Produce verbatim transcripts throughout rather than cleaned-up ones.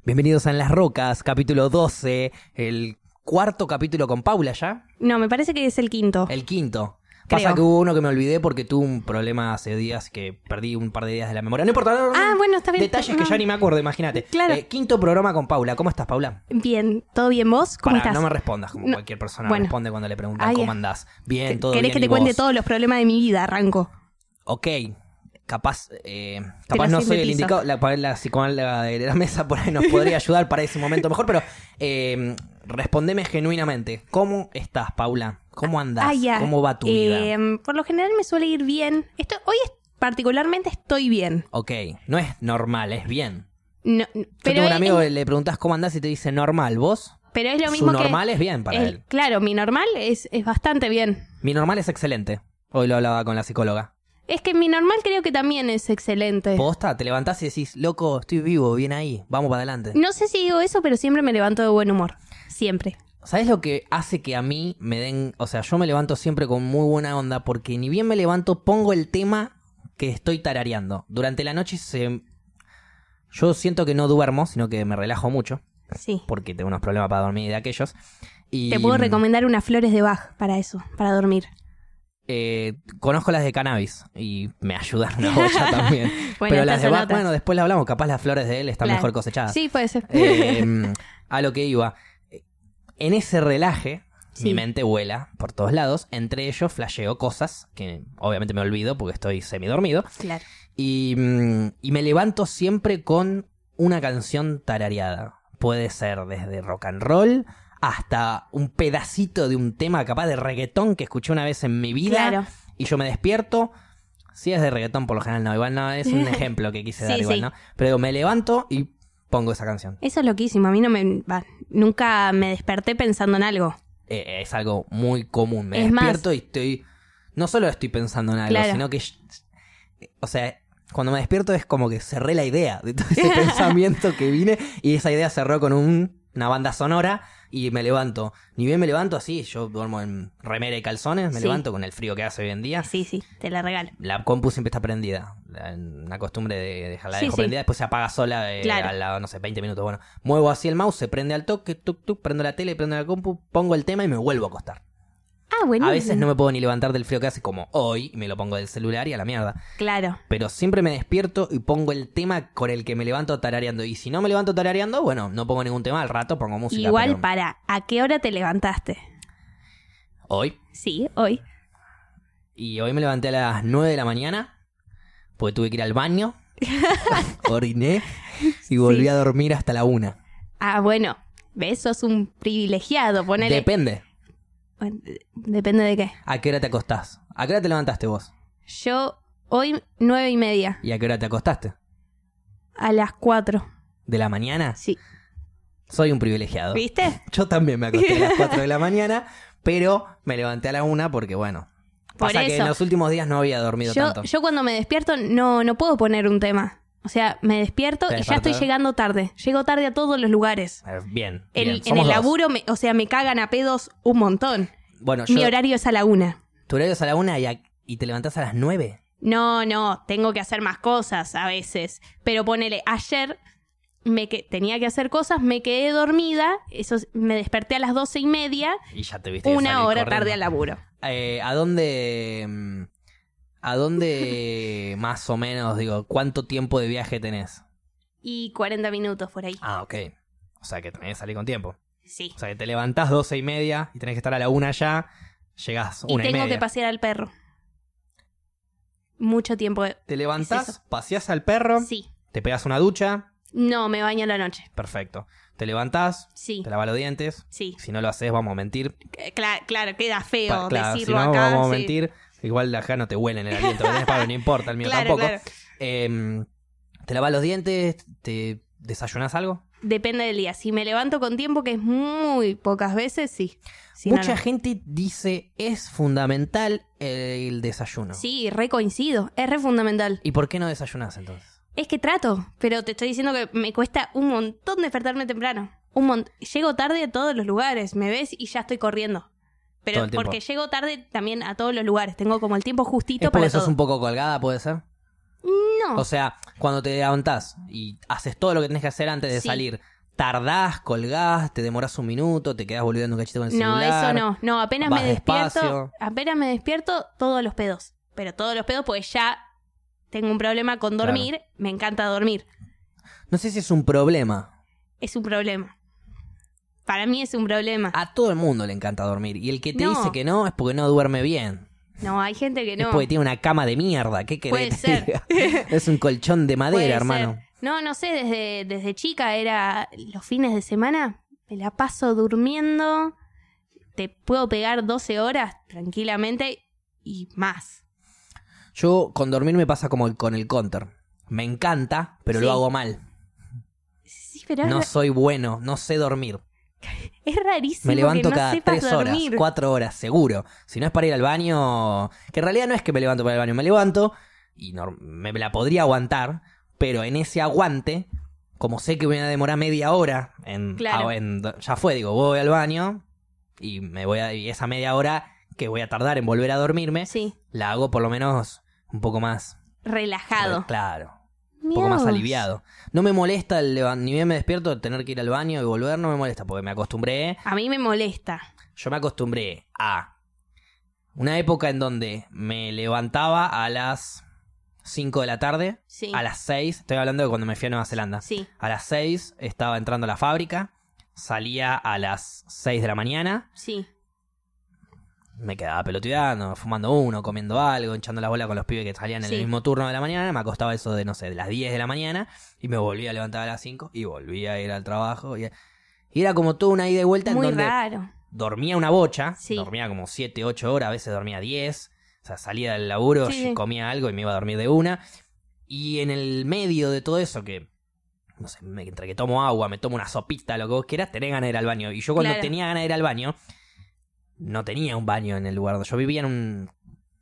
Bienvenidos a En las Rocas, capítulo doce, el cuarto capítulo con Paula ya. No, me parece que es el quinto. El quinto. Creo. Pasa que hubo uno que me olvidé porque tuve un problema hace días que perdí un par de días de la memoria. No importa, no, no, Ah, bueno, está bien. detalles No. que ya ni me acuerdo, imagínate. Claro. Eh, quinto programa con Paula. ¿Cómo estás, Paula? Bien, ¿todo bien vos? ¿Cómo Pará, estás? no me respondas como No. cualquier persona Bueno. responde cuando le preguntan Ay, cómo eh. andás. Bien, ¿Qué- todo ¿Querés bien. que te ¿y cuente vos? todos los problemas de mi vida? Arranco. Ok, capaz, eh, capaz lo no soy el sintetizo. indicado. La, la psicóloga de la mesa por ahí nos podría ayudar para ese momento mejor, pero eh, respondeme genuinamente. ¿Cómo estás, Paula? ¿Cómo andás? Ah, ya. ¿Cómo va tu Eh, vida? Por lo general me suele ir bien. Estoy, hoy es- particularmente estoy bien. Ok, no es normal, es bien. No, Yo pero, tengo un es, amigo que le preguntás cómo andás y te dice normal. ¿Vos? pero es lo Su mismo que... normal es bien para el- él. Claro, mi normal es, es bastante bien. Mi normal es excelente. Hoy lo hablaba con la psicóloga. Es que mi normal creo que también es excelente. Posta, te levantás y decís, loco, estoy vivo, bien ahí, vamos para adelante. No sé si digo eso, pero siempre me levanto de buen humor. Siempre. ¿Sabes lo que hace que a mí me den... O sea, yo me levanto siempre con muy buena onda porque ni bien me levanto, pongo el tema que estoy tarareando. Durante la noche se... Yo siento que no duermo, sino que me relajo mucho Sí. porque tengo unos problemas para dormir de aquellos. Y, Te puedo recomendar unas flores de Bach para eso, para dormir. Eh, conozco las de cannabis y me ayudan una bocha también. Bueno, Pero las estas de son Bach, otras. bueno, después la hablamos. Capaz las flores de él están Claro. mejor cosechadas. Sí, puede ser. Eh, a lo que iba. En ese relaje, Sí. mi mente vuela por todos lados. Entre ellos flasheo cosas que obviamente me olvido porque estoy semidormido. Claro. Y, mm, y me levanto siempre con una canción tarareada. Puede ser desde rock and roll hasta un pedacito de un tema capaz de reggaetón que escuché una vez en mi vida. Claro. Y yo me despierto. Si es de reggaetón, por lo general no. Igual no, es un ejemplo que quise dar Sí, igual, sí. ¿no? Pero me levanto y pongo esa canción. Eso es loquísimo. A mí no me... va, nunca me desperté pensando en algo. Eh, es algo muy común. Me Es más- despierto y estoy... No solo estoy pensando en algo, Claro. sino que... O sea, cuando me despierto es como que cerré la idea de todo ese pensamiento que vine y esa idea cerró con un- una banda sonora y me levanto. Ni bien me levanto así, yo duermo en remera y calzones, me Sí. levanto con el frío que hace hoy en día. Sí, sí, te la regalo. La compu siempre está prendida. La- Una costumbre de dejarla Sí, dejo sí. prendida, después se apaga sola eh, Claro. a la, no sé, veinte minutos. Bueno, muevo así el mouse, se prende al toque, tuk, tuk, prendo la tele, prendo la compu, pongo el tema y me vuelvo a acostar. Ah, bueno. A veces no me puedo ni levantar del frío que hace, como hoy, y me lo pongo del celular y a la mierda. Claro. Pero siempre me despierto y pongo el tema con el que me levanto tarareando. Y si no me levanto tarareando, bueno, no pongo ningún tema, al rato pongo música. Igual pero para, ¿a qué hora te levantaste? hoy. Sí, hoy. Y hoy me levanté a las nueve de la mañana, porque tuve que ir al baño, oriné y volví Sí. a dormir hasta la una. Ah, bueno. ¿Ves? Sos un privilegiado. Ponele... Depende. Bueno, de- Depende de qué. ¿A qué hora te acostás? ¿A qué hora te levantaste vos? Yo hoy nueve y media. ¿Y a qué hora te acostaste? A las cuatro. ¿De la mañana? Sí. Soy un privilegiado. ¿Viste? Yo también me acosté a las cuatro de la mañana, pero me levanté a la una porque, bueno, Por pasa que eso. en los últimos días no había dormido Yo, tanto. yo cuando me despierto no, no puedo poner un tema. O sea, me despierto ¿Te y ya estoy despertás? llegando tarde. Llego tarde a todos los lugares. Eh, Bien, En, bien. en Somos el dos. laburo, me- o sea, me cagan a pedos un montón. Bueno, yo, Mi horario es a la una. tu horario es a la una y, a- y te levantás a las nueve. No, no, tengo que hacer más cosas a veces. Pero ponele, ayer me que tenía que hacer cosas, me quedé dormida, eso es- me desperté a las doce y media, Y ya te viste que una salir hora corriendo. tarde al laburo. Eh, ¿A dónde... mm, ¿A dónde más o menos, digo, cuánto tiempo de viaje tenés? Y cuarenta minutos por ahí. Ah, ok. O sea que tenés que salir con tiempo. Sí. O sea que te levantás doce y media y tenés que estar a la una ya, llegás Y una y, tengo media. que pasear al perro. Mucho tiempo. de- Te levantás, ¿Es eso? paseás al perro, Sí. te pegas una ducha, No, me baño a la noche. perfecto. Te levantás, Sí. te lavas los dientes. Sí. Si no lo haces, vamos a mentir. Eh, cla- claro, queda feo Pa- claro, si decirlo no, acá. vamos a sí. mentir. Igual acá no te huelen el aliento, que tenés, Pablo, no importa, el mío Claro, tampoco. claro. Eh, te lavas los dientes, te desayunás algo. Depende del día. Si me levanto con tiempo, que es muy pocas veces, sí. Si no, Mucha no. gente dice es fundamental el desayuno. Sí, re coincido. Es re fundamental. ¿Y por qué no desayunás entonces? Es que trato, pero te estoy diciendo que me cuesta un montón despertarme temprano. Un mon- Llego tarde a todos los lugares. Me ves y ya estoy corriendo. Todo Pero el tiempo. porque llego tarde también a todos los lugares. Tengo como el tiempo justito ¿Es porque para sos todo. un poco colgada, puede ser? No. O sea, cuando te levantás y haces todo lo que tenés que hacer antes de Sí. salir, tardás, colgás, te demorás un minuto, te quedás boludeando un cachito con el No, celular. eso no. No, apenas vas me despierto, despacio. apenas me despierto, todos los pedos. Pero todos los pedos, porque ya tengo un problema con dormir. Claro. Me encanta dormir. No sé si es un problema. Es un problema. Para mí es un problema. A todo el mundo le encanta dormir. Y el que te No. dice que no es porque no duerme bien. No, hay gente que no. Es porque tiene una cama de mierda. ¿Qué querés Puede que ser. te diga? Es un colchón de madera, Puede hermano. ser. No, no sé, desde, desde chica era los fines de semana, me la paso durmiendo, te puedo pegar doce horas tranquilamente y más. Yo con dormir me pasa como el- con el counter. Me encanta, pero Sí. lo hago mal. Sí, pero No es, soy bueno, no sé dormir. es rarísimo Me levanto que no cada sepas tres horas, dormir. cuatro horas, seguro. Si no es para ir al baño, que en realidad no es que me levanto para ir al baño, me levanto y no, me la podría aguantar, pero en ese aguante, como sé que voy a demorar media hora, en, Claro. ah, en- ya fue, digo, voy al baño y me voy a, y esa media hora que voy a tardar en volver a dormirme, Sí, la hago por lo menos un poco más relajado. claro. Un poco más Dios. aliviado. No me molesta, el levan- ni bien me despierto, tener que ir al baño y volver, no me molesta, porque me acostumbré. A mí me molesta. Yo me acostumbré a una época en donde me levantaba a las cinco de la tarde, Sí. a las seis, estoy hablando de cuando me fui a Nueva Zelanda. Sí, A las seis estaba entrando a la fábrica, salía a las seis de la mañana, sí. me quedaba pelotudeando, fumando uno, comiendo algo, hinchando la bola con los pibes que salían en Sí. el mismo turno de la mañana, me acostaba eso de, no sé, de las diez de la mañana y me volvía a levantar a las cinco y volvía a ir al trabajo. Y, y era como toda una ida y vuelta Muy en donde raro. dormía una bocha, Sí. dormía como siete, ocho horas, a veces dormía diez, o sea, salía del laburo, Sí, sí. comía algo y me iba a dormir de una. Y en el medio de todo eso que... No sé, me- entre que tomo agua, me tomo una sopita, lo que vos quieras, tenés ganas de ir al baño. Y yo cuando Claro. tenía ganas de ir al baño, no tenía un baño en el lugar donde yo vivía en un,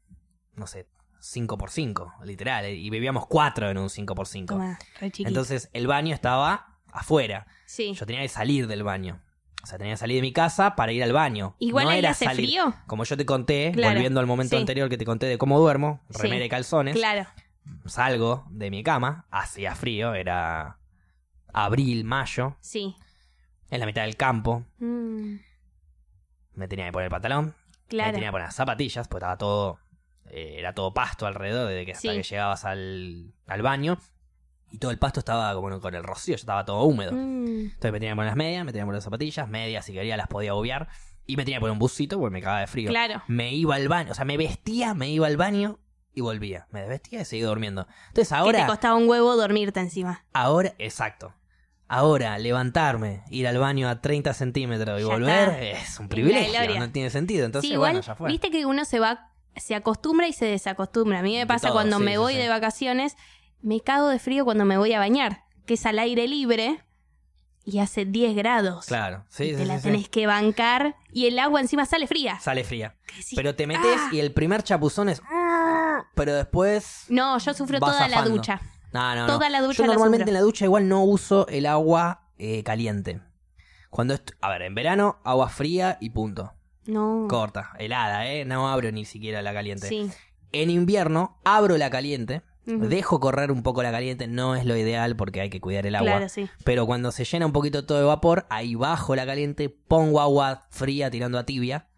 no sé, cinco por cinco, literal, eh, y vivíamos cuatro en un cinco por cinco. Toma, re chiquito. Entonces el baño estaba afuera. Sí. Yo tenía que salir del baño. O sea, tenía que salir de mi casa para ir al baño. Igual no ahí era hace salir. frío. Como yo te conté, Claro, volviendo al momento sí. anterior que te conté de cómo duermo, Sí. remera y calzones, Claro. salgo de mi cama, hacía frío, era abril, mayo, Sí. en la mitad del campo. Mm, Me tenía que poner el pantalón, me claro. tenía que poner las zapatillas, porque estaba todo, eh, era todo pasto alrededor desde que hasta Sí. que llegabas al, al baño. Y todo el pasto estaba como con el rocío, ya estaba todo húmedo. Mm, Entonces me tenía que poner las medias, me tenía que poner las zapatillas, medias si quería las podía obviar. Y me tenía que poner un busito porque me cagaba de frío. Claro. Me iba al baño, o sea, me vestía, me iba al baño y volvía. Me desvestía y seguía durmiendo. Entonces Que ahora, te costaba un huevo dormirte encima. ahora, exacto. Ahora, levantarme, ir al baño a treinta centímetros y Ya volver está. es un la privilegio, gloria. no tiene sentido. Entonces, Sí, igual, bueno, ya fue. viste que uno se va, se acostumbra y se desacostumbra. A mí me De pasa todo, cuando sí, me sí, voy sí. de vacaciones, me cago de frío cuando me voy a bañar, que es al aire libre y hace diez grados. Claro, sí, Y sí, te la sí, tenés sí. que bancar y el agua encima sale fría. Sale fría. Que decís, Pero te metes "Ah". y el primer chapuzón es... Pero después... No, yo sufro vas toda la zafando. ducha. No, no, no. Toda la ducha Yo la normalmente sufro. en la ducha igual no uso el agua eh, caliente. Cuando est- A ver, en verano, agua fría y punto. No. Corta, helada, ¿eh? No abro ni siquiera la caliente. Sí. En invierno, abro la caliente, Ujú. dejo correr un poco la caliente, no es lo ideal porque hay que cuidar el agua. Claro, sí. Pero cuando se llena un poquito todo de vapor, ahí bajo la caliente, pongo agua fría tirando a tibia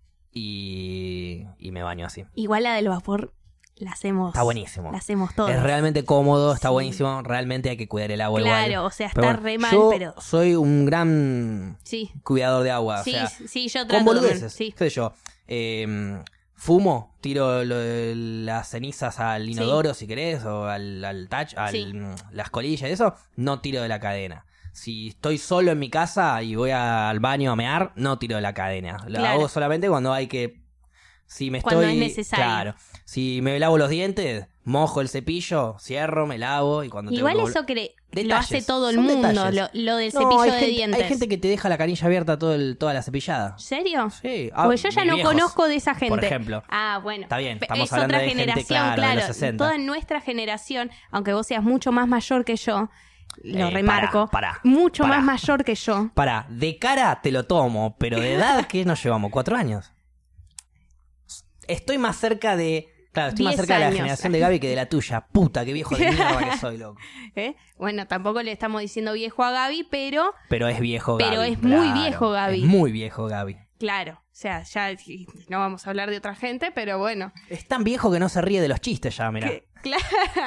y, y me baño así. Igual la del vapor la hacemos. Está buenísimo. La hacemos todos. Es realmente cómodo, está Sí. buenísimo. Realmente hay que cuidar el agua igual. Claro, o sea, Pero está bueno, re mal, yo pero. soy un gran Sí. cuidador de agua. Sí, o sea, sí, yo con trato también. boludeces. Sí. ¿Qué sé yo? Eh, fumo, tiro lo de las cenizas al inodoro si querés, o al, al touch, al, Sí. las colillas y eso. No tiro de la cadena. Si estoy solo en mi casa y voy a- al baño a mear, no tiro de la cadena. Lo Claro. hago solamente cuando hay que... Si me Cuando estoy... es necesario. Claro. Si me lavo los dientes, mojo el cepillo, cierro, me lavo y cuando Igual tengo que vol- eso que lo Detalles, hace todo el son mundo, detalles. lo, lo del No, cepillo hay de gente, dientes. Hay gente que te deja la canilla abierta todo el- toda la cepillada. ¿En serio? Sí. Ah, Porque yo ya mis no viejos, conozco de esa gente. Por ejemplo. Ah, bueno. Está bien, Pe- estamos es hablando otra de gente, generación, claro, de claro. los sesenta. Toda nuestra generación, aunque vos seas mucho más mayor que yo, lo Eh, remarco, pará, pará, mucho pará. más mayor que yo. Para, de cara te lo tomo, pero de edad, ¿qué nos llevamos? ¿Cuatro años? Estoy más cerca de Claro, estoy más diez cerca de la años. generación de Gaby que de la tuya. Puta, qué viejo de mierda que soy, loco. ¿Eh? Bueno, tampoco le estamos diciendo viejo a Gaby, pero Pero es viejo Gaby. Pero es muy claro. viejo Gaby. Es muy viejo Gaby. claro, o sea, ya no vamos a hablar de otra gente, pero bueno. Es tan viejo que no se ríe de los chistes ya, mirá. Que- claro.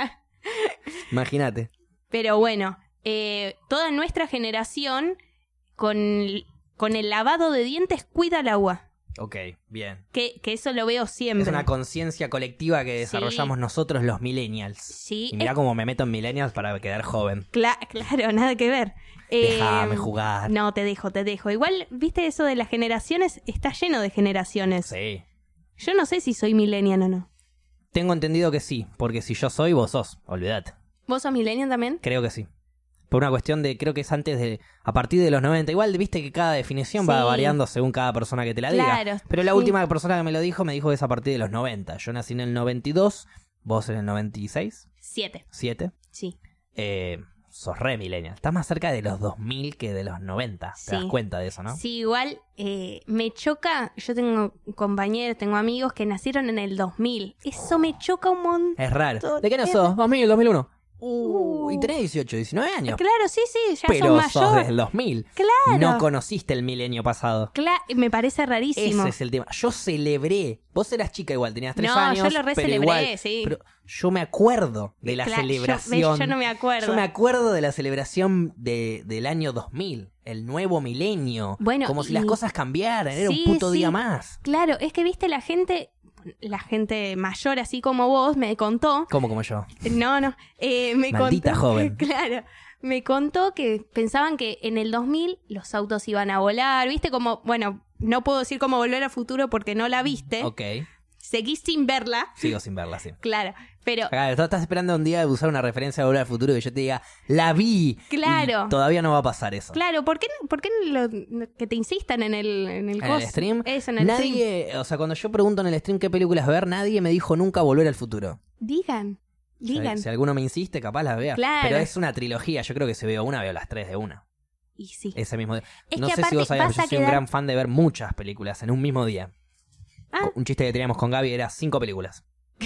Imagínate. Pero bueno, eh, toda nuestra generación con, con el lavado de dientes cuida el agua. Ok, bien. Que, que eso lo veo siempre. Es una conciencia colectiva que desarrollamos Sí. nosotros los millennials. Sí, Y mirá es- cómo me meto en millennials para quedar joven. Cla- claro, nada que ver. Déjame Eh, jugar. No, te dejo, te dejo. Igual, viste eso de las generaciones, está lleno de generaciones. Sí. Yo no sé si soy millennial o no. Tengo entendido que sí, porque si yo soy, vos sos. Olvídate. ¿Vos sos millennial también? Creo que sí. Por una cuestión de, creo que es antes de, a partir de los noventa. Igual, viste que cada definición va Sí. variando según cada persona que te la diga. Claro, Pero la sí. última persona que me lo dijo me dijo que es a partir de los noventa. Yo nací en el noventa y dos, vos en el noventa y seis, Siete, siete. sí. Eh, sos re millennial. Estás más cerca de los dos mil que de los noventa. Te das Sí. cuenta de eso, ¿no? Sí, igual eh, me choca, yo tengo compañeros, tengo amigos que nacieron en el dos mil. Eso me choca un montón. Es raro. Todo- ¿De qué no es- sos? dos mil, dos mil uno. Uh. Uh, y tenés dieciocho, diecinueve años. Claro, sí, sí, ya Pero son sos mayor. desde el dos mil. Claro. No conociste el milenio pasado. Cla- me parece rarísimo. Ese es el tema. Yo celebré. Vos eras chica igual, tenías tres No, años. yo lo re pero celebré, igual, sí. Pero yo me acuerdo de la Cla- yo- celebración. ves, yo no me acuerdo. Yo me acuerdo de la celebración de, del año dos mil. El nuevo milenio. Bueno, Como si y- las cosas cambiaran. Era Sí, un puto sí. día más. Claro, es que viste la gente, la gente mayor así como vos me contó, Como como yo. no, no, eh, me Maldita contó, joven. claro, me contó que pensaban que en el dos mil los autos iban a volar, viste como, bueno, no puedo decir como Volver al Futuro porque no la viste, Ok. seguís sin verla, Sigo sin verla, sí. claro, pero Acá, tú estás esperando un día de usar una referencia de Volver al Futuro que yo te diga, la vi. Claro. Y todavía no va a pasar eso. claro, ¿por qué, por qué lo- que te insistan en el en el, En el cos- stream, Eso, en el stream. nadie, o sea, cuando yo pregunto en el stream qué películas ver, nadie me dijo nunca Volver al Futuro. Digan, Si- digan. Si, alguno me insiste, capaz las vea. Claro. Pero es una trilogía, yo creo que si veo una, veo las tres de una. Y sí. Ese mismo día. Es no que sé si aparte vos sabías, vas yo a soy un quedar- gran fan de ver muchas películas en un mismo día. Ah. Un chiste que teníamos con Gaby era cinco películas.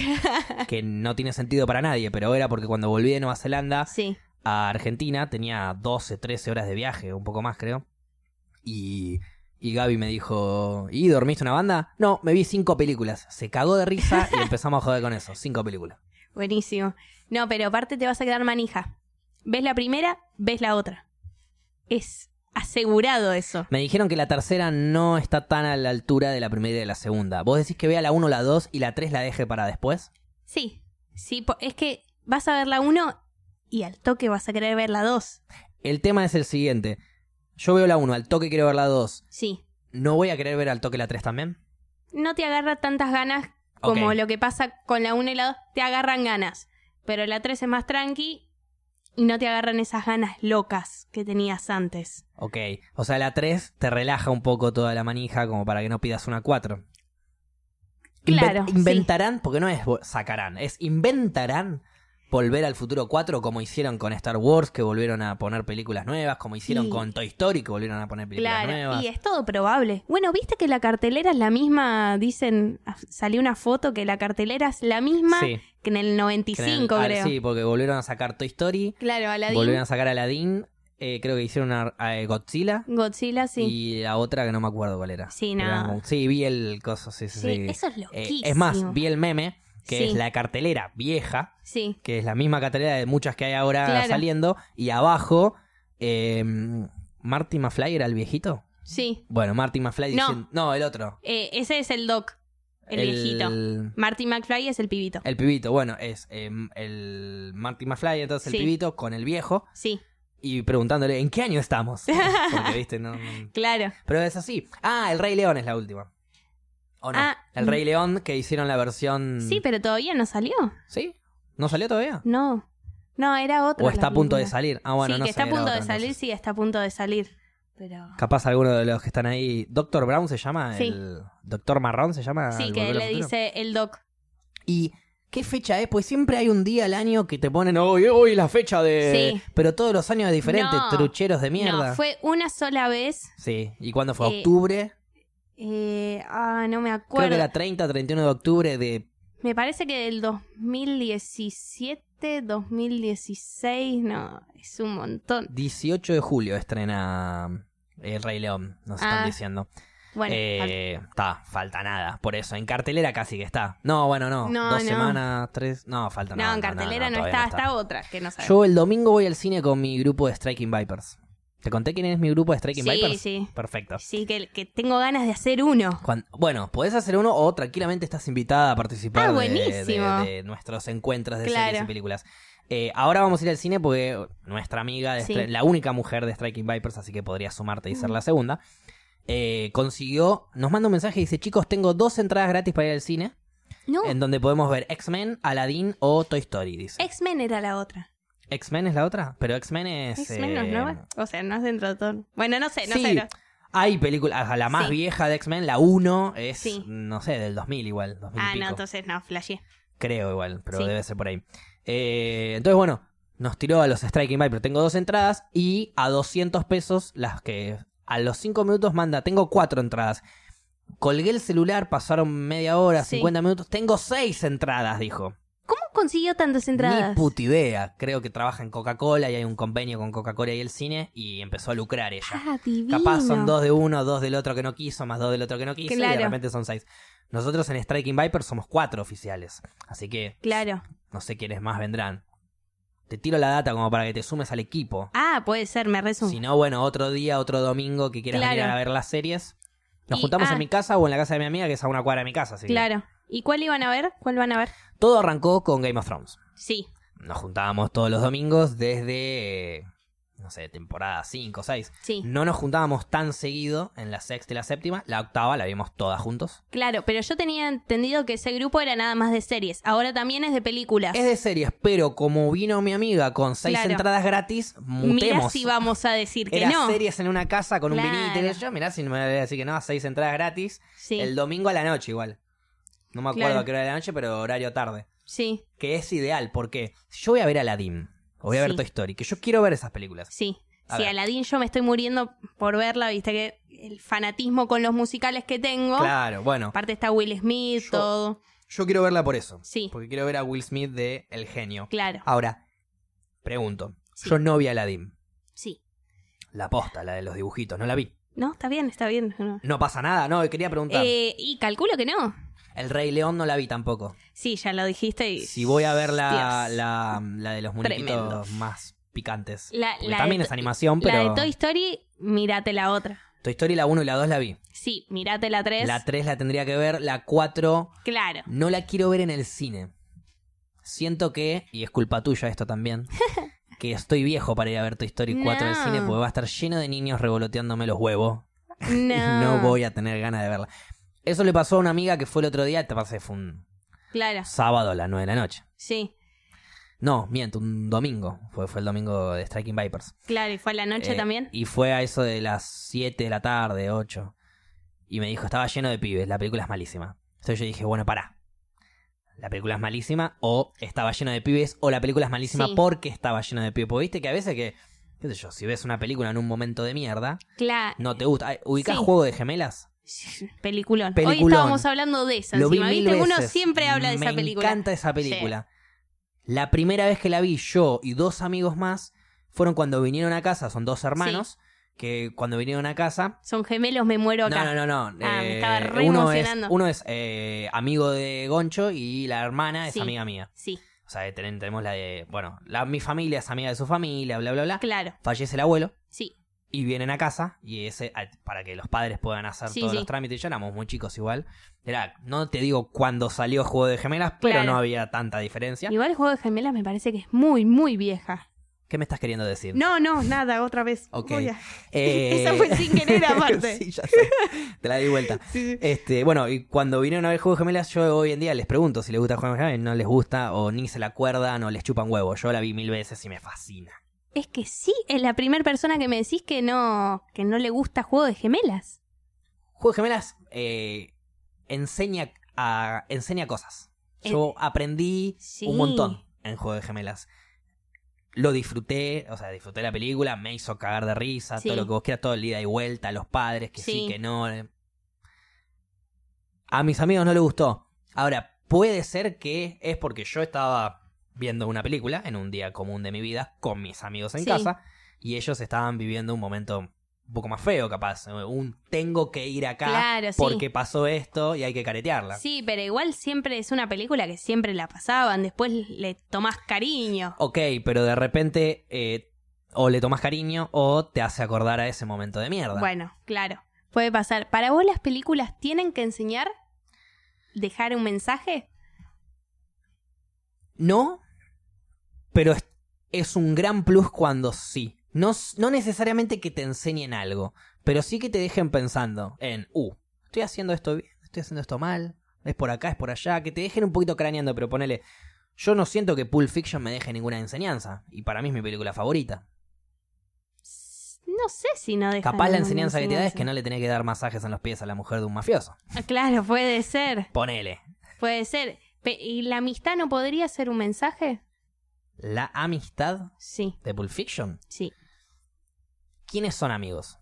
Que no tiene sentido para nadie, pero era porque cuando volví de Nueva Zelanda Sí. a Argentina tenía doce, trece horas de viaje, un poco más creo. Y, y Gaby me dijo, ¿y dormiste una banda? No, me vi cinco películas. Se cagó de risa y empezamos a joder con eso. Cinco películas. Buenísimo. No, pero aparte te vas a quedar manija. Ves la primera, ves la otra. Es asegurado eso. Me dijeron que la tercera no está tan a la altura de la primera y de la segunda. ¿Vos decís que vea la uno, la dos y la tres la deje para después? Sí, sí, po- es que vas a ver la uno y al toque vas a querer ver la dos. El tema es el siguiente. Yo veo la uno, al toque quiero ver la dos. Sí. ¿No voy a querer ver al toque la tres también? No te agarra tantas ganas como Ok. lo que pasa con la uno y la dos. Te agarran ganas. Pero la tres es más tranqui y no te agarran esas ganas locas que tenías antes. Ok. O sea, la tres te relaja un poco toda la manija como para que no pidas una cuatro. Inven- Claro, inventarán, porque no es vo- sacarán, es inventarán Volver al Futuro cuatro como hicieron con Star Wars, que volvieron a poner películas nuevas, como hicieron Sí. con Toy Story, que volvieron a poner películas Claro, nuevas. y es todo probable. Bueno, viste que la cartelera es la misma, dicen, salió una foto que la cartelera es la misma Sí. que en el noventa y Que en el- cinco, ah, creo. Sí, porque volvieron a sacar Toy Story, Claro, Aladdin, volvieron a sacar Aladdin, eh, creo que hicieron a, a Godzilla. Godzilla, sí. Y la otra que no me acuerdo cuál era. Sí, Pero no. eran como- Sí, vi el coso, sí, sí. Sí, sí. eso es Eh, loquísimo. es más, vi el meme, que Sí. es la cartelera vieja, Sí, que es la misma cartelera de muchas que hay ahora Claro. saliendo, y abajo, eh, ¿Marty McFly era el viejito? sí. Bueno, Marty McFly No. diciendo... No, el otro. Eh, ese es el Doc, el, viejito. Marty McFly es el pibito. El pibito, bueno, es eh, el Marty McFly, entonces Sí. el pibito con el viejo, Sí, y preguntándole, ¿en qué año estamos? Porque, viste, no... no- claro. Pero es así. Ah, El Rey León es la última. ¿O no? Ah, El Rey León, que hicieron la versión... Sí, pero todavía no salió. ¿Sí? ¿No salió todavía? No. No, era otra. ¿O la está a punto de película. salir? Ah, bueno, sí, no que sé, está a era punto otra, de salir, entonces. sí, está a punto de salir. Pero... Capaz alguno de los que están ahí... ¿Doctor Brown se llama? Sí. ¿El Doctor Marrón se llama? Sí, el que Volver al le Futuro? dice el Doc. ¿Y qué fecha es? Pues siempre hay un día al año que te ponen... Hoy, hoy es la fecha de... Sí. Pero todos los años es diferente. No, Trucheros de mierda. No, fue una sola vez. Sí. ¿Y cuándo fue? Eh, ¿Octubre? Eh, ah, no me acuerdo. Creo que era treinta, treinta y uno de octubre de Me parece que del dos mil diecisiete, dos mil dieciséis, no, es un montón. dieciocho de julio estrena El Rey León, nos Ah, están diciendo. Bueno, Eh, está, falta nada, por eso. En cartelera casi que está. No, bueno, no. No, Dos no. semanas, tres. No, falta no, nada. en cartelera no, todavía está, hasta otra, que no sabemos. Yo el domingo voy al cine con mi grupo de Striking Vipers. ¿Te conté quién es mi grupo de Striking Sí, Vipers? sí. Perfecto. Sí, que, que tengo ganas de hacer uno. Cuando- bueno, podés hacer uno o tranquilamente estás invitada a participar Ah, de- buenísimo. de, de nuestros encuentros de Claro. series y películas. Eh, ahora vamos a ir al cine porque nuestra amiga, de Sí. Stri- la única mujer de Striking Vipers, así que podría sumarte y ser la segunda, eh, consiguió, nos manda un mensaje y dice, chicos, tengo dos entradas gratis para ir al cine, No, en donde podemos ver X-Men, Aladdin o Toy Story, dice. X-Men era la otra. ¿X-Men es la otra? Pero X-Men es... ¿X-Men no es eh, nueva? O sea, no es dentro de todo. Bueno, no sé, no sí, sé. no- hay películas, la más Sí. vieja de X-Men, la uno, es, Sí. no sé, del dos mil igual, dos mil y Ah, pico. no, entonces no, flashé. Creo igual, pero Sí. debe ser por ahí. Eh, entonces, bueno, nos tiró a los Striking Viper. Tengo dos entradas y a doscientos pesos las que a los cinco minutos manda. Tengo cuatro entradas. Colgué el celular, pasaron media hora, Sí. cincuenta minutos. Tengo seis entradas, dijo. ¿Cómo consiguió tantas entradas? Ni puta idea. Creo que trabaja en Coca-Cola y hay un convenio con Coca-Cola y el cine y empezó a lucrar ella. Ah, divino. Capaz son dos de uno, dos del otro que no quiso, más dos del otro que no quiso y Claro. de repente son seis. Nosotros en Striking Viper somos cuatro oficiales. Así que Claro. no sé quiénes más vendrán. Te tiro la data como para que te sumes al equipo. Ah, puede ser, me resumo. Si no, bueno, otro día, otro domingo que quieras Claro. venir a ver las series. Nos Y- juntamos ah. en mi casa o en la casa de mi amiga, que es a una cuadra de mi casa. Así que Claro. ¿Y cuál iban a ver? ¿Cuál van a ver? todo arrancó con Game of Thrones. Sí. Nos juntábamos todos los domingos desde, eh, no sé, temporada cinco o seis. Sí. No nos juntábamos tan seguido en la sexta y la séptima. La octava la vimos todas juntos. Claro, pero yo tenía entendido que ese grupo era nada más de series. Ahora también es de películas. Es de series, pero como vino mi amiga con seis Claro. entradas gratis, Mirá mutemos. si vamos a decir que Era no. series en una casa con Claro. un vinito y yo, mirá si no me voy a decir que no, seis entradas gratis. Sí. El domingo a la noche igual. No me acuerdo Claro. a qué hora de la noche, pero horario tarde. Sí, Que es ideal, porque si yo voy a ver Aladdin, o voy a ver Sí. Toy Story, que yo quiero ver esas películas. sí. A Sí, ver. Aladdin yo me estoy muriendo por verla, viste que el fanatismo con los musicales que tengo. Claro, bueno. Aparte está Will Smith, Yo- todo. Yo quiero verla por eso. Sí. Porque quiero ver a Will Smith de El Genio. Claro, Ahora, pregunto. Sí. Yo no vi Aladdin. sí. La posta, la de los dibujitos, no la vi. No, está bien, está bien. No. No pasa nada, no, quería preguntar. Eh, y calculo que no. El Rey León no la vi tampoco. Sí, ya lo dijiste. Y... Si voy a ver la, Dios. la, la de los muñequitos Tremendo. más picantes. La- Porque la también de es To- animación, pero... La de Toy Story, mirate la otra. Toy Story la uno y la dos la vi. Sí, mirate la tres. La tres la tendría que ver, la cuatro Claro. no la quiero ver en el cine. Siento que, y es culpa tuya esto también, que estoy viejo para ir a ver Toy Story cuatro en el No. cine porque va a estar lleno de niños revoloteándome los huevos No. y no voy a tener ganas de verla. Eso le pasó a una amiga que fue el otro día, te pasé, fue un Claro, sábado a las nueve de la noche. sí. No, miento, un domingo, fue, fue el domingo de Striking Vipers. Claro, y fue a la noche Eh, también. Y fue a eso de las siete de la tarde, ocho. Y me dijo, estaba lleno de pibes, la película es malísima. Entonces yo dije, bueno, pará. La película es malísima, o estaba lleno de pibes, o la película es malísima Sí. porque estaba lleno de pibes. Porque viste que a veces que, qué sé yo, si ves una película en un momento de mierda, Claro. no te gusta. Ay, ¿ubicás Sí. Juego de Gemelas? Peliculón. Hoy Peliculón. estábamos hablando de esa. Lo vi Encima, mil ¿viste? Uno veces. siempre habla de Me esa película. Me encanta esa película. La primera vez que la vi yo y dos amigos más fueron cuando vinieron a casa, son dos hermanos, que cuando vinieron a casa... Son gemelos, me muero acá. No, no, no, no. Ah, eh, me estaba re uno es, emocionando. uno es eh, amigo de Goncho y la hermana es Sí. amiga mía. Sí, O sea, ten- tenemos la de... Bueno, la, mi familia es amiga de su familia, bla, bla, bla. claro. Fallece el abuelo Sí, y vienen a casa y ese a- para que los padres puedan hacer Sí, todos sí. los trámites. Ya éramos muy chicos igual. Era, no te digo cuándo salió Juego de Gemelas, pero Claro. no había tanta diferencia. igual el juego de gemelas me parece que es muy, muy vieja. ¿Qué me estás queriendo decir? No, no, nada, otra vez. Ok. Voy a- Eh, Esa fue sin querer, aparte. Sí, ya sé. Te la di vuelta. Sí, sí. Este, bueno, y cuando vinieron a ver Juego de Gemelas, yo hoy en día les pregunto si les gusta Juego de Gemelas, no les gusta, o ni se la acuerdan, o les chupan huevo. Yo la vi mil veces y me fascina. Es que sí, es la primera persona que me decís que no, que no le gusta Juego de Gemelas. Juego de Gemelas eh, enseña, a, enseña cosas. Yo aprendí sí. un montón en Juego de Gemelas. Lo disfruté, o sea, disfruté la película, me hizo cagar de risa, Sí. todo lo que vos quieras, todo el ida y vuelta, los padres, que sí, Sí. que no. A mis amigos no les gustó. Ahora, puede ser que es porque yo estaba viendo una película en un día común de mi vida con mis amigos en Sí. casa y ellos estaban viviendo un momento un poco más feo, capaz. Un tengo que ir acá Claro, sí. porque pasó esto y hay que caretearla. Sí, pero igual siempre es una película que siempre la pasaban, después le tomás cariño. Ok, pero de repente eh, o le tomas cariño o te hace acordar a ese momento de mierda. Bueno, claro, puede pasar. ¿Para vos las películas tienen que enseñar? ¿Dejar un mensaje? No, pero es, es un gran plus cuando sí. No, no necesariamente que te enseñen algo, pero sí que te dejen pensando en, uh, estoy haciendo esto bien, estoy haciendo esto mal, es por acá, es por allá, que te dejen un poquito craneando, pero ponele, yo no siento que Pulp Fiction me deje ninguna enseñanza, y para mí es mi película favorita. No sé si no dejan Capaz la ninguna enseñanza que te da es enseñanza. que no le tenés que dar masajes en los pies a la mujer de un mafioso. Ah, claro, puede ser, Ponele. puede ser. Pe- ¿Y la amistad no podría ser un mensaje? La amistad Sí, de Pulp Fiction. sí. ¿Quiénes son amigos?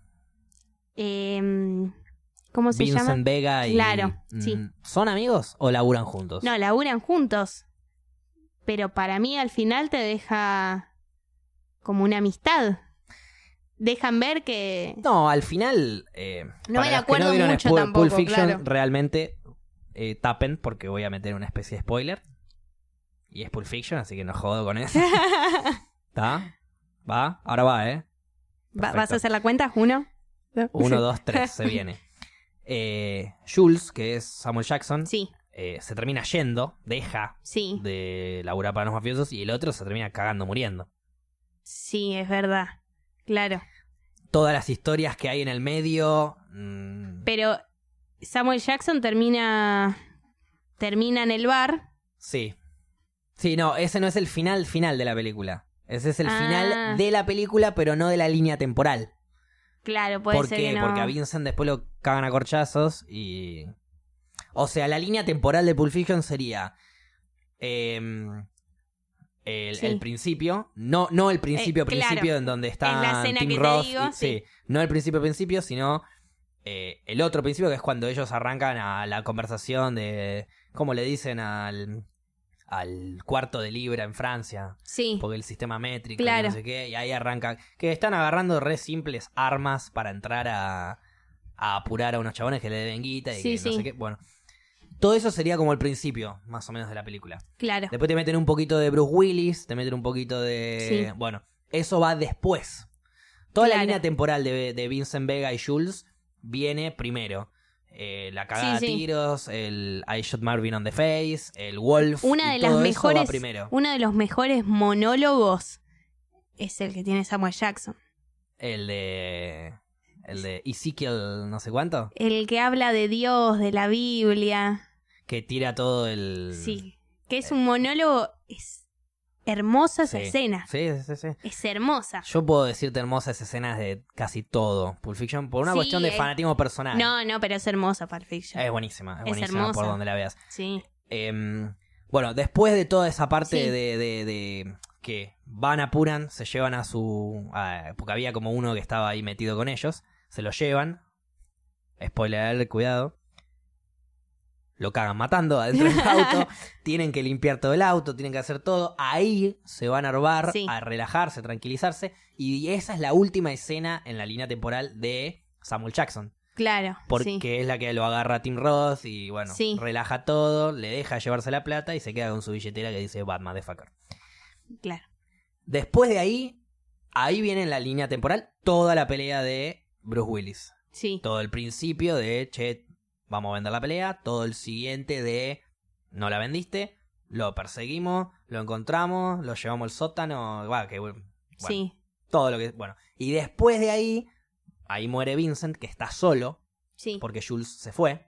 Em, ¿Cómo se Vincent llama? Vega y... Claro, mm, sí. ¿Son amigos o laburan juntos? No, laburan juntos. Pero para mí al final te deja como una amistad. Dejan ver que... No, al final... Eh, No para me la los que acuerdo vieron mucho Pul- tampoco, Pulp Fiction, claro. realmente eh, tapen porque voy a meter una especie de spoiler. Y es Pulp Fiction, así que no jodo con eso. ¿Está? ¿Va? Ahora va, ¿eh? Va- ¿Vas Perfecto. a hacer la cuenta? ¿Uno? Uno, dos, tres, se viene. Eh, Jules, que es Samuel Jackson, Sí, eh, se termina yendo, deja sí, de laburar para los mafiosos y el otro se termina cagando, muriendo. sí, es verdad. Claro. Todas las historias que hay en el medio... mm, Pero Samuel Jackson termina... Termina en el bar. sí. Sí, no, ese no es el final final de la película. Ese es el Ah. final de la película, pero no de la línea temporal. Claro, puede ¿Por ser qué? que no. Porque a Vincent después lo cagan a corchazos y... O sea, la línea temporal de Pulp Fiction sería... em, el, Sí. el principio, no, no el principio Eh, claro. principio en donde está Es la escena Tim que te Roth. digo, y- sí. sí. No el principio principio, sino eh, el otro principio, que es cuando ellos arrancan a la conversación de... ¿Cómo le dicen al, al cuarto de libra en Francia? Sí, Porque el sistema métrico y Claro. no sé qué, y ahí arranca. Que están agarrando re simples armas para entrar a, a apurar a unos chabones que le deben guita y Sí, que no sí. sé qué. Bueno, todo eso sería como el principio, más o menos, de la película. claro. Después te meten un poquito de Bruce Willis, te meten un poquito de... Sí. Bueno, eso va después. Toda la Claro. línea temporal de, de Vincent Vega y Jules viene primero. Eh, la cagada Sí, de sí. tiros, el I Shot Marvin on the Face, el Wolf. Una y de las todo eso va mejores, primero. uno de los mejores monólogos es el que tiene Samuel Jackson. El de... El de Ezekiel no sé cuánto. El que habla de Dios, de la Biblia. Que tira todo el... Sí, que es un monólogo, es hermosa esa Sí. escena. Sí, sí, sí. Es hermosa. Yo puedo decirte hermosas escenas de casi todo Pulp Fiction por una Sí, cuestión de es- fanatismo personal. No, no, pero es hermosa Pulp Fiction. Es buenísima, es Es buenísima hermosa. por donde la veas. Sí, Em, bueno, después de toda esa parte Sí. de, de- de que van, apuran, se llevan a su... a- porque había como uno que estaba ahí metido con ellos, se lo llevan, spoiler alert, cuidado, lo cagan matando adentro del auto, tienen que limpiar todo el auto, tienen que hacer todo, ahí se van a arbar, Sí. a relajarse, tranquilizarse, y esa es la última escena en la línea temporal de Samuel Jackson. claro. Porque sí. es la que lo agarra Tim Roth y bueno, Sí. relaja todo, le deja llevarse la plata y se queda con su billetera que dice Bad Motherfucker. Claro. Después de ahí, ahí viene en la línea temporal toda la pelea de Bruce Willis. Sí, Todo el principio de, che, vamos a vender la pelea. Todo el siguiente de, no la vendiste, lo perseguimos, lo encontramos, lo llevamos al sótano, va, que bueno, sí, todo lo que... Bueno, y después de ahí, ahí muere Vincent, que está solo, sí. porque Jules se fue.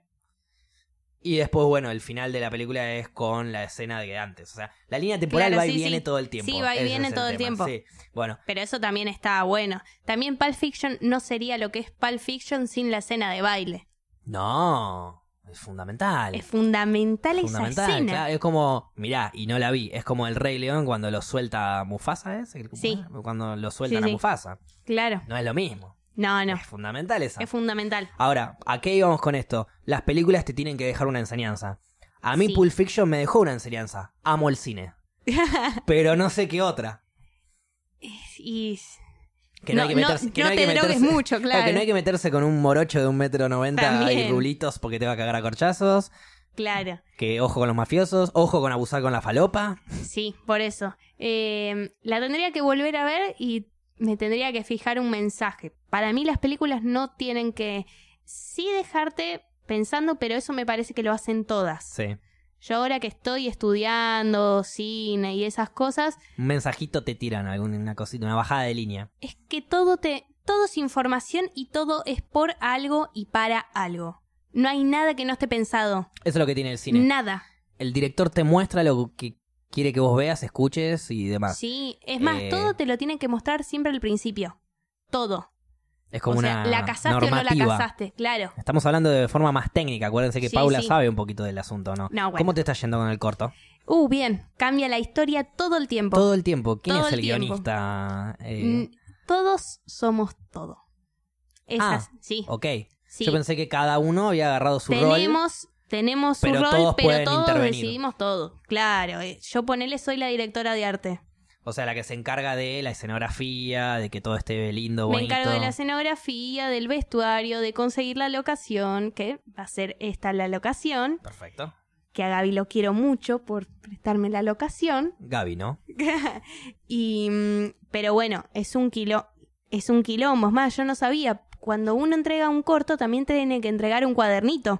Y después, bueno, el final de la película es con la escena de que antes. O sea, la línea temporal Claro, va y sí, viene sí. todo el tiempo. Sí, va y Ese viene es todo el tema. tiempo. Sí. Bueno, Pero eso también está bueno. También Pulp Fiction no sería lo que es Pulp Fiction sin la escena de baile. no, es fundamental. Es fundamental, fundamental, esa escena. claro. Es como, mirá, y no la vi, es como el Rey León cuando lo suelta a Mufasa, ¿es? El- Sí. Cuando lo sueltan Sí, a sí. Mufasa. Claro. No es lo mismo. No, no. Es fundamental esa. Es fundamental. Ahora, ¿a qué íbamos con esto? Las películas te tienen que dejar una enseñanza. A mí Sí. Pulp Fiction me dejó una enseñanza. Amo el cine. Pero no sé qué otra. Y... Que no, No, hay que no- meterse, que no no hay te que drogues meterse- mucho, claro. Que no hay que meterse con un morocho de un metro noventa y También. rulitos porque te va a cagar a corchazos. Claro, Que ojo con los mafiosos, ojo con abusar con la falopa. sí, por eso. Eh, la tendría que volver a ver y me tendría que fijar un mensaje. Para mí las películas no tienen que... Sí dejarte pensando, pero eso me parece que lo hacen todas. Sí. Yo ahora que estoy estudiando cine y esas cosas, Un mensajito te tiran, alguna cosita, una bajada de línea. es que todo te... Todo es información y todo es por algo y para algo. No hay nada que no esté pensado. Eso es lo que tiene el cine. Nada. El director te muestra lo que quiere que vos veas, escuches y demás. Sí, es más, Eh, todo te lo tienen que mostrar siempre al principio. Todo. Es como o sea, una la casaste normativa. o no la casaste, claro. Estamos hablando de forma más técnica. Acuérdense que Sí, Paula sí. sabe un poquito del asunto, ¿no? No, bueno. ¿Cómo te está yendo con el corto? Uh, bien, cambia la historia todo el tiempo. Todo el tiempo. ¿Quién Todo es el, el tiempo. guionista? Eh, Mm, Todos somos todo. Esas, Ah, sí. ok. sí. Yo pensé que cada uno había agarrado su rol. tenemos, tenemos su pero rol, todos pero pueden todos intervenir. decidimos todo. Claro, eh, yo ponele soy la directora de arte. O sea, la que se encarga de la escenografía, de que todo esté lindo, Me bonito. encargo de la escenografía, del vestuario, de conseguir la locación, que va a ser esta la locación. Perfecto. Que a Gaby lo quiero mucho por prestarme la locación. Gaby, ¿no? y mm, pero bueno, es un kilo, es un quilombo. Es más, yo no sabía. Cuando uno entrega un corto, también tiene que entregar un cuadernito.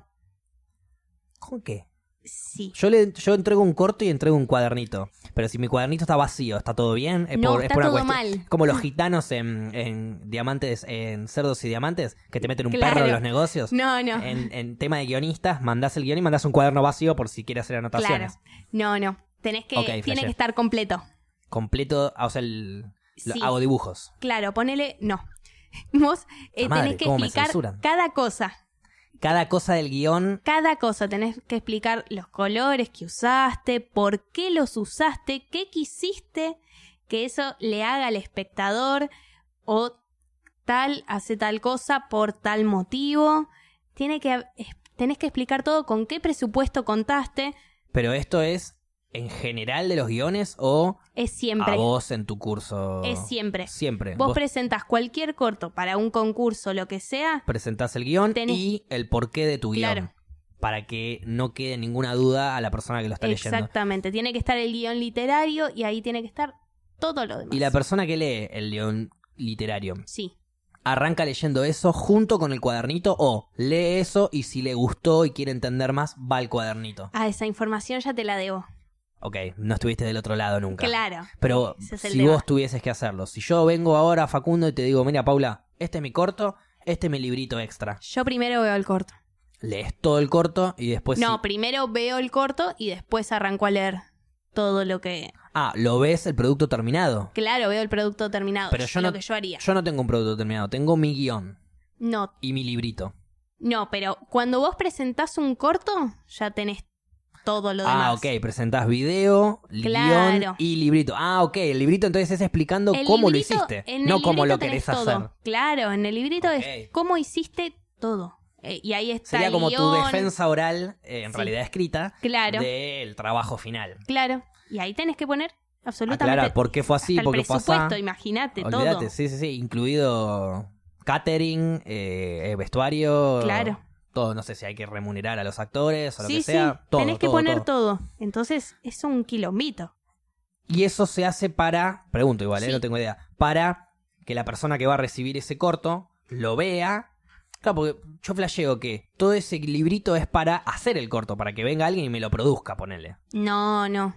¿Con qué? Sí. Yo le yo entrego un corto y entrego un cuadernito. Pero si mi cuadernito está vacío, ¿está todo bien? Es No, por, es está por una todo cuestión- mal. Como los gitanos en, en diamantes, en cerdos y diamantes, que te meten un Claro. perro en los negocios. No, no. En, en tema de guionistas, mandás el guión y mandás un cuaderno vacío por si quieres hacer Claro. anotaciones. No, no. Tenés que, Ok, tiene flashé. que estar completo. Completo, o sea, el, lo- Sí. hago dibujos. Claro, ponele. No. Vos eh, La madre, tenés que ¿cómo me explicar censuran? cada cosa. Cada cosa del guión, Cada cosa tenés que explicar los colores que usaste, por qué los usaste, qué quisiste que eso le haga al espectador o tal hace tal cosa por tal motivo. Tiene que, es- tenés que explicar todo con qué presupuesto contaste. pero esto es en general de los guiones o Es siempre. a vos en tu curso. Es siempre. Siempre. Vos Vos presentás cualquier corto para un concurso, lo que sea. presentás el guión tenés- y el porqué de tu guión. Claro. Para que no quede ninguna duda a la persona que lo está leyendo. Exactamente. Tiene que estar el guión literario y ahí tiene que estar todo lo demás. Y la persona que lee el guión literario, Sí. ¿arranca leyendo eso junto con el cuadernito o lee eso y si le gustó y quiere entender más, va al cuadernito? Ah, esa información ya te la debo. Ok, no estuviste del otro lado nunca. Claro. Pero Ese es el si tema. vos tuvieses que hacerlo, si yo vengo ahora, Facundo, y te digo, mira, Paula, este es mi corto, este es mi librito extra. Yo primero veo el corto. Lees todo el corto y después... no, sí- primero veo el corto y después arranco a leer todo lo que... Ah, lo ves el producto terminado. Claro, veo el producto terminado. Pero yo lo no, que yo haría. yo no tengo un producto terminado, tengo mi guión No, y mi librito. no, pero cuando vos presentás un corto, ya tenés todo lo Ah, demás. ok, presentás video, Claro. guión y librito. Ah, ok, el librito entonces es explicando El cómo librito- lo hiciste, en no el cómo librito lo querés tenés todo. hacer. Claro, en el librito Ok. es cómo hiciste todo. Eh, y ahí está Sería el como tu guión. defensa oral, eh, en Sí. realidad escrita, Claro. del trabajo final. Claro. Y ahí tenés que poner absolutamente... Aclarar por qué fue así, hasta por el qué fue así. presupuesto, imagínate, Olvídate, todo. sí, sí, sí, incluido catering, eh, eh, vestuario, Claro. todo, no sé si hay que remunerar a los actores o lo Sí, que sí, sea, todo, tenés que todo, poner todo. todo. Entonces es un quilombito. Y eso se hace para, pregunto igual, eh, Sí. no tengo idea, para que la persona que va a recibir ese corto lo vea. Claro, porque yo flasheo que todo ese librito es para hacer el corto, para que venga alguien y me lo produzca, ponele. No, no.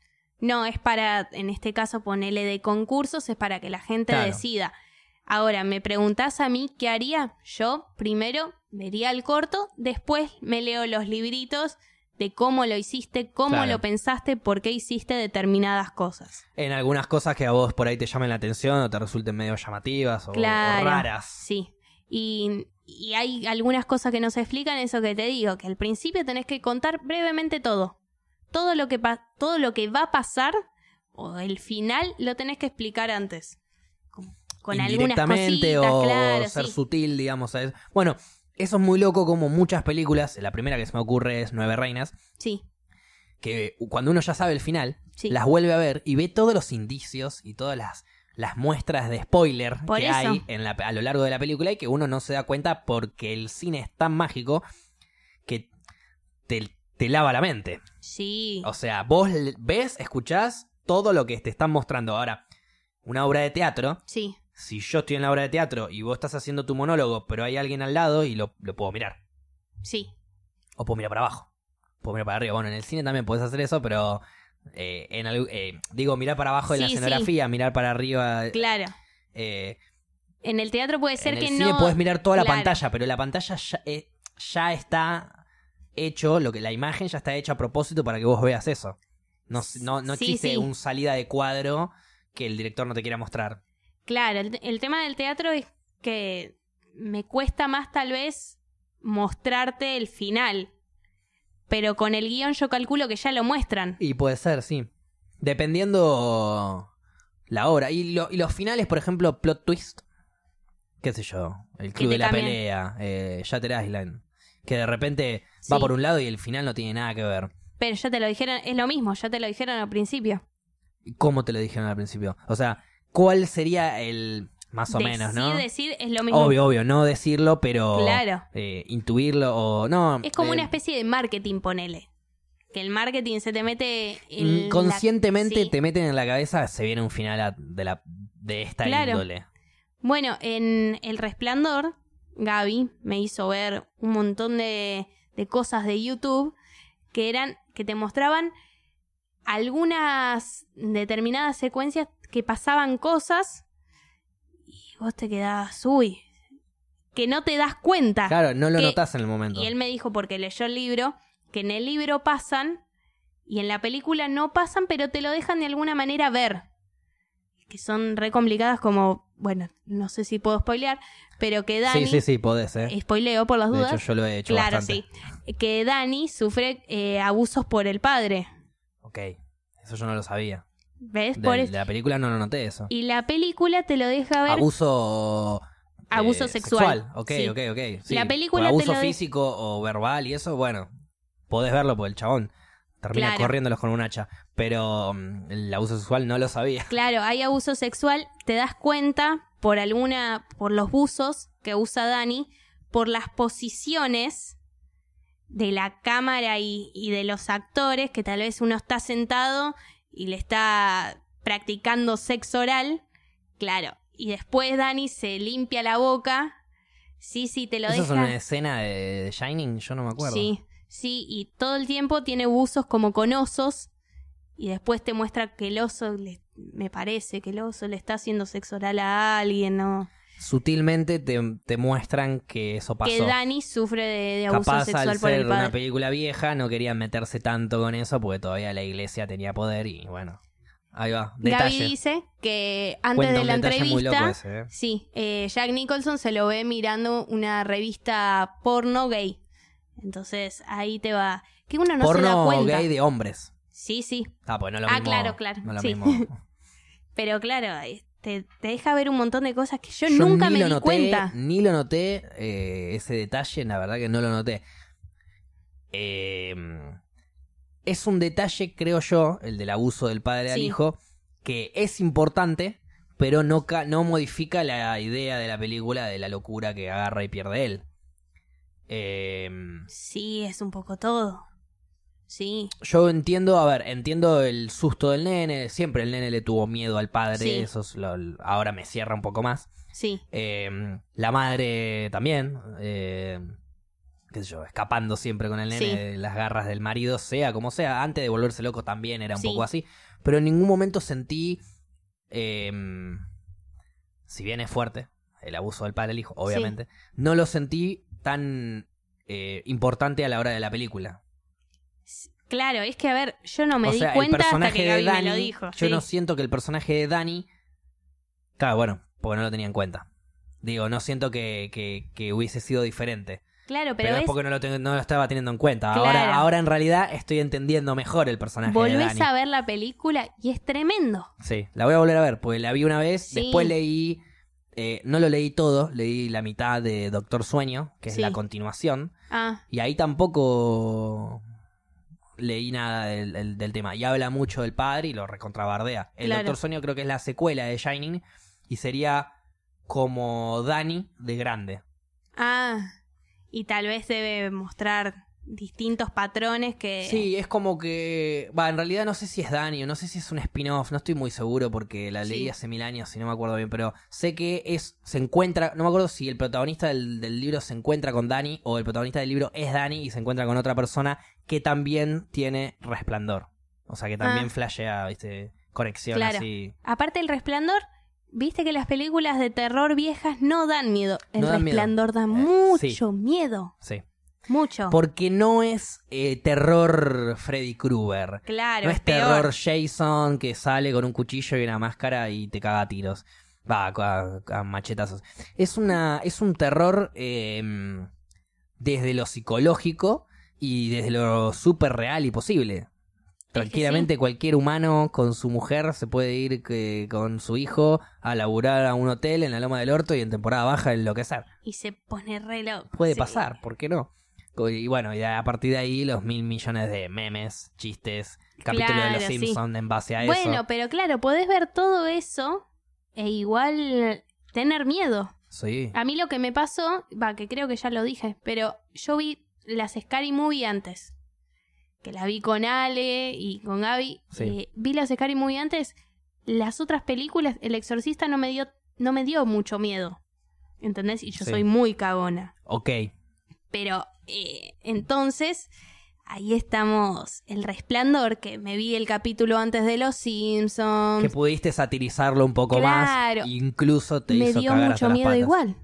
No, es para, en este caso, ponerle de concursos, es para que la gente Claro. decida. Ahora, me preguntás a mí qué haría. Yo primero vería el corto, después me leo los libritos de cómo lo hiciste, cómo Claro. lo pensaste, por qué hiciste determinadas cosas. En algunas cosas que a vos por ahí te llamen la atención o te resulten medio llamativas o, o Claro. raras. Sí. Y, y hay algunas cosas que no se explican, eso que te digo, que al principio tenés que contar brevemente todo. Todo lo que, pa- todo lo que va a pasar, o el final, lo tenés que explicar antes. Con, con algunas Indirectamente cositas, o claro, ser sí. sutil, digamos. ¿sabes? Bueno, eso es muy loco como muchas películas. La primera que se me ocurre es Nueve Reinas. Sí, que cuando uno ya sabe el final, Sí. las vuelve a ver y ve todos los indicios y todas las, las muestras de spoiler Por que eso. hay en la, a lo largo de la película y que uno no se da cuenta porque el cine es tan mágico que te, te lava la mente. Sí. O sea, vos ves, escuchás todo lo que te están mostrando. Ahora, una obra de teatro, Sí. si yo estoy en la obra de teatro y vos estás haciendo tu monólogo, pero hay alguien al lado y lo, lo puedo mirar. Sí. O puedo mirar para abajo. Puedo mirar para arriba. Bueno, en el cine también podés hacer eso, pero... Eh, en algo, eh, digo, mirar para abajo en la Sí, escenografía, mirar para arriba. Claro. Eh, En el teatro puede ser en que el cine no... podés mirar toda la Claro. pantalla, pero la pantalla ya, eh, ya está hecho, lo que la imagen ya está hecha a propósito para que vos veas eso. No, no, no Sí, existe sí. un salida de cuadro que el director no te quiera mostrar. Claro, el, el tema del teatro es que me cuesta más tal vez mostrarte el final. Pero con el guión yo calculo que ya lo muestran. Y puede ser, sí. Dependiendo la obra. Y, lo, y los finales, por ejemplo, plot twist. Qué sé yo. El Que club te de la cambian. pelea. Eh, Shutter Island. Que de repente Sí. va por un lado y el final no tiene nada que ver. Pero ya te lo dijeron, es lo mismo, ya te lo dijeron al principio. ¿Y cómo te lo dijeron al principio? O sea, ¿cuál sería el... Más o Decir, menos, ¿no? decir es lo mismo. Obvio, obvio. No decirlo, pero... Claro. eh, intuirlo o... No. Es como eh, una especie de marketing, ponele. Que el marketing se te mete en la- Inconscientemente Sí. te meten en la cabeza, se viene un final a- de, la, de esta Claro. índole. Bueno, en El Resplandor, Gaby me hizo ver un montón de, de cosas de YouTube que eran, que te mostraban algunas determinadas secuencias que pasaban cosas y vos te quedabas, uy, que no te das cuenta. Claro, no lo que- notás en el momento. Y él me dijo, porque leyó el libro, que en el libro pasan y en la película no pasan, pero te lo dejan de alguna manera ver. Que son re complicadas como, bueno, no sé si puedo spoilear, pero que Dani... Sí, sí, sí, podés, ¿eh? Spoileo por las De dudas. hecho, yo lo he hecho Claro, bastante. sí. Que Dani sufre eh, abusos por el padre. Ok, eso yo no lo sabía. ¿Ves? De, Por de es- la película no lo noté eso. Y la película te lo deja ver... Abuso... eh, Abuso sexual. Ok, Sí. ok, ok. Sí, La película por te abuso lo de- físico o verbal y eso, bueno, podés verlo porque el chabón termina Claro. corriéndolos con un hacha. Pero mm, el abuso sexual no lo sabía. Claro, hay abuso sexual, te das cuenta por alguna, por los buzos que usa Dani, por las posiciones de la cámara y, y de los actores, que tal vez uno está sentado y le está practicando sexo oral, claro, y después Dani se limpia la boca, sí, sí, te lo ¿Eso es deja. una escena de, de Shining? Yo no me acuerdo. Sí, sí, y todo el tiempo tiene buzos como con osos. Y después te muestra que el oso, le- me parece que el oso le está haciendo sexo oral a alguien, ¿no? Sutilmente te, te muestran que eso pasó. Que Dani sufre de, de abuso Capaz sexual al por ser el una padre. película vieja no querían meterse tanto con eso porque todavía la iglesia tenía poder y bueno, ahí va, Gaby detalle. dice que antes Cuenta de un la detalle muy entrevista, loco ese, ¿eh? sí, eh, Jack Nicholson se lo ve mirando una revista porno gay. Entonces ahí te va. Que uno no se da Porno cuenta. gay de hombres. Sí, sí. Ah, pues no lo Ah, mismo. claro, claro, No lo sí. mismo. Pero claro, eh, te, te deja ver un montón de cosas que yo, Yo nunca ni me lo di noté, cuenta. Ni lo noté, eh, ese detalle, la verdad que no lo noté. Eh, es un detalle, creo yo, el del abuso del padre al Sí. hijo, que es importante, pero no, ca- no modifica la idea de la película de la locura que agarra y pierde él. Eh, Sí, es un poco todo. Sí, yo entiendo, a ver, entiendo el susto del nene, siempre el nene le tuvo miedo al padre, Sí. eso es lo- ahora me cierra un poco más. sí, Eh, la madre también, eh, qué sé yo, escapando siempre con el nene Sí. de las garras del marido, sea como sea. Antes de volverse loco también era un Sí. poco así. Pero en ningún momento sentí, eh, si bien es fuerte, el abuso del padre al hijo, obviamente, no lo sentí tan eh, importante a la hora de la película. claro, es que a ver, yo no me o di sea, el cuenta hasta personaje que de Gaby Dani, me lo dijo. yo sí. no siento que el personaje de Dani, claro, bueno, porque no lo tenía en cuenta. Digo, no siento que, que, que hubiese sido diferente. Claro, Pero, pero, es es, porque no lo, tengo- no lo estaba teniendo en cuenta. Claro. Ahora, ahora en realidad estoy entendiendo mejor el personaje de volvés Dani. a ver la película y es tremendo. Sí, la voy a volver a ver, porque la vi una vez, Sí. después leí, eh, no lo leí todo, leí la mitad de Doctor Sueño, que es Sí. la continuación, Ah, y ahí tampoco leí nada del, del, del tema. Y habla mucho del padre y lo recontravardea. El Claro. Doctor Sueño creo que es la secuela de Shining y sería como Danny de grande. Ah, y tal vez debe mostrar distintos patrones que... Sí, es como que... Va, en realidad no sé si es Danny o no sé si es un spin-off, no estoy muy seguro porque la leí Sí. hace mil años y no me acuerdo bien, pero sé que es se encuentra... No me acuerdo si el protagonista del, del libro se encuentra con Danny o el protagonista del libro es Danny y se encuentra con otra persona que también tiene resplandor. O sea, que también Ah. flashea, ¿viste? Conexión Claro. así. Aparte el resplandor, viste que las películas de terror viejas no dan miedo. El No dan miedo. resplandor da Eh, mucho sí. miedo. Sí. Mucho. Porque no es eh, terror Freddy Krueger. Claro, No es es peor. terror Jason que sale con un cuchillo y una máscara y te caga a tiros. Va, a, a machetazos. Es una, es un terror eh, desde lo psicológico y desde lo súper real y posible. Tranquilamente cualquier humano con su mujer se puede ir que, con su hijo a laburar a un hotel en la Loma del Orto y en temporada baja enloquecer. Y se pone re loco. Puede Sí. pasar, ¿por qué no? Y bueno, y a partir de ahí los mil millones de memes, chistes, capítulos de los Claro, sí. Simpsons en base a Bueno, eso. pero claro, podés ver todo eso e igual tener miedo. Sí. A mí lo que me pasó, va, que creo que ya lo dije, pero yo vi las Scary Movie antes. Que la vi con Ale y con Gaby. Sí. Eh, vi las Scary Movie antes. Las otras películas, El Exorcista no me dio, no me dio mucho miedo. ¿Entendés? Y yo Sí. soy muy cagona. Ok. Pero eh, entonces, ahí estamos. El Resplandor, que me vi el capítulo antes de Los Simpsons. Que pudiste satirizarlo un poco Claro. más. Incluso te me hizo dio cagar mucho hasta las miedo patas. igual.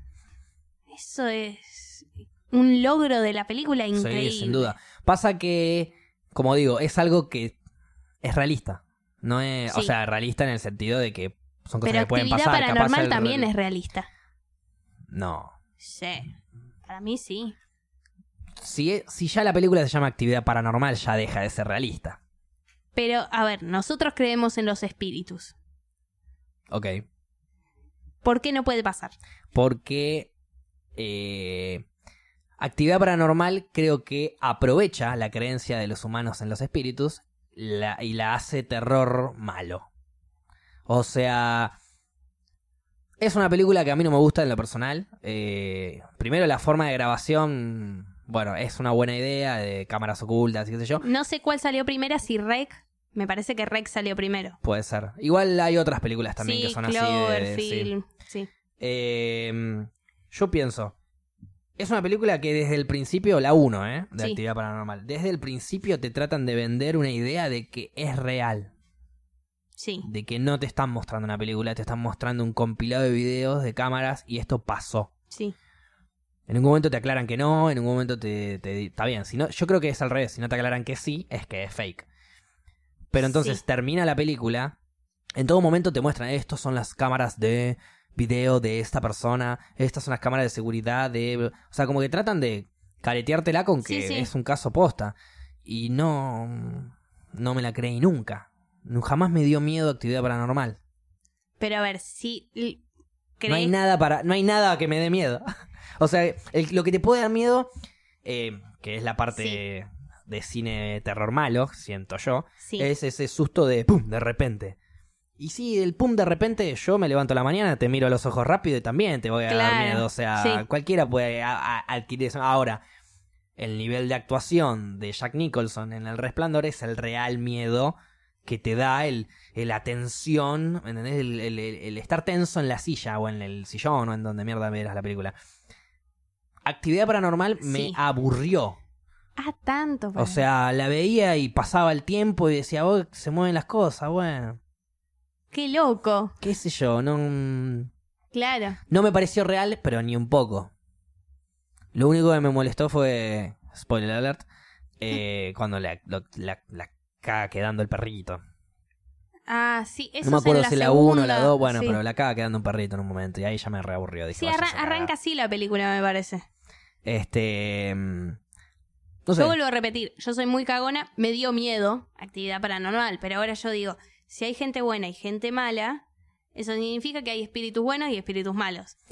Eso es un logro de la película increíble. Sí, sin duda. Pasa que, como digo, es algo que es realista. No es, o Sí. sea, realista en el sentido de que son cosas Pero que pueden Actividad pasar. capaz Paranormal el- también es realista. No. Sí. Para mí sí. Si, si ya la película se llama Actividad Paranormal, ya deja de ser realista. Pero, a ver, nosotros creemos en los espíritus. Ok. ¿Por qué no puede pasar? Porque eh, Actividad Paranormal creo que aprovecha la creencia de los humanos en los espíritus la- y la hace terror malo. O sea, es una película que a mí no me gusta en lo personal. Eh, primero la forma de grabación, bueno, es una buena idea de cámaras ocultas y qué sé yo. No sé cuál salió primero, si Rec. Me parece que Rec salió primero. Puede ser. Igual hay otras películas también sí, que son así de... Cloverfield. sí. Sí. Eh, yo pienso, es una película que desde el principio, la uno, ¿eh? De Sí. Actividad Paranormal, desde el principio te tratan de vender una idea de que es real, Sí. de que no te están mostrando una película, te están mostrando un compilado de videos, de cámaras, y esto pasó. Sí. En ningún momento te aclaran que no, en ningún momento te... te está bien, si no, yo creo que es al revés, si no te aclaran que sí, es que es fake. Pero entonces Sí. termina la película, en todo momento te muestran, estos son las cámaras de video de esta persona, estas son las cámaras de seguridad de... O sea, como que tratan de careteártela con que Sí, sí. es un caso posta. Y no... No me la creí nunca. No- Jamás me dio miedo Actividad Paranormal. Pero a ver, si... l- No hay crees- nada para... No hay nada que me dé miedo. O sea, el- lo que te puede dar miedo, eh, que es la parte de cine terror malo, siento yo, Sí. es ese susto de pum, de repente. Y sí, el pum de repente, yo me levanto a la mañana, te miro a los ojos rápido y también te voy a dar Claro, miedo. O sea, sí. cualquiera puede a- a- adquirir eso. Ahora, el nivel de actuación de Jack Nicholson en El Resplandor es el real miedo que te da el, el la tensión, ¿entendés? El, el- el- el estar tenso en la silla o en el sillón o en donde mierda veras la película. Actividad Paranormal me Sí. aburrió. Ah, tanto. O para- sea, la veía y pasaba el tiempo y decía, oh, se mueven las cosas, bueno, Qué loco. qué sé yo, no, Claro. no me pareció real, pero ni un poco. Lo único que me molestó fue, spoiler alert, eh, cuando la, lo- la, la caga quedando el perrito. Ah, sí. Eso No me es en acuerdo la si la uno o la segunda, dos, bueno, sí. pero la caga quedando un perrito en un momento y ahí ya me reaburrió. Dije, Sí, "Váyase arran- a cagar". arranca así la película, me parece. Este... mm, No sé. Yo vuelvo a repetir, yo soy muy cagona, me dio miedo, Actividad Paranormal, pero ahora yo digo, si hay gente buena y gente mala, eso significa que hay espíritus buenos y espíritus malos.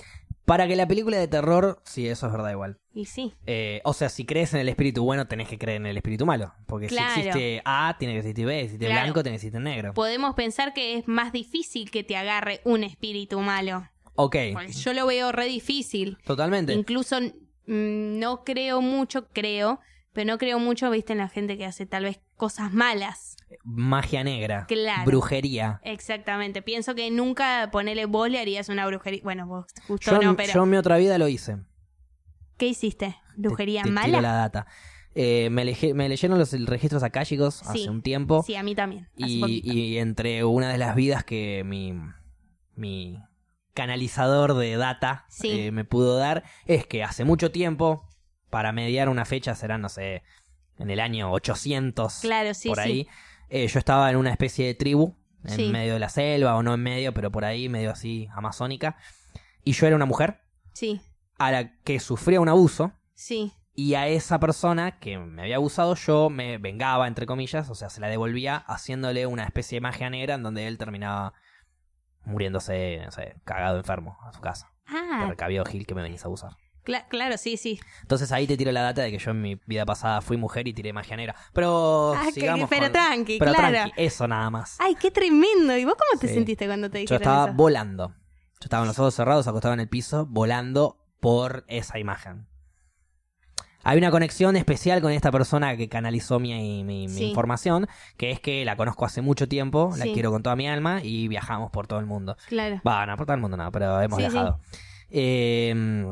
Para que la película de terror, sí, eso es verdad igual. Y sí. Eh, o sea, si crees en el espíritu bueno, tenés que creer en el espíritu malo. Porque Claro. si existe A, tiene que existir B. Si existe Claro. blanco, tiene que existir negro. Podemos pensar que es más difícil que te agarre un espíritu malo. Ok, Porque yo lo veo re difícil. totalmente. Incluso mm, no creo mucho, creo, pero no creo mucho, viste, en la gente que hace tal vez cosas malas. Magia negra. Claro. Brujería. Exactamente. Pienso que nunca, ponele, vos le harías una brujería. Bueno, vos justo Yo, no, pero... yo en mi otra vida lo hice. ¿Qué hiciste? ¿Brujería Te- te mala? tiro la data. Eh, me, elegí- me leyeron los registros akáshicos Sí. hace un tiempo. Sí, a mí también. Hace y, poquito. y entre una de las vidas que mi, mi canalizador de data Sí. eh, me pudo dar es que hace mucho tiempo, para mediar una fecha, será, no sé, en el año ochocientos, Claro, sí, por sí. ahí, eh, yo estaba en una especie de tribu, en Sí. medio de la selva, o no en medio, pero por ahí, medio así, amazónica, y yo era una mujer Sí, a la que sufría un abuso, sí. y a esa persona que me había abusado yo me vengaba, entre comillas, o sea, se la devolvía haciéndole una especie de magia negra en donde él terminaba muriéndose, no sé, cagado enfermo a su casa. Te Ah, recabió, Gil, que me venís a abusar. cla- claro, sí, sí. Entonces ahí te tiro la data de que yo en mi vida pasada fui mujer y tiré magia negra. Pero Ah, que- sigamos pero con- tranqui, Pero claro. tranqui, eso nada más. Ay, qué tremendo. ¿Y vos cómo te Sí. sentiste cuando te Yo dijeron estaba eso? volando. Yo estaba con los ojos cerrados, acostado en el piso, volando por esa imagen. Hay una conexión especial con esta persona que canalizó mi, mi, mi Sí. información, que es que la conozco hace mucho tiempo, la Sí. quiero con toda mi alma y viajamos por todo el mundo. Claro. Va, no, por todo el mundo no, pero hemos Sí, viajado. Eh,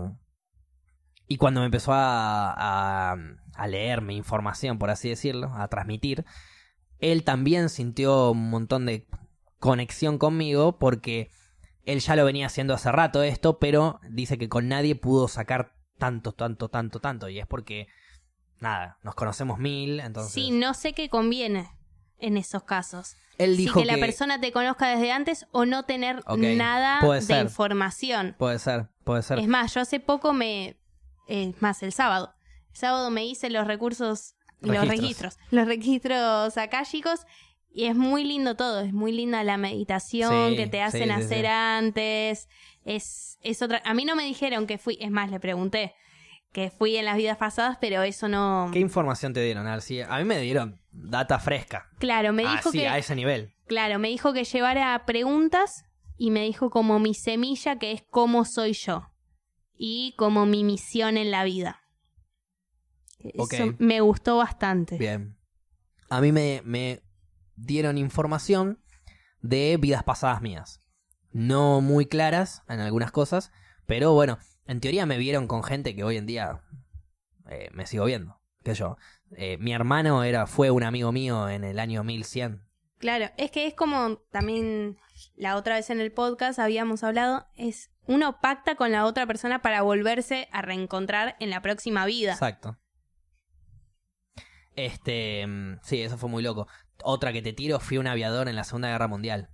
y cuando me empezó a, a, a leer mi información, por así decirlo, a transmitir, él también sintió un montón de conexión conmigo porque él ya lo venía haciendo hace rato esto, pero dice que con nadie pudo sacar tanto, tanto, tanto, tanto. Y es porque, nada, nos conocemos mil, entonces... Sí, no sé qué conviene en esos casos. Él Si dijo que, la persona te conozca desde antes o no tener Ok, nada puede de ser. información. Puede ser, puede ser. Es más, yo hace poco me... Es más, el sábado. El sábado me hice los recursos, los Registros. registros, los registros akáshicos y es muy lindo todo. Es muy linda la meditación Sí, que te hacen sí, sí, hacer sí. antes. Es, es otra... A mí no me dijeron que fui... Es más, le pregunté que fui en las vidas pasadas, pero eso no... ¿Qué información te dieron, Alci? A mí me dieron data fresca. Claro, me dijo Así, que... a ese nivel. Claro, me dijo que llevara preguntas y me dijo como mi semilla, que es cómo soy yo y como mi misión en la vida. Ok. Eso me gustó bastante. Bien. A mí me, me dieron información de vidas pasadas mías. No muy claras en algunas cosas, pero bueno, en teoría me vieron con gente que hoy en día eh, me sigo viendo. ¿Qué sé yo? Eh, mi hermano era, fue un amigo mío en el año mil cien. Claro, es que es como también la otra vez en el podcast habíamos hablado, es uno pacta con la otra persona para volverse a reencontrar en la próxima vida. Exacto. Este, mm, sí, eso fue muy loco. Otra que te tiro, fui un aviador en la Segunda Guerra Mundial.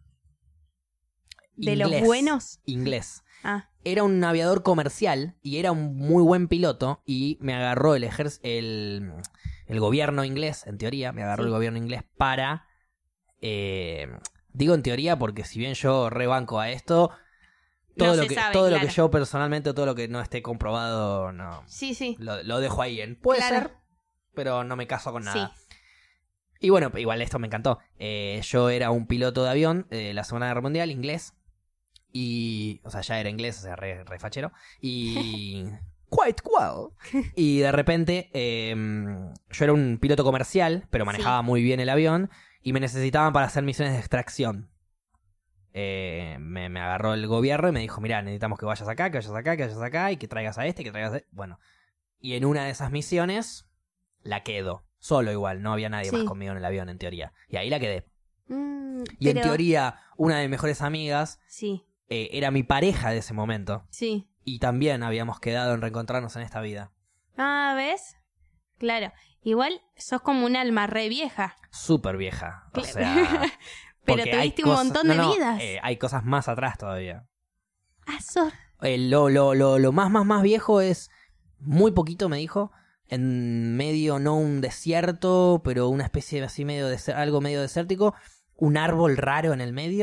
¿De Inglés. los buenos? Inglés. Ah, Era un aviador comercial y era un muy buen piloto y me agarró el ejer- el, el gobierno inglés, en teoría, me agarró Sí. el gobierno inglés para... eh, digo en teoría porque si bien yo rebanco a esto, todo, No lo, se que, sabe, todo lo claro. que yo personalmente, todo lo que no esté comprobado, no sí, sí. lo, lo dejo ahí en... Puede Claro. ser, pero no me caso con nada. Sí. Y bueno, igual esto me encantó. Eh, yo era un piloto de avión de la Segunda Guerra Mundial, inglés. Y, o sea, ya era inglés, o sea, re, re fachero. Y... Quite well. Y de repente, eh, yo era un piloto comercial, pero manejaba Sí. muy bien el avión. Y me necesitaban para hacer misiones de extracción. Eh, me, me agarró el gobierno y me dijo, mirá, necesitamos que vayas acá, que vayas acá, que vayas acá. Y que traigas a este, que traigas a este. Bueno. Y en una de esas misiones, la quedo. Solo igual, no había nadie Sí. más conmigo en el avión, en teoría. Y ahí la quedé. Mm, Y en pero- teoría, una de mis mejores amigas Sí, eh, era mi pareja de ese momento. sí. Y también habíamos quedado en reencontrarnos en esta vida. Ah, ¿ves? Claro. Igual sos como un alma re vieja. Súper vieja. O Cla- sea... Pero porque hay tuviste un cosas- montón no, de no, vidas. eh, hay cosas más atrás todavía. Ah, sos... Eh, lo, lo, lo, lo más, más, más viejo es... Muy poquito, me dijo. En medio, no un desierto, pero una especie de así medio de algo medio desértico. Un árbol raro en el medio.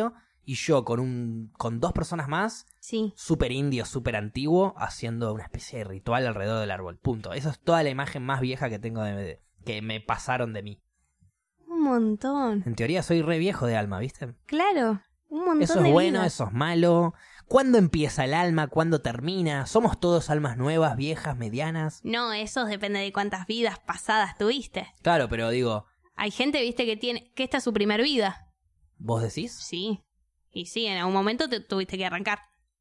y yo con un con dos personas más, Sí. súper indio, súper antiguo, haciendo una especie de ritual alrededor del árbol. Punto. Esa es toda la imagen más vieja que tengo de, de- que me pasaron de mí. Un montón. En teoría soy re viejo de alma, ¿viste? Claro. Un montón Eso de es bueno, vida. eso es malo. ¿Cuándo empieza el alma? ¿Cuándo termina? ¿Somos todos almas nuevas, viejas, medianas? No, eso depende de cuántas vidas pasadas tuviste. Claro, pero digo, Hay gente, viste, que tiene que esta es su primer vida. ¿vos decís? Sí. Y sí, en algún momento te tuviste que arrancar.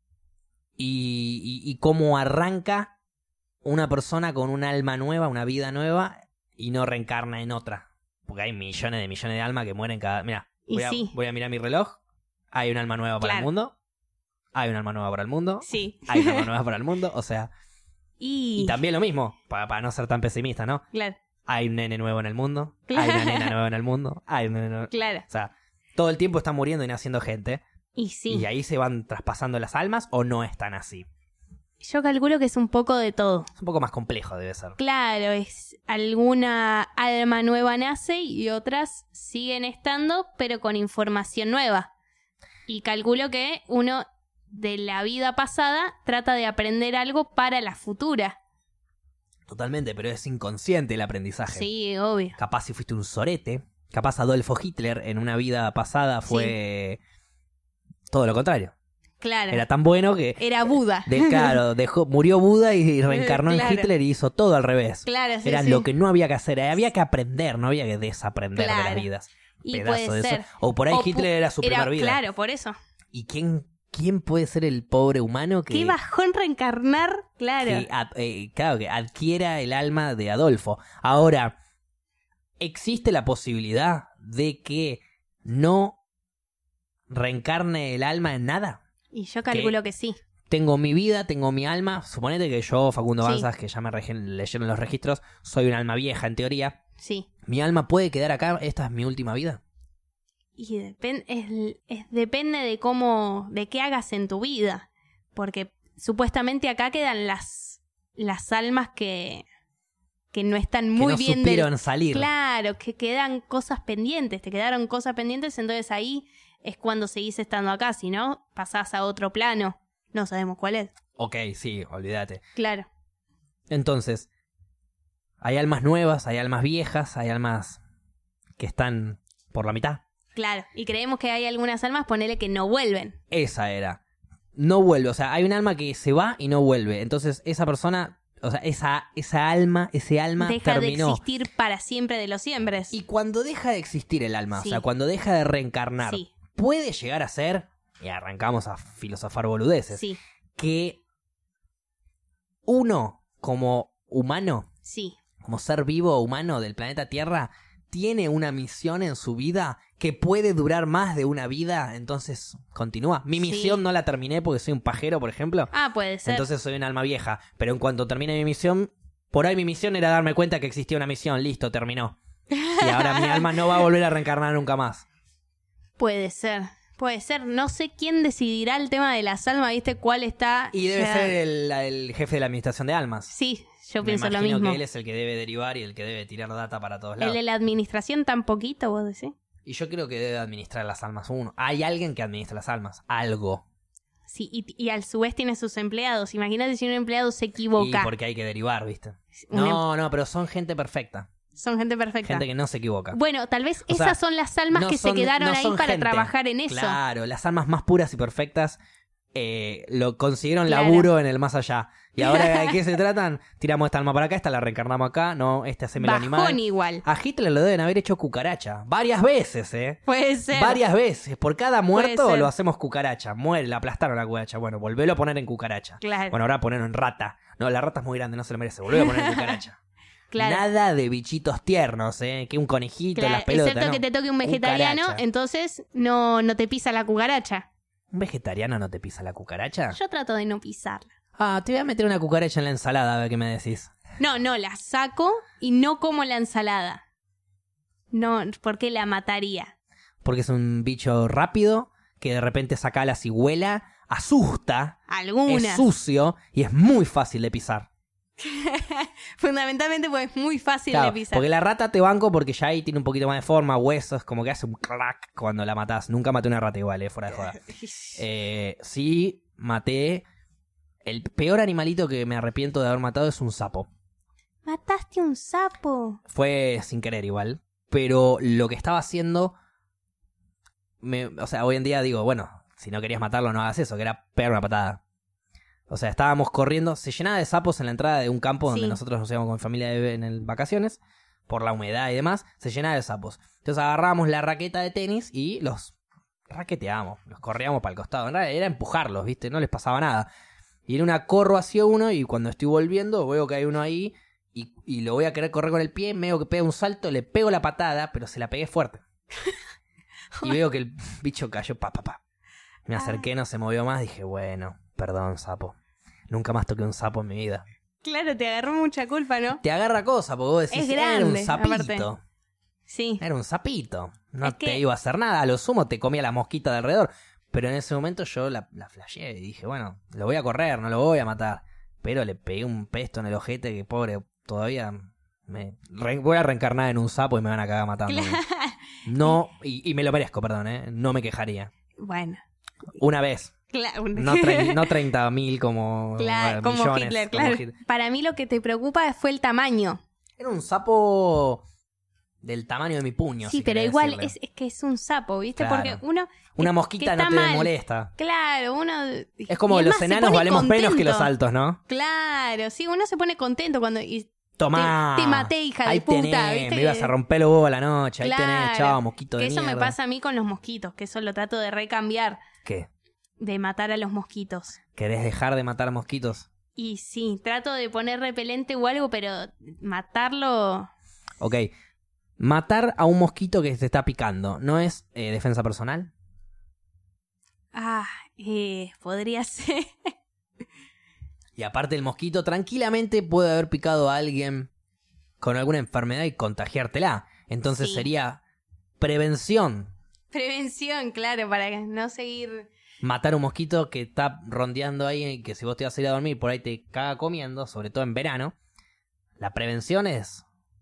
¿Y, y, y cómo arranca una persona con un alma nueva, una vida nueva, y no reencarna en otra? Porque hay millones de millones de almas que mueren cada... Mira, Y voy, a- sí. voy a mirar mi reloj. Hay un alma nueva para el Claro. mundo. Hay un alma nueva para el mundo. Sí. Hay un alma nueva para el mundo. O sea, Y... y también lo mismo, para, para no ser tan pesimista, ¿no? Claro, Hay un nene nuevo en el mundo. Claro. Hay una nena nueva en el mundo. Hay un nene nuevo... claro. O sea, todo el tiempo están muriendo y naciendo gente. Y sí. ¿Y ahí se van traspasando las almas o no es tan así? Yo calculo que es un poco de todo. Es un poco más complejo, debe ser. Claro, es alguna alma nueva nace y otras siguen estando, pero con información nueva. Y calculo que uno de la vida pasada trata de aprender algo para la futura. Totalmente, pero es inconsciente el aprendizaje. Sí, obvio. Capaz si fuiste un sorete, capaz Adolfo Hitler en una vida pasada fue todo lo contrario. Claro. Era tan bueno que, Era Buda. de, claro, dejó, murió Buda y reencarnó Claro. en Hitler y hizo todo al revés. Claro, sí, Era sí. lo que no había que hacer, había que aprender, no había que desaprender de Claro. las vidas. Y Pedazo puede de eso. ser. O por ahí O pu- Hitler era su Era- primer vida. Claro, por eso. ¿Y quién, quién puede ser el pobre humano que, Qué bajón reencarnar, claro. que ad- eh, claro, que adquiera el alma de Adolfo? Ahora, ¿existe la posibilidad de que no reencarne el alma en nada? Y yo calculo que sí. Tengo mi vida, tengo mi alma. Suponete que yo, Facundo Sí. Banzas, que ya me regi- leyeron los registros, soy un alma vieja en teoría. Sí. ¿Mi alma puede quedar acá? ¿Esta es mi última vida? Y depen- es, es- depende de cómo, de qué hagas en tu vida. Porque supuestamente acá quedan las, las almas que, que no están muy que no bien supieron del- salir. Claro, que quedan cosas pendientes, te quedaron cosas pendientes, entonces ahí es cuando seguís estando acá, si no, pasás a otro plano, no sabemos cuál es. Ok, sí, olvídate. Claro, Entonces, hay almas nuevas, hay almas viejas, hay almas que están por la mitad. claro, y creemos que hay algunas almas, ponele que no vuelven. Esa era. No vuelve, o sea, hay un alma que se va y no vuelve. Entonces, esa persona, o sea, esa, esa alma, ese alma Deja terminó. de existir para siempre de los siempre. Y cuando deja de existir el alma, Sí. o sea, cuando deja de reencarnar, Sí. puede llegar a ser, y arrancamos a filosofar boludeces, Sí, que uno, como humano, sí, como ser vivo humano del planeta Tierra, tiene una misión en su vida que puede durar más de una vida, entonces continúa. Mi Sí. misión no la terminé porque soy un pajero, por ejemplo, ah, puede ser. entonces soy un alma vieja, pero en cuanto termine mi misión, por ahí mi misión era darme cuenta que existía una misión, listo, terminó. Y ahora mi alma no va a volver a reencarnar nunca más. Puede ser, puede ser. No sé quién decidirá el tema de las almas, ¿viste? ¿Cuál está? Y debe ya- ser el, el jefe de la administración de almas. Sí, yo Me pienso lo imagino mismo. que él es el que debe derivar y el que debe tirar data para todos El lados. de la administración tan poquito, vos decís. Y yo creo que debe administrar las almas uno. Hay alguien que administra las almas. Algo. Sí, y, y a su vez tiene sus empleados. Imagínate si un empleado se equivoca. Y porque hay que derivar, ¿viste? Un em- No, no, pero son gente perfecta. Son gente perfecta. Gente que no se equivoca. Bueno, tal vez O esas sea, son las almas no que son- se quedaron no ahí son para gente. trabajar en eso. Claro, las almas más puras y perfectas eh, lo consiguieron Claro. laburo en el más allá. Y ahora, ¿de qué se tratan? Tiramos esta alma para acá, esta la reencarnamos acá. No, este haceme el Bajón animal. igual. A Hitler lo deben haber hecho cucaracha. Varias veces, ¿eh? Puede ser. Varias veces. Por cada muerto ser. lo hacemos cucaracha. Muere, la aplastaron la cucaracha. Bueno, volvelo a poner en cucaracha. Claro. Bueno, ahora ponerlo en rata. No, la rata es muy grande, no se lo merece. Volvelo a poner en cucaracha. Claro. Nada de bichitos tiernos, ¿eh? Que un conejito, Claro, las pelotas. excepto no. que te toque un vegetariano, Cucaracha. entonces no, no te pisa la cucaracha. ¿Un vegetariano no te pisa la cucaracha? Yo trato de no pisarla. Ah, te voy a meter una cucaracha en la ensalada, a ver qué me decís. No, no, la saco y no como la ensalada. No, porque la mataría. Porque es un bicho rápido, que de repente saca alas y vuela, asusta, Algunas. es sucio y es muy fácil de pisar. Fundamentalmente porque es muy fácil Claro, de pisar. porque la rata te banco porque ya ahí tiene un poquito más de forma, huesos, como que hace un crack cuando la matás. Nunca maté una rata igual, eh, fuera de joda. Eh, sí, maté... El peor animalito que me arrepiento de haber matado es un sapo. Mataste un sapo. Fue sin querer igual, pero lo que estaba haciendo... Me, o sea, hoy en día digo, bueno, si no querías matarlo no hagas eso, que era pegar una patada. O sea, estábamos corriendo, se llenaba de sapos en la entrada de un campo donde Sí. nosotros nos íbamos con familia de, en el, vacaciones, por la humedad y demás, se llenaba de sapos. Entonces agarrábamos la raqueta de tenis y los raqueteábamos, los corríamos para el costado. En realidad era empujarlos, ¿viste? No les pasaba nada. Y en una corro hacia uno y cuando estoy volviendo veo que hay uno ahí y, y lo voy a querer correr con el pie, veo que pega un salto, le pego la patada, pero se la pegué fuerte. Y veo que el bicho cayó, pa, pa, pa. Me acerqué, no se movió más, dije, bueno, perdón, sapo. Nunca más toqué un sapo en mi vida. Claro, te agarró mucha culpa, ¿no? Te agarra cosa, porque vos decís, Es era grande, un sapito. aparte. Sí. Era un sapito. No Es te que- iba a hacer nada. A lo sumo te comía la mosquita de alrededor. Pero en ese momento yo la, la flasheé y dije, bueno, lo voy a correr, no lo voy a matar. Pero le pegué un pesto en el ojete que, pobre, todavía me re- voy a reencarnar en un sapo y me van a cagar matando. Claro. No, y, y me lo merezco, perdón, ¿eh? No me quejaría. Bueno. Una vez. Claro. No, trein- no treinta mil como, Claro, eh, como millones, Hitler, como claro. Hitler. Para mí lo que te preocupa fue el tamaño. Era un sapo del tamaño de mi puño. Sí, si pero querés igual decirle. es, es que es un sapo, ¿viste? Claro. Porque uno... Una que- mosquita que no está te mal. molesta. Claro, uno... Es como y los más, se enanos pone valemos menos que contento. los altos, ¿no? Claro, sí, uno se pone contento cuando... y Tomá. Te- te maté, hija de Ahí puta, tenés, ¿viste? me ibas a romper los huevos a la noche. Ahí Claro, tenés, chao, mosquito de que eso me mierda. pasa a mí con los mosquitos, que eso lo trato de recambiar, ¿Qué? de matar a los mosquitos. ¿Querés dejar de matar mosquitos? Y sí, trato de poner repelente o algo, pero matarlo... Ok. Matar a un mosquito que se está picando, ¿no es eh, defensa personal? Ah, eh, podría ser. Y aparte el mosquito tranquilamente puede haber picado a alguien con alguna enfermedad y contagiártela. Entonces Sí. sería prevención. Prevención, claro, para no seguir... Matar a un mosquito que está rondeando ahí y que si vos te vas a ir a dormir por ahí te caga comiendo, sobre todo en verano. La prevención es...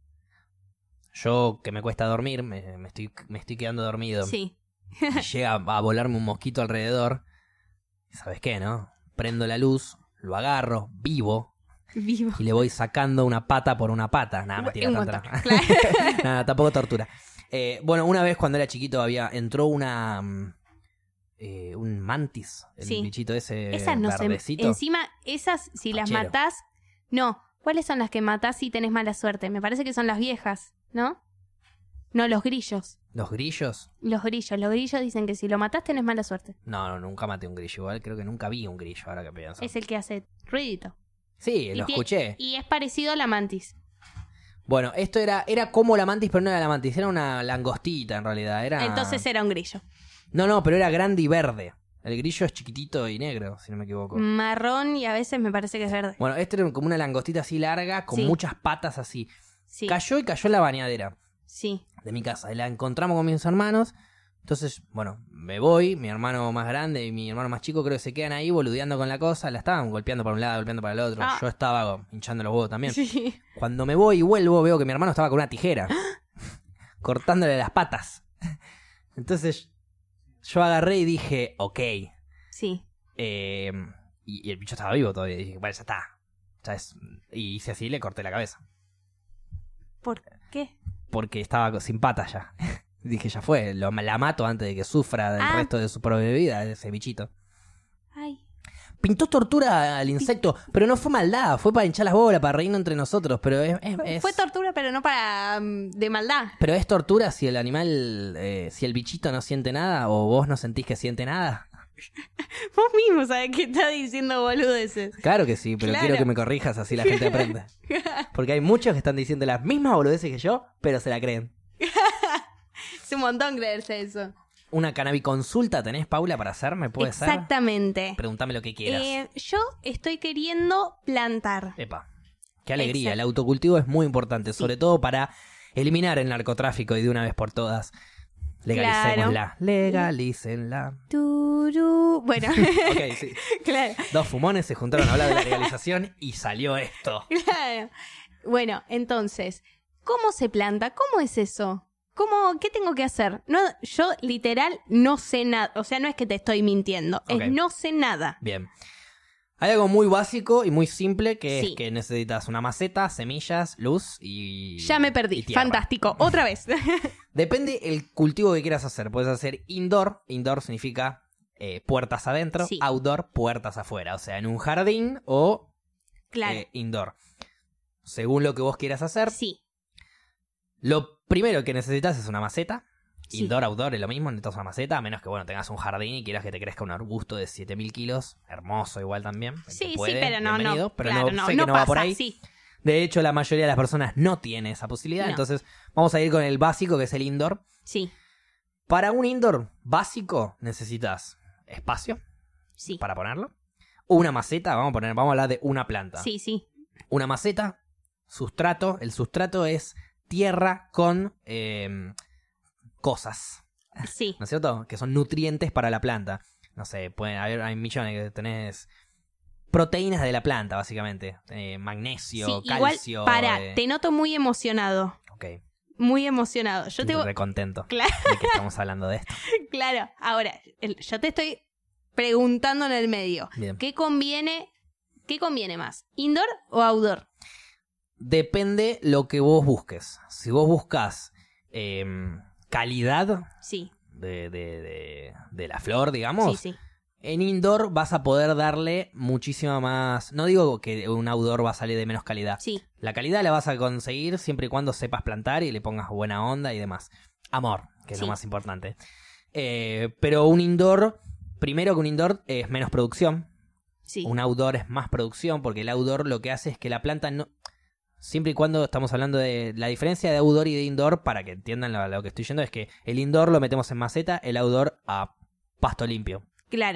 Yo que me cuesta dormir, me, me estoy, me estoy quedando dormido. Sí. Y llega a volarme un mosquito alrededor. ¿Sabes qué, no? Prendo la luz, lo agarro, vivo, Vivo. y le voy sacando una pata por una pata. Nada, mentira, Un tanto montón, no. claro. Nada, tampoco tortura. Eh, bueno, una vez cuando era chiquito había entró una... mm, eh, un mantis, el Sí. bichito ese Esas no se... verdecito. Encima, esas, si las Fachero. matás... No, ¿cuáles son las que matás si tenés mala suerte? Me parece que son las viejas, ¿no? No, los grillos. ¿Los grillos? Los grillos. Los grillos dicen que si lo matás tenés mala suerte. No, no, nunca maté un grillo. Igual creo que nunca vi un grillo, ahora que pienso. Es el que hace ruidito. Sí, Y lo tie- escuché. Y es parecido a la mantis. Bueno, esto era, era como la mantis, pero no era la mantis, era una langostita en realidad. Era... Entonces era un grillo. No, no, pero era grande y verde. El grillo es chiquitito y negro, si no me equivoco. Marrón y a veces me parece que es verde. Bueno, este era como una langostita así larga, con Sí. muchas patas así. Sí, Cayó y cayó en la bañadera sí. de mi casa. Y la encontramos con mis hermanos. Entonces, bueno, me voy, mi hermano más grande y mi hermano más chico creo que se quedan ahí boludeando con la cosa. La estaban golpeando para un lado, golpeando para el otro. Ah. Yo estaba hinchando los huevos también. Sí. Cuando me voy y vuelvo, veo que mi hermano estaba con una tijera, cortándole las patas. Entonces, yo agarré y dije, ok. Sí. Eh, y, y el bicho estaba vivo todavía. Y dije, bueno, ya está. Ya es- Y hice así y le corté la cabeza. ¿Por qué? Porque estaba sin patas ya. Dije, ya fue, lo, la mato antes de que sufra del Ah. resto de su propia vida, ese bichito. Ay. Pintó tortura al insecto, pero no fue maldad, fue para hinchar las bolas, para reírnos entre nosotros, pero es... es- es- Fue tortura, pero no para... mm, de maldad. pero es tortura si el animal, eh, si el bichito no siente nada o vos no sentís que siente nada. Vos mismo sabés que estás diciendo boludeces. Claro que sí, pero Claro. quiero que me corrijas, así la gente aprende. Porque hay muchos que están diciendo las mismas boludeces que yo, pero se la creen. Es un montón creerse eso. ¿Una cannabiconsulta tenés, Paula, para hacerme? ¿Puede ser? Exactamente. Pregúntame lo que quieras. Eh, yo estoy queriendo plantar. Epa, qué alegría. Exacto. El autocultivo es muy importante, sobre todo para eliminar el narcotráfico y de una vez por todas. Legalicémosla. Legalícenla. Turú. Bueno, Ok, sí. claro. Dos fumones se juntaron a hablar de la legalización y salió esto. Claro. Bueno, entonces, ¿cómo se planta? ¿Cómo es eso? ¿Cómo, ¿Qué tengo que hacer? No, yo literal no sé nada. O sea, no es que te estoy mintiendo. Ok. Es no sé nada. Bien. Hay algo muy básico y muy simple que Sí. es que necesitas una maceta, semillas, luz y... Ya me y perdí. tierra. Fantástico. Otra vez. Depende el cultivo que quieras hacer. Puedes hacer indoor. Indoor significa eh, puertas adentro. Sí. Outdoor, puertas afuera. O sea, en un jardín o Claro. eh, indoor. Según lo que vos quieras hacer. Sí. Lo primero que necesitas es una maceta. Sí. Indoor, outdoor es lo mismo, necesitas una maceta, a menos que bueno tengas un jardín y quieras que te crezca un arbusto de siete mil kilos. Hermoso igual también. El que Sí, puede, sí, pero no, bienvenido, no. Pero claro, no, no, sé no que no va pasa, por ahí. sí. De hecho, la mayoría de las personas no tiene esa posibilidad. No. Entonces, vamos a ir con el básico, que es el indoor. Sí. Para un indoor básico, necesitas espacio Sí. para ponerlo. Una maceta, vamos a poner, vamos a hablar de una planta. Sí, sí. Una maceta, sustrato. El sustrato es tierra con eh, cosas, Sí. ¿no es cierto? Que son nutrientes para la planta. No sé, pueden haber, hay millones que tenés proteínas de la planta, básicamente. Eh, magnesio, Sí, calcio. igual, para, eh, te noto muy emocionado. Ok, Muy emocionado. Yo estoy te re contento Claro, de que estamos hablando de esto. claro. Ahora, el- yo te estoy preguntando en el medio. Bien. ¿Qué conviene, qué conviene más? ¿Indoor o outdoor? Depende lo que vos busques. Si vos buscas eh, calidad Sí. de, de, de, de la flor, digamos, Sí, sí. en indoor vas a poder darle muchísima más... No digo que un outdoor va a salir de menos calidad. Sí. La calidad la vas a conseguir siempre y cuando sepas plantar y le pongas buena onda y demás. Amor, que es Sí. lo más importante. Eh, pero un indoor, primero que un indoor es menos producción. Sí. Un outdoor es más producción porque el outdoor lo que hace es que la planta no... Siempre y cuando estamos hablando de la diferencia de outdoor y de indoor, para que entiendan lo, lo que estoy diciendo, es que el indoor lo metemos en maceta, el outdoor a pasto limpio. Claro.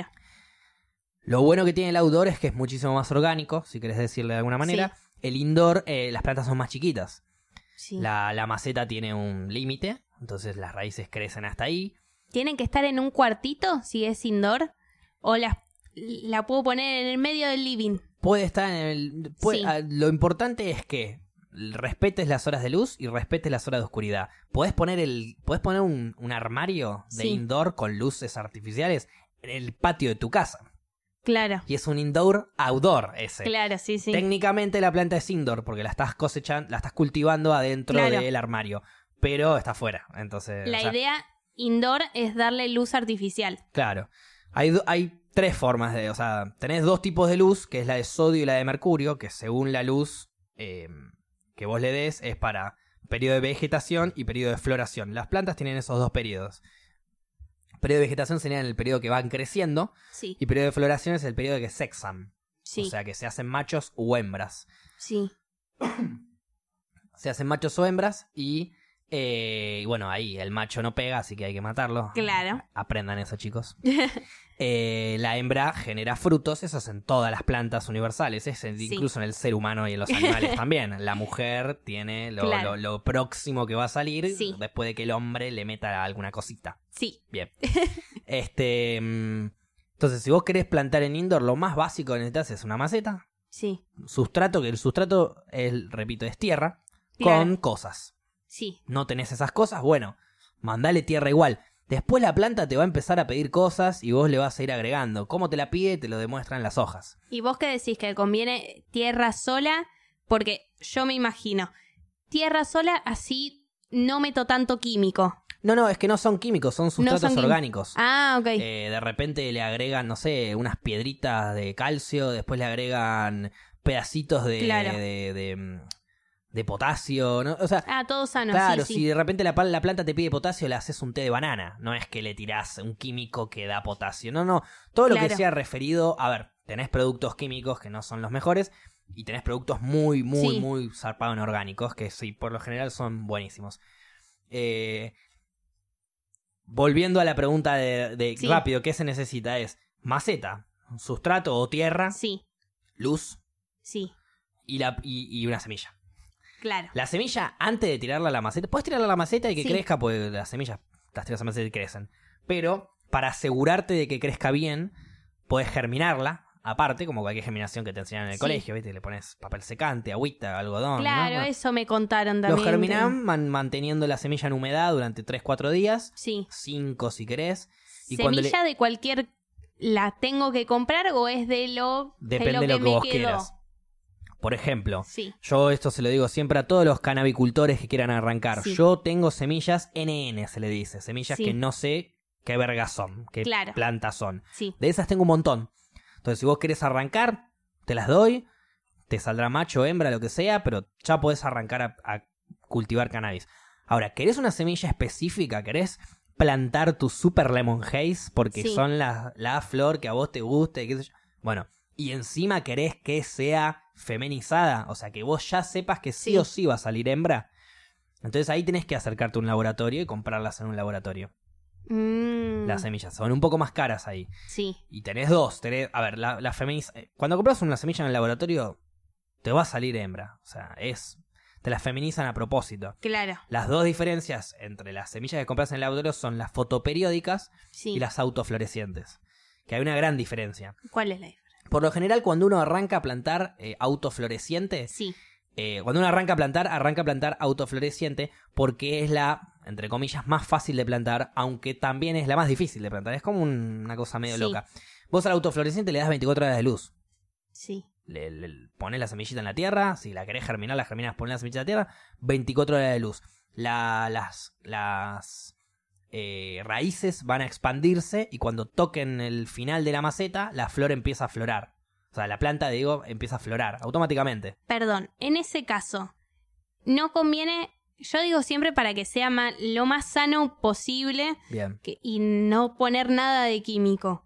Lo bueno que tiene el outdoor es que es muchísimo más orgánico, si querés decirle de alguna manera. El indoor, eh, las plantas son más chiquitas. Sí. La, la maceta tiene un límite, entonces las raíces crecen hasta ahí. ¿Tienen que estar en un cuartito si es indoor? ¿O la, la puedo poner en el medio del living? Puede estar en el... puede- Sí. ah, lo importante es que respetes las horas de luz y respetes las horas de oscuridad. Podés poner, el, podés poner un, un armario de Sí. indoor con luces artificiales en el patio de tu casa. Claro. Y es un indoor outdoor ese. Claro, sí, sí. Técnicamente la planta es indoor porque la estás cosechando, la estás cultivando adentro Claro. del armario, pero está afuera. Entonces, La o sea, idea indoor es darle luz artificial. claro. Hay, do- hay tres formas de, o sea, tenés dos tipos de luz, que es la de sodio y la de mercurio, que según la luz eh, que vos le des es para periodo de vegetación y periodo de floración. Las plantas tienen esos dos periodos. Periodo de vegetación sería en el periodo que van creciendo Sí, y periodo de floración es el periodo que sexan. sí, O sea, que se hacen machos o hembras. sí. Se hacen machos o hembras y, eh, y bueno, ahí el macho no pega, así que hay que matarlo. Claro. Aprendan eso, chicos. Eh, la hembra genera frutos, eso es en todas las plantas universales, es en- Sí. incluso en el ser humano y en los animales también. La mujer tiene lo, Claro. lo- lo próximo que va a salir Sí. después de que el hombre le meta alguna cosita. Sí, Bien. este, mm, entonces, si vos querés plantar en indoor, lo más básico que necesitas es una maceta, sí, sustrato, que el sustrato, es, repito, es tierra, Claro. con cosas. sí. No tenés esas cosas, bueno, mandale tierra igual. Después la planta te va a empezar a pedir cosas y vos le vas a ir agregando. ¿Cómo te la pide? Te lo demuestran las hojas. ¿Y vos qué decís? ¿Que conviene tierra sola? Porque yo me imagino, tierra sola así no meto tanto químico. No, no, es que no son químicos, son sustratos son quim- orgánicos. Ah, ok. Eh, de repente le agregan, no sé, unas piedritas de calcio, después le agregan pedacitos de, Claro. de, de, mm, de potasio, ¿no? O sea, ah, todo sano, claro, sí, si sí. de repente la, pal- la planta te pide potasio, le haces un té de banana. No es que le tirás un químico que da potasio. No, no. Todo lo que Claro. sea referido... A ver, tenés productos químicos que no son los mejores y tenés productos muy, muy, Sí. muy zarpados en orgánicos que sí, por lo general son buenísimos. Eh, volviendo a la pregunta de, de Sí. rápido, ¿qué se necesita? Es maceta, sustrato o tierra, Sí, luz sí, y, la, y, y una semilla. claro. La semilla, antes de tirarla a la maceta, puedes tirarla a la maceta y que Sí. crezca, pues la semilla las tiras a meses y crecen. Pero para asegurarte de que crezca bien, podés germinarla, aparte, como cualquier germinación que te enseñan en el Sí. colegio, ¿viste? Le pones papel secante, agüita, algodón. Claro, ¿no? eso me contaron Lo también. germinan man- manteniendo la semilla en humedad durante tres cuatro días, Sí. cinco si querés. Y ¿Semilla cuando le... de cualquier la tengo que comprar o es de lo, Depende de de lo lo que, que me vos quedó? quieras. Por ejemplo, Sí. yo esto se lo digo siempre a todos los canabicultores que quieran arrancar. Sí. Yo tengo semillas N N, se le dice. Semillas Sí. que no sé qué vergas son, qué Claro. plantas son. Sí. De esas tengo un montón. Entonces, si vos querés arrancar, te las doy. Te saldrá macho, hembra, lo que sea, pero ya podés arrancar a, a cultivar cannabis. Ahora, ¿querés una semilla específica? ¿Querés plantar tu super lemon haze? Porque Sí. son la, la flor que a vos te guste, qué sé yo. Bueno, y encima querés que sea feminizada, o sea, que vos ya sepas que sí, Sí. o sí va a salir hembra. Entonces ahí tenés que acercarte a un laboratorio y comprarlas en un laboratorio. Mm, Las semillas son un poco más caras ahí. sí. Y tenés dos, tenés, a ver, la, la feminiz- eh, cuando compras una semilla en el laboratorio, te va a salir hembra. O sea, es, te las feminizan a propósito. Claro. Las dos diferencias entre las semillas que compras en el laboratorio son las fotoperiódicas Sí. y las autoflorecientes. Que hay una gran diferencia. ¿Cuál es la diferencia? Por lo general, cuando uno arranca a plantar eh, autofloreciente, Sí. eh, cuando uno arranca a plantar, arranca a plantar autofloreciente porque es la, entre comillas, más fácil de plantar, aunque también es la más difícil de plantar. Es como un- una cosa medio Sí. loca. Vos al autofloreciente le das veinticuatro horas de luz. Sí. Le, le pones la semillita en la tierra, si la querés germinar, la germinas, pones la semillita en la tierra, veinticuatro horas de luz. La, las las eh, raíces van a expandirse y cuando toquen el final de la maceta, la flor empieza a florar. O sea, la planta, digo, empieza a florar automáticamente. Perdón, en ese caso, no conviene, yo digo siempre para que sea ma- lo más sano posible Bien. que- y no poner nada de químico.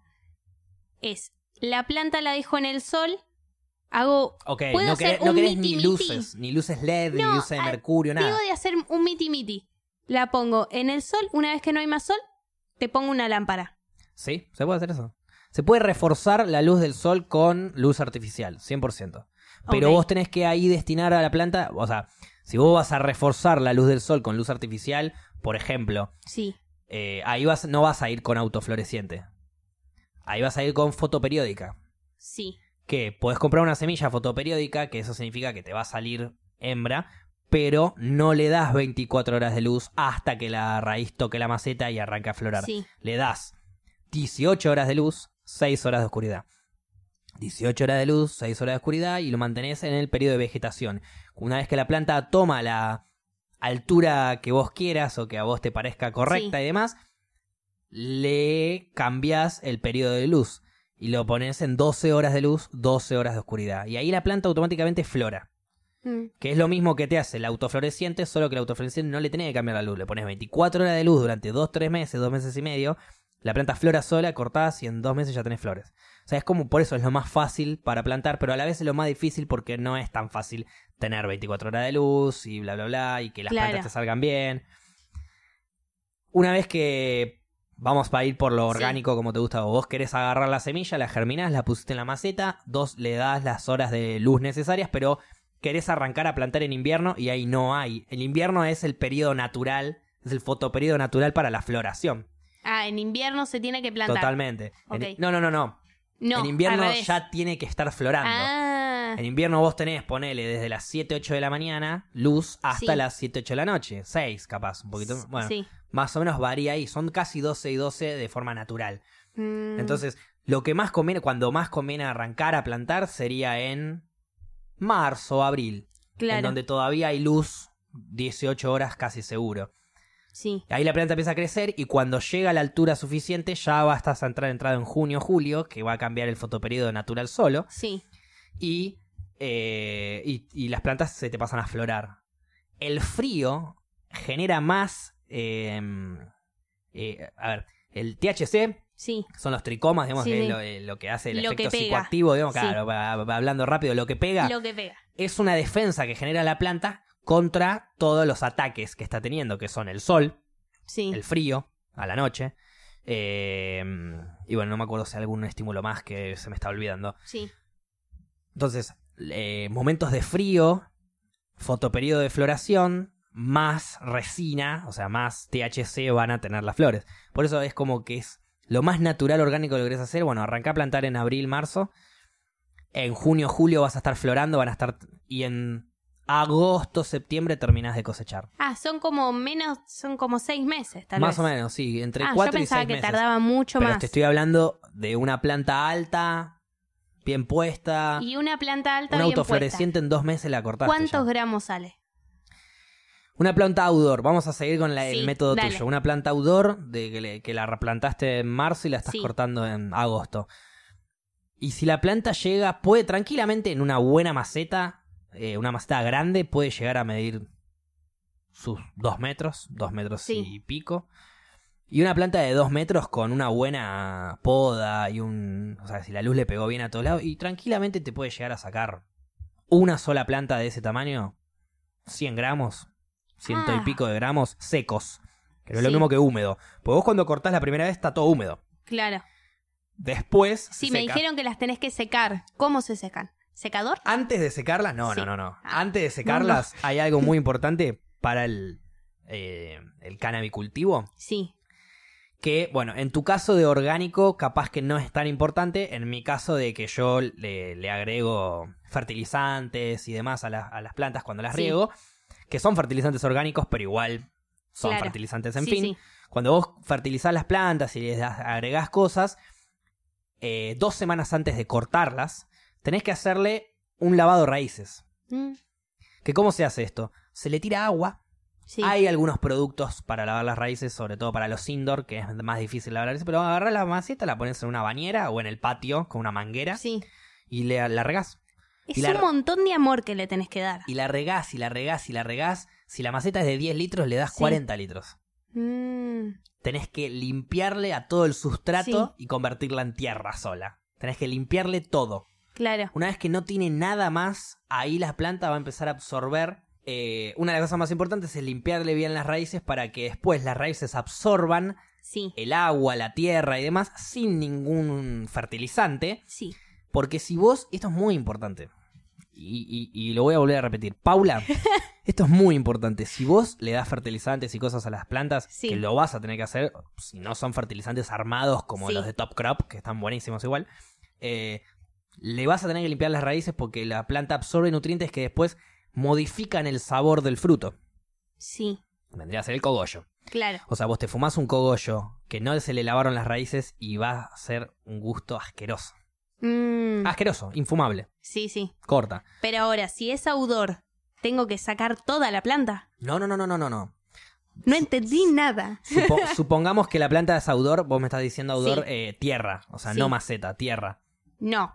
Es, la planta la dejo en el sol, hago... Ok, ¿Puedo no hacer querés, no un querés ni miti-miti? luces, ni luces L E D, No, ni luces de ah, mercurio, nada. Digo de hacer un miti miti. La pongo en el sol, una vez que no hay más sol, te pongo una lámpara. Sí, se puede hacer eso. Se puede reforzar la luz del sol con luz artificial, cien por ciento. Pero Ok. vos tenés que ahí destinar a la planta, o sea, si vos vas a reforzar la luz del sol con luz artificial, por ejemplo, Sí, eh, ahí vas, no vas a ir con autofloreciente. Ahí vas a ir con fotoperiódica. sí, Que podés comprar una semilla fotoperiódica, que eso significa que te va a salir hembra, pero no le das veinticuatro horas de luz hasta que la raíz toque la maceta y arranque a florar. sí. Le das dieciocho horas de luz, seis horas de oscuridad. dieciocho horas de luz, seis horas de oscuridad y lo mantenés en el periodo de vegetación. Una vez que la planta toma la altura que vos quieras o que a vos te parezca correcta Sí. y demás, le cambias el periodo de luz y lo pones en doce horas de luz, doce horas de oscuridad. Y ahí la planta automáticamente flora. Mm, Que es lo mismo que te hace el autofloreciente, solo que el autofloreciente no le tenés que cambiar la luz. Le pones veinticuatro horas de luz durante dos tres meses, dos meses y medio. La planta flora sola, cortás y en dos meses ya tenés flores. O sea, es como por eso es lo más fácil para plantar, pero a la vez es lo más difícil porque no es tan fácil tener veinticuatro horas de luz y bla, bla, bla, y que las Claro. plantas te salgan bien. Una vez que vamos a ir por lo Sí. orgánico como te gusta, o vos querés agarrar la semilla, la germinás, la pusiste en la maceta, dos, le das las horas de luz necesarias, pero querés arrancar a plantar en invierno y ahí no hay. El invierno es el periodo natural, es el fotoperiodo natural para la floración. Ah, en invierno se tiene que plantar. Totalmente. En- Ok. no, no, no, no. No, en invierno al revés. ya tiene que estar florando. Ah, En invierno vos tenés, ponele, desde las siete, ocho de la mañana, luz, hasta Sí. las siete, ocho de la noche. seis, capaz, un poquito. Bueno, sí. más o menos varía ahí. Son casi doce y doce de forma natural. Mm, Entonces, lo que más conviene, cuando más conviene arrancar a plantar sería en marzo, abril. claro, En donde todavía hay luz, dieciocho horas casi seguro. sí. Ahí la planta empieza a crecer y cuando llega a la altura suficiente ya va a estar entrar entrado en junio, julio, que va a cambiar el fotoperiodo natural solo. Sí, Y, eh, y, y las plantas se te pasan a florar. El frío genera más... eh, eh, a ver, el T H C, sí, son los tricomas, digamos, Sí, que sí. es lo, eh, lo que hace el Lo efecto que pega. psicoactivo, digamos, Sí. claro, va- va hablando rápido, lo que pega lo que pega. es una defensa que genera la planta contra todos los ataques que está teniendo, que son el sol, Sí, el frío, a la noche, eh, y bueno, no me acuerdo si hay algún estímulo más que se me está olvidando. sí, Entonces, eh, momentos de frío, fotoperiodo de floración, más resina, o sea, más T H C van a tener las flores. Por eso es como que es lo más natural, orgánico que lo querés hacer. Bueno, arrancá a plantar en abril, marzo. En junio, julio vas a estar florando, van a estar... Y en agosto, septiembre terminás de cosechar. Ah, son como menos, son como seis meses, tal Más vez. o menos, sí, entre ah, cuatro yo y pensaba seis que meses. tardaba mucho Pero más. te estoy hablando de una planta alta, bien puesta. Y una planta alta Una bien autofloreciente en dos meses la puesta. cortaste. ¿Cuántos ya. gramos sale? Una planta outdoor. Vamos a seguir con la- el Sí, método dale. tuyo. Una planta outdoor de que, le- que la replantaste en marzo y la estás Sí. cortando en agosto. Y si la planta llega, puede tranquilamente en una buena maceta, eh, una maceta grande, puede llegar a medir sus dos metros, dos metros Sí. y pico. Y una planta de dos metros con una buena poda y un... O sea, si la luz le pegó bien a todos lados, y tranquilamente te puede llegar a sacar una sola planta de ese tamaño, cien gramos, ciento Ah. y pico de gramos, secos. Que no es lo Sí. mismo que húmedo. Porque vos cuando cortás la primera vez está todo húmedo. Claro. Después Sí, se me seca. dijeron que las tenés que secar. ¿Cómo se secan? ¿Secador? Antes de secarlas, no, Sí. no, no, no. Ah. Antes de secarlas hay algo muy importante para el, eh, el cannabicultivo. Sí. Que, bueno, en tu caso de orgánico capaz que no es tan importante. En mi caso de que yo le, le agrego fertilizantes y demás a, la- a las plantas cuando las Sí. riego. Que son fertilizantes orgánicos, pero igual son Claro. fertilizantes en Sí, fin. sí. Cuando vos fertilizás las plantas y les das- agregás cosas, eh, dos semanas antes de cortarlas, tenés que hacerle un lavado de raíces. Mm, ¿Que cómo se hace esto? Se le tira agua. sí. Hay algunos productos para lavar las raíces, sobre todo para los indoor, que es más difícil lavar las raíces, pero agarrás la maceta, la pones en una bañera o en el patio con una manguera Sí. y le, la regás. Es Y la- un montón de amor que le tenés que dar. Y la regás, y la regás, y la regás. Si la maceta es de diez litros, le das Sí. cuarenta litros. Mm, Tenés que limpiarle a todo el sustrato Sí. y convertirla en tierra sola. Tenés que limpiarle todo. claro. Una vez que no tiene nada más, ahí la planta va a empezar a absorber. Eh, una de las cosas más importantes es limpiarle bien las raíces para que después las raíces absorban Sí. el agua, la tierra y demás sin ningún fertilizante. Sí. Porque si vos, esto es muy importante, y, y- y lo voy a volver a repetir, Paula, esto es muy importante, si vos le das fertilizantes y cosas a las plantas, Sí. que lo vas a tener que hacer, si no son fertilizantes armados como Sí. los de Top Crop, que están buenísimos igual, eh, le vas a tener que limpiar las raíces porque la planta absorbe nutrientes que después modifican el sabor del fruto. Sí. Vendría a ser el cogollo. Claro. O sea, vos te fumás un cogollo que no se le lavaron las raíces y va a ser un gusto asqueroso. Mm, Asqueroso, infumable, sí, sí. corta. Pero ahora, si es audor, ¿tengo que sacar toda la planta? No, no, no, no, no, no, no. No entendí nada. Supo- supongamos que la planta es outdoor, vos me estás diciendo outdoor, Sí. eh, tierra, o sea, Sí. no maceta, tierra. No.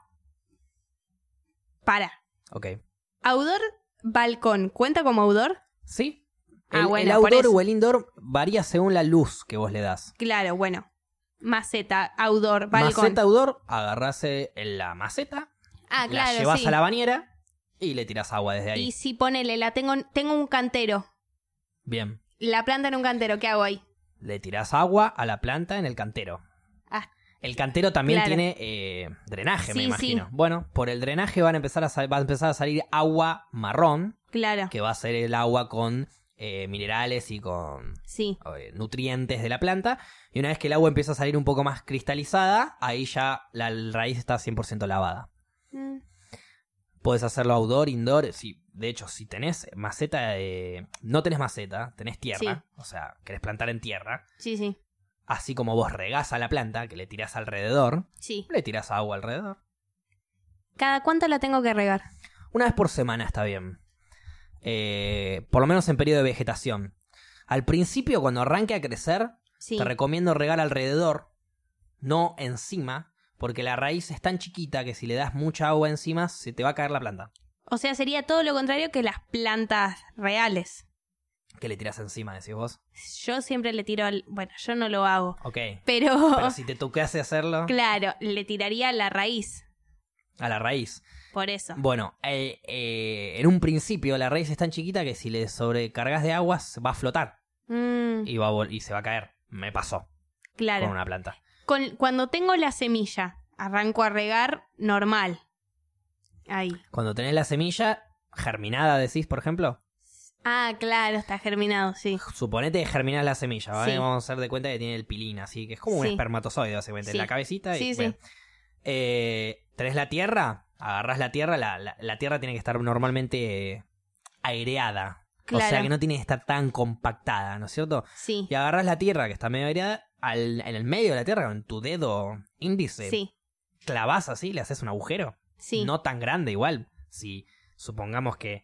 Para. Ok. Audor, balcón, ¿cuenta como audor? ¿Sí? Ah, El, bueno, el por outdoor eso. o el indoor varía según la luz que vos le das. Claro, bueno. Maceta, audor, balcón. Maceta outdoor, agarrás eh, la maceta, ah, la claro, llevas sí. a la bañera y le tirás agua desde ahí. Y si ponele, la tengo, tengo un cantero. Bien. La planta en un cantero, ¿qué hago ahí? Le tirás agua a la planta en el cantero. Ah, El cantero también Claro. tiene eh, drenaje, me Sí, imagino. sí. Bueno, por el drenaje van a empezar a sal- va a empezar a salir agua marrón, claro. que va a ser el agua con eh, minerales y con Sí. eh, nutrientes de la planta. Y una vez que el agua empieza a salir un poco más cristalizada, ahí ya la raíz está cien por ciento lavada. Mm, Puedes hacerlo outdoor, indoor. Sí, de hecho, si tenés maceta, eh, no tenés maceta, tenés tierra. O sea, querés plantar en tierra. sí, sí. Así como vos regás a la planta, que le tirás alrededor, Sí. le tirás agua alrededor. ¿Cada cuánto la tengo que regar? Una vez por semana está bien. Eh, por lo menos en periodo de vegetación. Al principio, cuando arranque a crecer, Sí. te recomiendo regar alrededor, no encima, porque la raíz es tan chiquita que si le das mucha agua encima, se te va a caer la planta. O sea, sería todo lo contrario que las plantas reales. ¿Qué le tiras encima, decís vos? Yo siempre le tiro al... Bueno, yo no lo hago. Ok. Pero... Pero si te tocase hacerlo, Claro, le tiraría la raíz. a la raíz. Por eso. Bueno, eh, eh, en un principio la raíz es tan chiquita que si le sobrecargas de agua se va a flotar Mm, y, va a vol- y se va a caer. Me pasó claro. con una planta. Con- cuando tengo la semilla, arranco a regar normal. Ahí. Cuando tenés la semilla germinada, decís, por ejemplo. Ah, claro, está germinado, sí. Suponete que germinás la semilla, ¿vale? Sí. Vamos a hacer de cuenta que tiene el pilín, así que es como un Sí. espermatozoide, básicamente, Sí. en la cabecita. Y, Sí, sí. bueno. Eh, tenés la tierra, agarrás la tierra, la, la, la tierra tiene que estar normalmente eh, aireada. Claro. O sea que no tiene que estar tan compactada, ¿no es cierto? Sí, Y agarrás la tierra que está medio aireada, al, en el medio de la tierra, con tu dedo índice, sí, clavás así, le haces un agujero. sí. No tan grande igual. Si supongamos que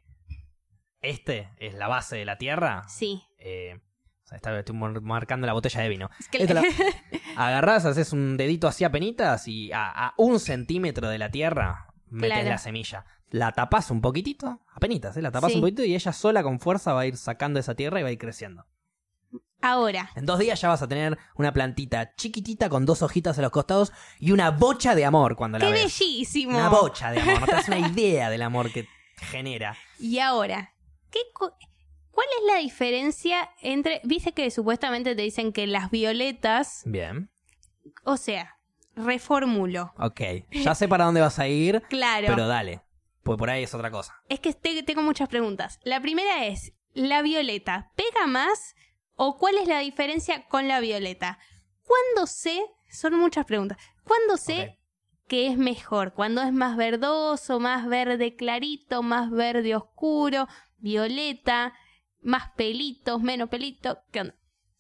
este es la base de la tierra, Sí. eh, o sea, está- estoy mar- marcando la botella de vino. Es que Esta la- agarrás, haces un dedito así a penitas y a, a un centímetro de la tierra metes Claro. la semilla. La tapás un poquitito, a penitas, ¿eh? La tapás Sí. un poquitito y ella sola con fuerza va a ir sacando esa tierra y va a ir creciendo. Ahora, En dos días ya vas a tener una plantita chiquitita con dos hojitas a los costados y una bocha de amor cuando la ¡qué ves. bellísimo! Una bocha de amor, no te das una idea del amor que genera. Y ahora, ¿qué co- ¿cuál es la diferencia entre... Viste que supuestamente te dicen que las violetas... Bien, O sea, reformulo. ok. Ya sé para dónde vas a ir, Claro. pero dale. Pues por ahí es otra cosa. Es que te- tengo muchas preguntas. La primera es, ¿la violeta pega más o cuál es la diferencia con la violeta? ¿Cuándo sé? Son muchas preguntas. ¿Cuándo sé Ok. que es mejor? ¿Cuándo es más verdoso, más verde clarito, más verde oscuro, violeta, más pelitos, menos pelitos? ¿Qué onda?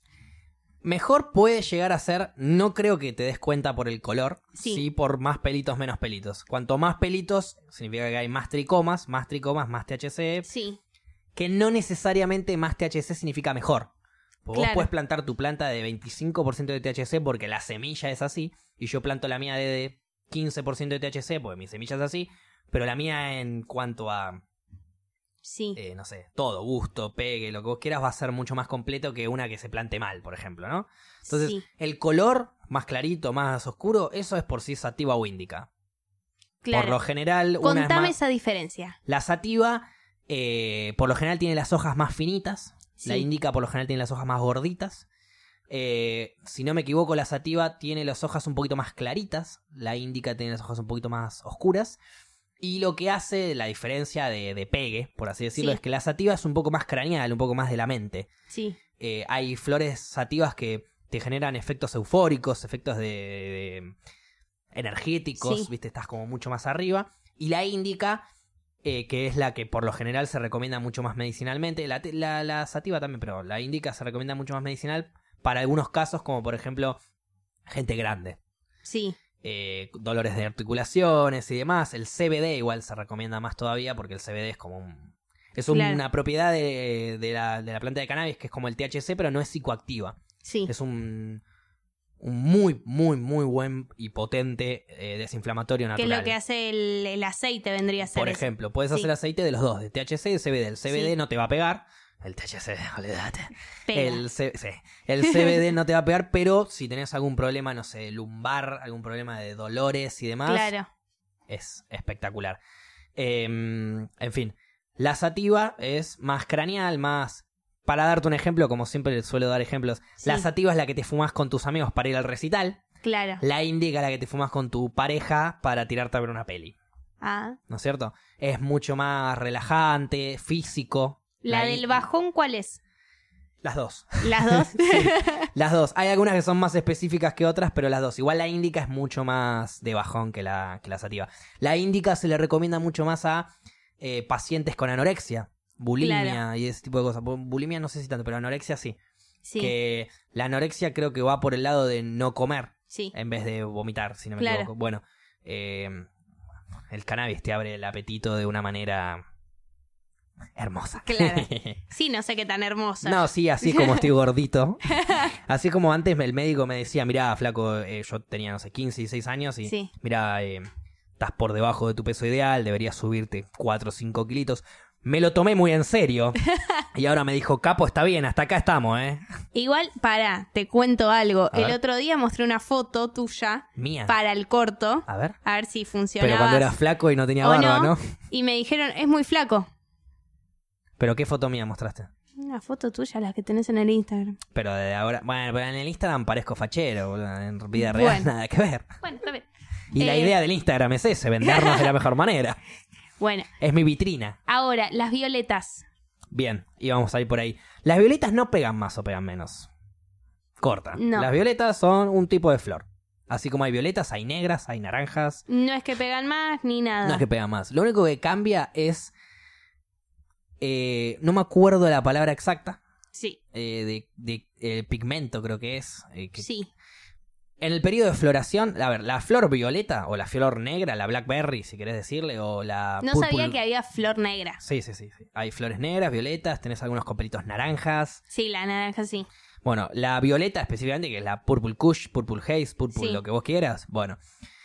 Mejor puede llegar a ser, no creo que te des cuenta por el color, Sí. sí, por más pelitos, menos pelitos. Cuanto más pelitos, significa que hay más tricomas, más tricomas, más T H C, Sí, que no necesariamente más T H C significa mejor. Porque Claro. Vos puedes plantar tu planta de veinticinco por ciento de T H C porque la semilla es así, y yo planto la mía de quince por ciento de T H C porque mi semilla es así, pero la mía en cuanto a, sí, eh, no sé, todo, gusto, pegue, lo que vos quieras, va a ser mucho más completo que una que se plante mal, por ejemplo, ¿no? Entonces, sí, el color más clarito, más oscuro, eso es por sí sativa o índica. claro. Por lo general, una es Contame más... esa diferencia. La sativa, eh, por lo general, tiene las hojas más finitas. Sí. La índica, por lo general, tiene las hojas más gorditas. Eh, si no me equivoco, la sativa tiene las hojas un poquito más claritas. La índica tiene las hojas un poquito más oscuras. Y lo que hace la diferencia de, de pegue, por así decirlo, Sí. es que la sativa es un poco más craneal, un poco más de la mente. Sí, Eh, hay flores sativas que te generan efectos eufóricos, efectos de, de- energéticos, Sí. viste, estás como mucho más arriba. Y la índica, eh, que es la que por lo general se recomienda mucho más medicinalmente, la, te- la, la sativa también, pero la índica se recomienda mucho más medicinal para algunos casos, como por ejemplo gente grande. sí, Eh, dolores de articulaciones y demás. El C B D igual se recomienda más todavía porque el C B D es como un... Es un- Claro. una propiedad de, de, la, de la planta de cannabis que es como el T H C, pero no es psicoactiva. sí. Es un, un muy, muy, muy buen y potente eh, desinflamatorio Que natural. es lo que hace el, el aceite vendría a ser Por eso. ejemplo, puedes Sí. hacer aceite de los dos, de T H C y de C B D. El C B D Sí. no te va a pegar. El T H C, olvídate. Pega. El, C- sí. El C B D no te va a pegar, pero si tenés algún problema, no sé, lumbar, algún problema de dolores y demás, Claro, es espectacular. Eh, en fin, la sativa es más craneal, más... Para darte un ejemplo, como siempre suelo dar ejemplos, Sí. la sativa es la que te fumas con tus amigos para ir al recital, claro. la índica es la que te fumas con tu pareja para tirarte a ver una peli, Ah. ¿no es cierto? Es mucho más relajante, físico. ¿La in- del bajón cuál es? Las dos. ¿Las dos? Las dos. Hay algunas que son más específicas que otras, pero las dos. Igual la índica es mucho más de bajón que la, que la sativa. La índica se le recomienda mucho más a eh, pacientes con anorexia, bulimia Claro. y ese tipo de cosas. Bulimia no sé si tanto, pero anorexia sí. Sí, Que la anorexia creo que va por el lado de no comer sí. en vez de vomitar, si no me Claro. equivoco. Bueno, eh, el cannabis te abre el apetito de una manera hermosa. Claro. Sí, no sé qué tan hermosa. No, sí, así como estoy gordito. Así como antes el médico me decía, mirá, flaco, eh, yo tenía, no sé, quince, dieciséis años y Sí. mirá, eh, estás por debajo de tu peso ideal, deberías subirte cuatro o cinco kilitos. Me lo tomé muy en serio. Y ahora me dijo, capo, está bien, hasta acá estamos, ¿eh? Igual, pará, te cuento algo. A El ver. otro día mostré una foto tuya Mía. para el corto. A ver. A ver si funcionaba. Pero cuando eras flaco y no tenía o barba, no. ¿no? Y me dijeron, es muy flaco. Pero ¿qué foto mía mostraste? Una foto tuya, la que tenés en el Instagram. Pero de ahora... Bueno, pero en el Instagram parezco fachero, boludo. En vida real Bueno. nada que ver. Bueno, está bien. Y la Eh. idea del Instagram es ese, vendernos de la mejor manera. Bueno, Es mi vitrina. ahora, las violetas. Bien, y vamos a ir por ahí. Las violetas no pegan más o pegan menos. Corta. No. Las violetas son un tipo de flor. Así como hay violetas, hay negras, hay naranjas. No es que pegan más ni nada. No es que pegan más. Lo único que cambia es... Eh, no me acuerdo de la palabra exacta. Sí. Eh, de, de eh, pigmento creo que es. Eh, que... Sí. En el periodo de floración, a ver, la flor violeta o la flor negra, la blackberry si querés decirle, o la No purple... sabía que había flor negra. Sí, sí, sí, sí. Hay flores negras, violetas, tenés algunos copelitos naranjas. Sí, la naranja sí. Bueno, la violeta específicamente, que es la Purple Kush, Purple Haze, Purple Sí. lo que vos quieras. Bueno,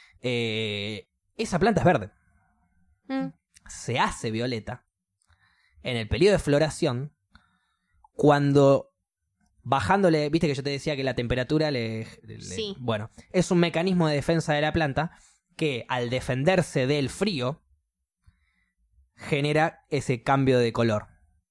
eh, esa planta es verde. Mm. Se hace violeta en el periodo de floración cuando bajándole, viste que yo te decía que la temperatura le, le- Sí. bueno, es un mecanismo de defensa de la planta que al defenderse del frío genera ese cambio de color.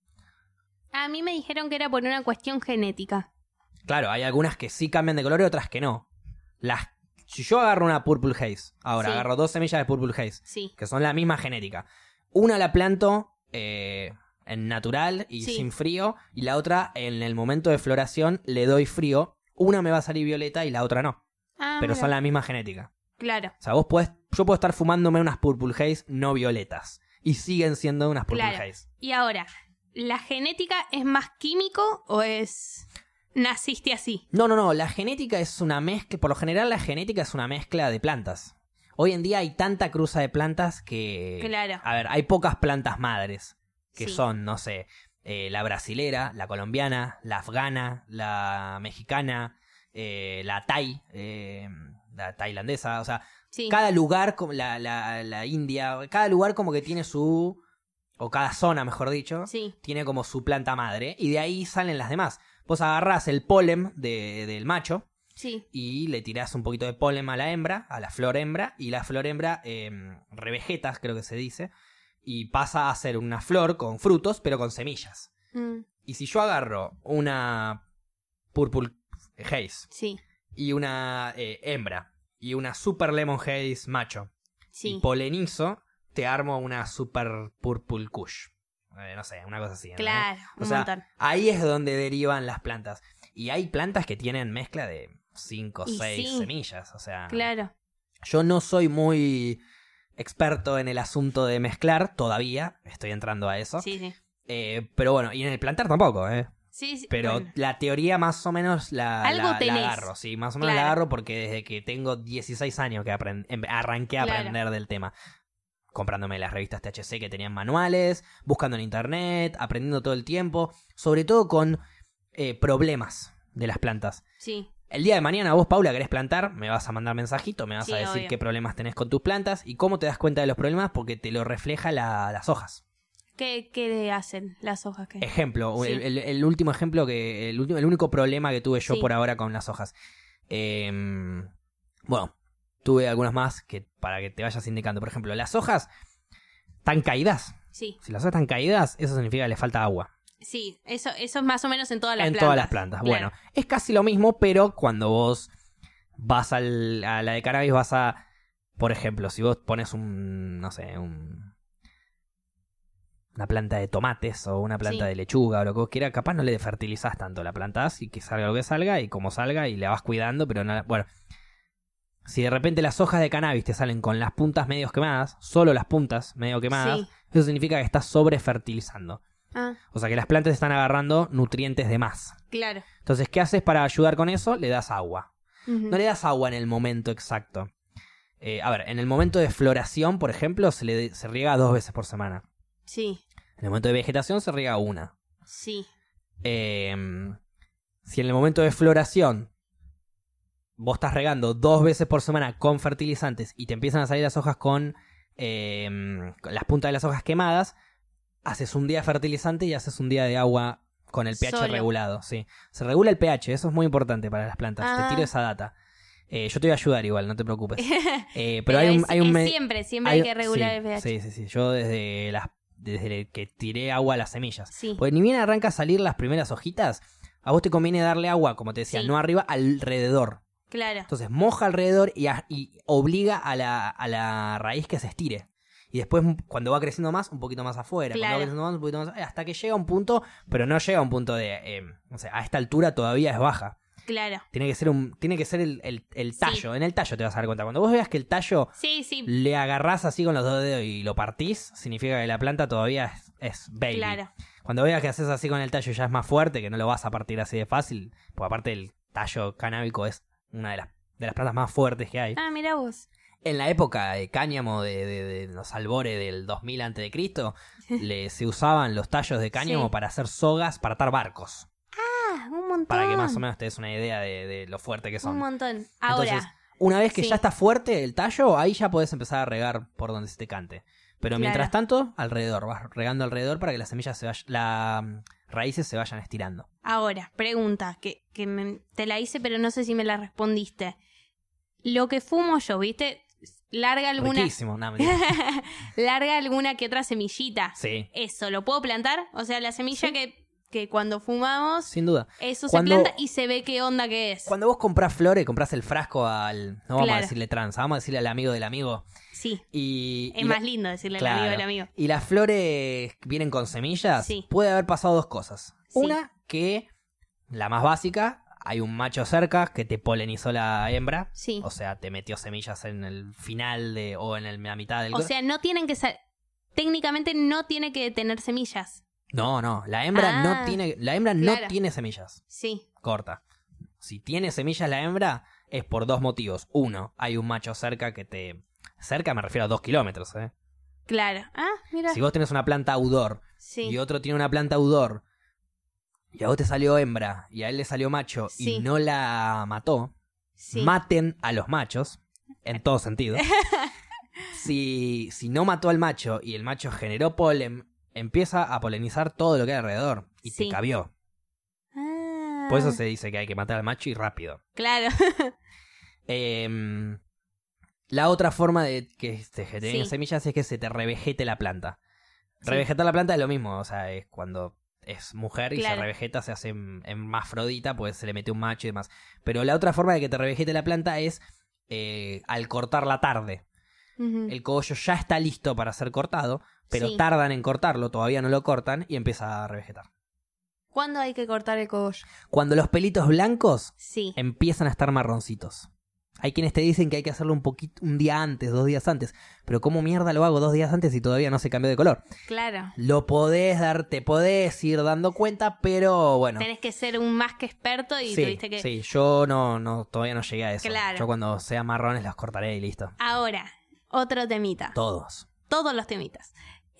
A mí me dijeron que era por una cuestión genética. Claro, hay algunas que sí cambian de color y otras que no. Las, si yo agarro una Purple Haze, ahora Sí. agarro dos semillas de Purple Haze, Sí. que son la misma genética. Una la planto eh, en natural y Sí. sin frío, y la otra en el momento de floración le doy frío. Una me va a salir violeta y la otra no. Ah, Pero mira. son la misma genética. Claro, O sea, vos podés, yo puedo estar fumándome unas Purple Haze no violetas. Y siguen siendo unas Purple claro. Haze. Y ahora, ¿la genética es más químico o es... naciste así? No, no, no. La genética es una mezcla. Por lo general, la genética es una mezcla de plantas. Hoy en día hay tanta cruza de plantas que... Claro. A ver, hay pocas plantas madres. Que Sí. son, no sé, eh, la brasilera, la colombiana, la afgana, la mexicana, eh, la thai, eh, la tailandesa. O sea, Sí. cada lugar, como la, la, la India, cada lugar como que tiene su... O cada zona, mejor dicho, Sí. tiene como su planta madre. Y de ahí salen las demás. Vos agarrás el polen de, del macho Sí. y le tirás un poquito de polen a la hembra, a la flor hembra, y la flor hembra eh, revegetas, creo que se dice, y pasa a ser una flor con frutos, pero con semillas. Mm, Y si yo agarro una Purple Haze sí. y una eh, hembra y una Super Lemon Haze macho Sí. y polenizo, te armo una Super Purple Kush. Eh, no sé, una cosa así. ¿no? Claro, O un sea, montón. ahí es donde derivan las plantas. Y hay plantas que tienen mezcla de cinco o Y seis sí. semillas. O sea, Claro. yo no soy muy experto en el asunto de mezclar todavía. Estoy entrando a eso. Sí, sí. Eh, pero bueno, y en el plantar tampoco, ¿eh? Sí, sí. Pero bueno. la teoría más o menos la, Algo la- la tenés. agarro. Sí, más o menos Claro. la agarro porque desde que tengo dieciséis años que aprend- em- arranqué a Claro. aprender del tema. Comprándome las revistas T H C que tenían manuales, buscando en internet, aprendiendo todo el tiempo, sobre todo con eh, problemas de las plantas. Sí. El día de mañana vos, Paula, querés plantar, me vas a mandar mensajito, me vas Sí, a decir obvio. qué problemas tenés con tus plantas y cómo te das cuenta de los problemas porque te lo refleja la- las hojas. ¿Qué, qué hacen las hojas? ¿Qué? Ejemplo, Sí. el, el- el último ejemplo que, el, último- el único problema que tuve yo Sí. por ahora con las hojas. Eh, bueno, tuve algunas más que para que te vayas indicando. Por ejemplo, las hojas están caídas. Sí. Si las hojas están caídas, eso significa que le falta agua. Sí, eso, eso es más o menos en todas las en plantas. todas las plantas. Claro. Bueno, es casi lo mismo, pero cuando vos vas al, a la de cannabis vas a, por ejemplo, si vos pones un, no sé, un, una planta de tomates o una planta Sí. de lechuga o lo que vos quieras, capaz no le fertilizás tanto, la plantás y que salga lo que salga y como salga y la vas cuidando, pero no, bueno, si de repente las hojas de cannabis te salen con las puntas medio quemadas, solo las puntas medio quemadas, Sí. eso significa que estás sobrefertilizando. Ah, O sea que las plantas están agarrando nutrientes de más. claro. Entonces, ¿qué haces para ayudar con eso? Le das agua. Ujú. No le das agua en el momento exacto. Eh, a ver, en el momento de floración, por ejemplo, se, le, se riega dos veces por semana. Sí, En el momento de vegetación se riega una. sí. Eh, si en el momento de floración vos estás regando dos veces por semana con fertilizantes y te empiezan a salir las hojas con, eh, con las puntas de las hojas quemadas, haces un día de fertilizante y haces un día de agua con el pH Solo. regulado. Sí. Se regula el pH, eso es muy importante para las plantas. Ah. Te tiro esa data. Eh, yo te voy a ayudar igual, no te preocupes. Eh, pero Pero hay un... es- Hay un es me- siempre, siempre hay- hay que regular sí, el pH. Sí, sí, sí. Yo desde las desde que tiré agua a las semillas. Sí. Porque ni bien arranca a salir las primeras hojitas, a vos te conviene darle agua, como te decía, Sí. no arriba, alrededor. Claro. Entonces moja alrededor y, a- y obliga a la, a la raíz que se estire. Y después, cuando va creciendo más, un poquito más afuera. Claro. Cuando va creciendo más, un poquito más, hasta que llega a un punto, pero no llega a un punto de... Eh, o sea, a esta altura todavía es baja. Claro. Tiene que ser un tiene que ser el, el, el tallo. Sí. En el tallo te vas a dar cuenta. Cuando vos veas que el tallo sí, sí. le agarrás así con los dos dedos y lo partís, significa que la planta todavía es, es baby. Claro. Cuando veas que haces así con el tallo ya es más fuerte, que no lo vas a partir así de fácil, porque aparte el tallo canábico es una de las, de las plantas más fuertes que hay. Ah, mirá vos. En la época de cáñamo, de, de, de los albores del dos mil antes de Cristo, le, se usaban los tallos de cáñamo sí. para hacer sogas para atar barcos. Ah, un montón. Para que más o menos te des una idea de, de lo fuerte que son. Un montón. Ahora. Entonces, una vez que sí. ya está fuerte el tallo, ahí ya podés empezar a regar por donde se te cante. Pero claro. mientras tanto, alrededor, vas regando alrededor para que las semillas se vayan, las raíces se vayan estirando. Ahora, pregunta, que, que me, te la hice pero no sé si me la respondiste. Lo que fumo yo, ¿viste? Larga alguna... Riquísimo, no, larga alguna que otra semillita. Sí. Eso, ¿lo puedo plantar? O sea, la semilla sí. que, que cuando fumamos... Sin duda. Eso cuando, se planta y se ve qué onda que es. Cuando vos comprás flores, comprás el frasco al... No vamos claro. a decirle trans, vamos a decirle al amigo del amigo. Sí. Y, es y más la... lindo decirle claro. al amigo del amigo. Y las flores vienen con semillas. Sí. Puede haber pasado dos cosas. Sí. Una, que la más básica... Hay un macho cerca que te polinizó la hembra. Sí. O sea, te metió semillas en el final de o en el, la mitad del... O sea, no tienen que ser... Técnicamente no tiene que tener semillas. No, no. La hembra ah, no tiene... La hembra claro. no tiene semillas. Sí. Corta. Si tiene semillas la hembra es por dos motivos. Uno, hay un macho cerca que te... Cerca me refiero a dos kilómetros, ¿eh? Claro. Ah, mira. Si vos tenés una planta outdoor sí. y otro tiene una planta outdoor... Y a vos te salió hembra y a él le salió macho sí. y no la mató, sí. maten a los machos, en todo sentido. si, si no mató al macho y el macho generó polen, empieza a polinizar todo lo que hay alrededor y sí. te cabió. Ah. Por eso se dice que hay que matar al macho y rápido. Claro. eh, la otra forma de que te generen sí. semillas es que se te revejete la planta. Sí. Revegetar la planta es lo mismo, o sea, es cuando... es mujer y claro. se revegeta, se hace hermafrodita, pues se le mete un macho y demás. Pero la otra forma de que te revegete la planta es eh, al cortarla tarde. Uh-huh. El cogollo ya está listo para ser cortado, pero sí. tardan en cortarlo, todavía no lo cortan y empieza a revegetar. ¿Cuándo hay que cortar el cogollo? Cuando los pelitos blancos sí. empiezan a estar marroncitos. Hay quienes te dicen que hay que hacerlo un poquito, un día antes, dos días antes. Pero ¿cómo mierda lo hago dos días antes y todavía no se cambió de color? Claro. Lo podés dar, te podés ir dando cuenta, pero bueno. Tenés que ser un más que experto y sí, tuviste que... Sí, yo no, no, todavía no llegué a eso. Claro. Yo cuando sean marrones los cortaré y listo. Ahora, otro temita. Todos. Todos los temitas.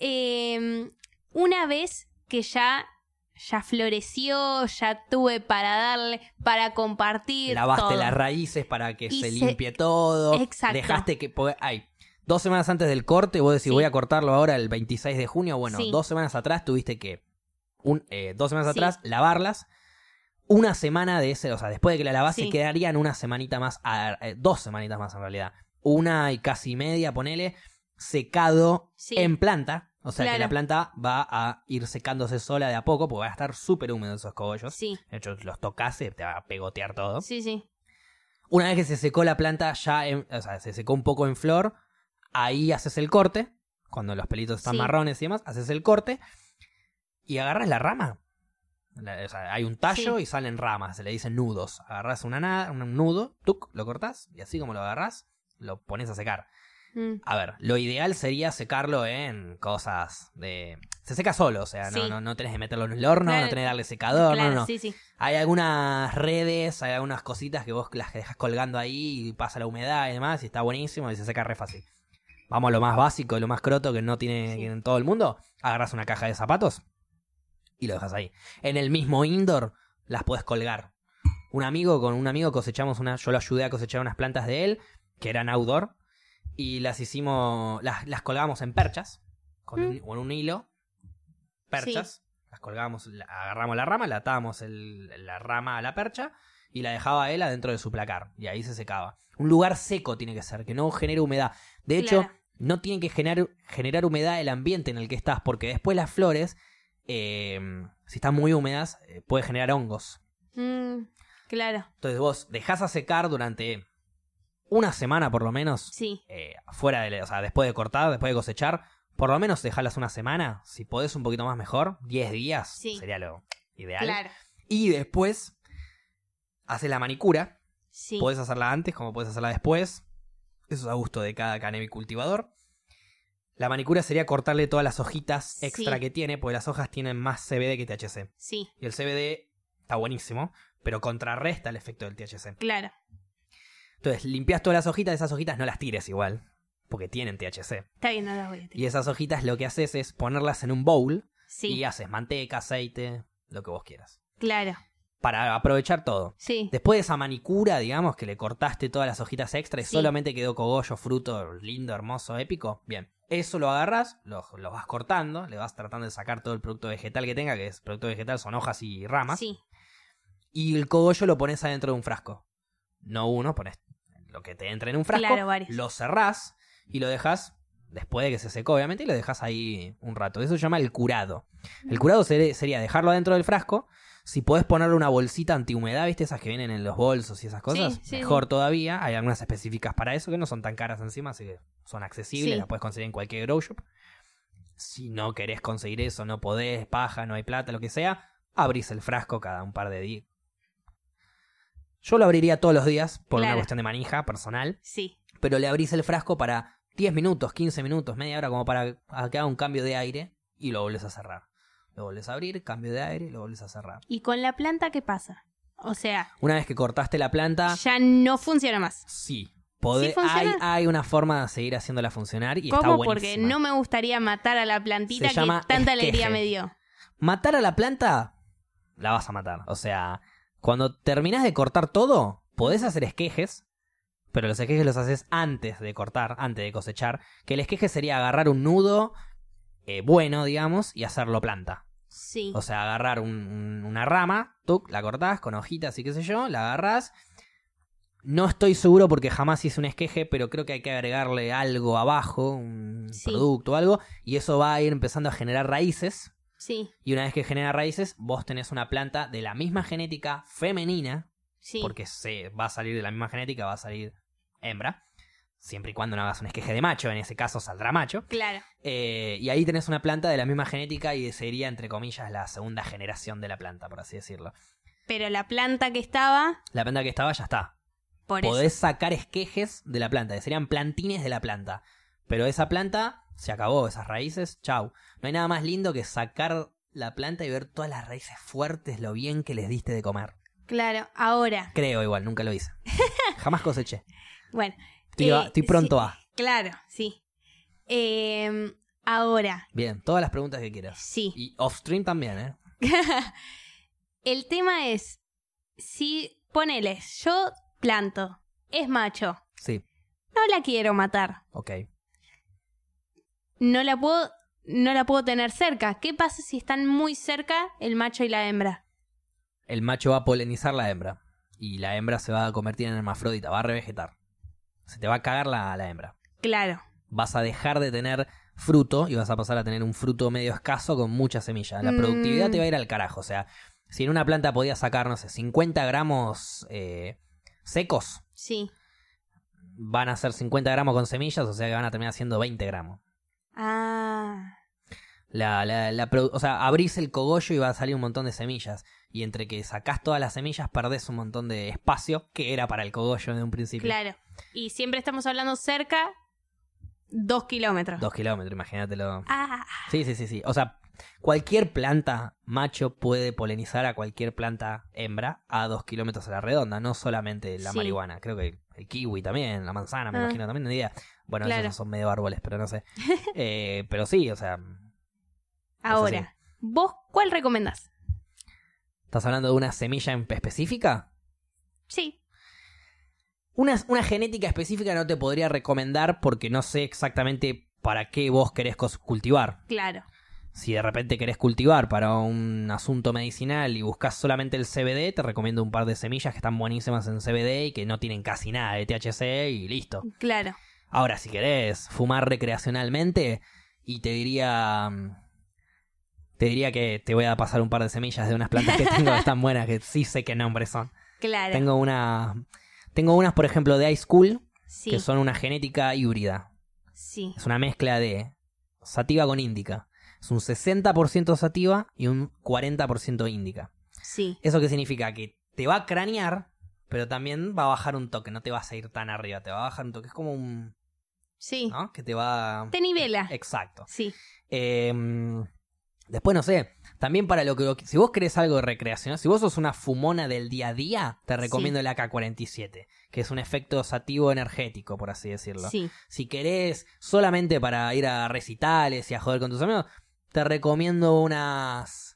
Eh, una vez que ya... ya floreció, ya tuve para darle, para compartir. Lavaste todo. las raíces para que y se, se limpie todo. Exacto. Dejaste que... Ay, dos semanas antes del corte, vos decís, sí. voy a cortarlo ahora el veintiséis de junio. Bueno, sí. dos semanas atrás tuviste que... Un, eh, dos semanas sí. atrás, lavarlas. Una semana de ese... O sea, después de que la lavase, sí. quedarían una semanita más... Eh, dos semanitas más en realidad. Una y casi media, ponele, secado sí. en planta. O sea claro. que la planta va a ir secándose sola de a poco porque va a estar súper húmedos esos cogollos. Sí. De hecho, los tocas y te va a pegotear todo. Sí, sí. Una vez que se secó la planta, ya en, o sea, se secó un poco en flor, ahí haces el corte. Cuando los pelitos están sí. marrones y demás, haces el corte y agarras la rama. La, o sea, hay un tallo sí. y salen ramas, se le dicen nudos. Agarras una na- un nudo, tuc, lo cortás y así como lo agarras, lo pones a secar. A ver, lo ideal sería secarlo en cosas de... Se seca solo, o sea, sí. no, no, no tenés que meterlo en el horno, claro. no tenés que darle secador, claro, no, no. Sí, sí. Hay algunas redes, hay algunas cositas que vos las dejas colgando ahí y pasa la humedad y demás y está buenísimo y se seca re fácil. Vamos a lo más básico, lo más croto que no tiene sí. en todo el mundo. Agarras una caja de zapatos y lo dejas ahí. En el mismo indoor las podés colgar. Un amigo, con un amigo cosechamos una... Yo lo ayudé a cosechar unas plantas de él que eran outdoor. Y las hicimos, las, las colgamos en perchas, con, mm. un, con un hilo, perchas, sí. las colgamos, la, agarramos la rama, la atábamos el, la rama a la percha y la dejaba él adentro de su placar. Y ahí se secaba. Un lugar seco tiene que ser, que no genere humedad. De hecho, claro. no tiene que generar, generar humedad el ambiente en el que estás, porque después las flores, eh, si están muy húmedas, eh, puede generar hongos. Mm, claro. Entonces vos dejás a secar durante... una semana por lo menos, Sí. eh, fuera de, o sea, después de cortar, después de cosechar, por lo menos dejarlas una semana, si podés un poquito más mejor, diez días Sí. sería lo ideal. Claro. Y después haces la manicura, Sí. podés hacerla antes como podés hacerla después, eso es a gusto de cada canebicultivador. La manicura sería cortarle todas las hojitas extra Sí. que tiene, porque las hojas tienen más C B D que T H C. Sí, Y el C B D está buenísimo, pero contrarresta el efecto del T H C. claro. Entonces, limpias todas las hojitas, esas hojitas no las tires igual, porque tienen T H C. Está bien, no las voy a tirar. Y esas hojitas lo que haces es ponerlas en un bowl Sí, y haces manteca, aceite, lo que vos quieras. claro. Para aprovechar todo. Sí, Después de esa manicura, digamos, que le cortaste todas las hojitas extra y Sí. solamente quedó cogollo, fruto lindo, hermoso, épico. Bien, eso lo agarras, lo, lo vas cortando, le vas tratando de sacar todo el producto vegetal que tenga, que es producto vegetal, son hojas y ramas. sí, Y el cogollo lo pones adentro de un frasco. No uno, pones lo que te entre en un frasco, Claro, varios. lo cerrás y lo dejas, después de que se secó obviamente, y lo dejas ahí un rato. Eso se llama el curado. El curado ser- sería dejarlo adentro del frasco. Si podés ponerle una bolsita antihumedad, ¿viste? Esas que vienen en los bolsos y esas cosas, Sí, sí, mejor sí. todavía. Hay algunas específicas para eso que no son tan caras encima, así que son accesibles, Sí. las puedes conseguir en cualquier grow shop. Si no querés conseguir eso, no podés, paja, no hay plata, lo que sea, abrís el frasco cada un par de días. Yo lo abriría todos los días por una Claro. cuestión de manija personal, sí, pero le abrís el frasco para diez minutos, quince minutos, media hora, como para a que haga un cambio de aire y lo volvés a cerrar. Lo volvés a abrir, cambio de aire y lo volvés a cerrar. ¿Y con la planta qué pasa? O sea, Una vez que cortaste la planta, ya no funciona más. sí. Podés, ¿Sí hay, funciona? hay una forma de seguir haciéndola funcionar y está ¿Cómo? buenísima. Porque no me gustaría matar a la plantita Se que llama tanta esqueje. alegría me dio. Matar a la planta, la vas a matar. O sea, cuando terminás de cortar todo, podés hacer esquejes, pero los esquejes los haces antes de cortar, antes de cosechar. Que el esqueje sería agarrar un nudo eh, bueno, digamos, y hacerlo planta. Sí, O sea, agarrar un- un- una rama, tú la cortás con hojitas y qué sé yo, la agarrás. No estoy seguro porque jamás hice un esqueje, pero creo que hay que agregarle algo abajo, un Sí. producto o algo, y eso va a ir empezando a generar raíces. sí, Y una vez que genera raíces, vos tenés una planta de la misma genética femenina, sí. porque se va a salir de la misma genética, va a salir hembra, siempre y cuando no hagas un esqueje de macho, en ese caso saldrá macho. Claro, Eh, y ahí tenés una planta de la misma genética y sería, entre comillas, la segunda generación de la planta, por así decirlo. pero la planta que estaba, La planta que estaba ya está. por Podés eso. sacar esquejes de la planta, que serían plantines de la planta. Pero esa planta se acabó, esas raíces, chau. No hay nada más lindo que sacar la planta y ver todas las raíces fuertes, lo bien que les diste de comer. Claro, ahora, Creo igual, nunca lo hice. Jamás coseché. bueno. Estoy, a- eh, estoy pronto sí, a. Claro, sí. Eh, ahora, Bien, todas las preguntas que quieras. sí. Y off-stream también, ¿eh? El tema es, si ponele, yo planto, es macho, Sí, no la quiero matar, ok. no la puedo, no la puedo tener cerca. ¿Qué pasa si están muy cerca el macho y la hembra? El macho va a polinizar la hembra. Y la hembra se va a convertir en hermafrodita, va a revegetar. Se te va a cagar la, la hembra. Claro, Vas a dejar de tener fruto y vas a pasar a tener un fruto medio escaso con muchas semillas. La Mm. productividad te va a ir al carajo. O sea, si en una planta podías sacar, no sé, cincuenta gramos eh, secos, sí. van a ser cincuenta gramos con semillas, o sea que van a terminar siendo veinte gramos. Ah, La, la, la produ- o sea, abrís el cogollo y va a salir un montón de semillas. Y entre que sacás todas las semillas, perdés un montón de espacio que era para el cogollo de un principio. claro. Y siempre estamos hablando cerca, dos kilómetros. Dos kilómetros, imagínatelo. Ah, Sí, sí, sí, sí. O sea, cualquier planta macho puede polinizar a cualquier planta hembra a dos kilómetros a la redonda, no solamente la Sí. marihuana. Creo que el kiwi también, la manzana, me Ah. imagino también, ni idea. Bueno, Claro. esos son medio árboles, pero no sé. Eh, pero sí, o sea, ahora, ¿vos cuál recomendás? ¿estás hablando de una semilla en específica? Sí, Una, una genética específica no te podría recomendar porque no sé exactamente para qué vos querés cos- cultivar. claro. Si de repente querés cultivar para un asunto medicinal y buscas solamente el C B D, te recomiendo un par de semillas que están buenísimas en C B D y que no tienen casi nada de T H C y listo. Claro. Ahora, si querés fumar recreacionalmente, y te diría... Te diría que te voy a pasar un par de semillas de unas plantas que tengo que están buenas, que sí sé qué nombres son. Claro. Tengo una... Tengo unas, por ejemplo, de Ice Cool, Sí. que son una genética híbrida. Sí. Es una mezcla de sativa con índica. Es un sesenta por ciento sativa y un cuarenta por ciento índica. Sí. ¿Eso qué significa? Que te va a cranear, pero también va a bajar un toque. No te vas a ir tan arriba, te va a bajar un toque. Es como un... Sí. ¿no? Que te va... Te nivela. Exacto. Sí. Eh, después, no sé, también para lo que... Si vos querés algo recreacional, si vos sos una fumona del día a día, te recomiendo Sí. el A K cuarenta y siete, que es un efecto sativo energético, por así decirlo. Sí. Si querés solamente para ir a recitales y a joder con tus amigos, te recomiendo unas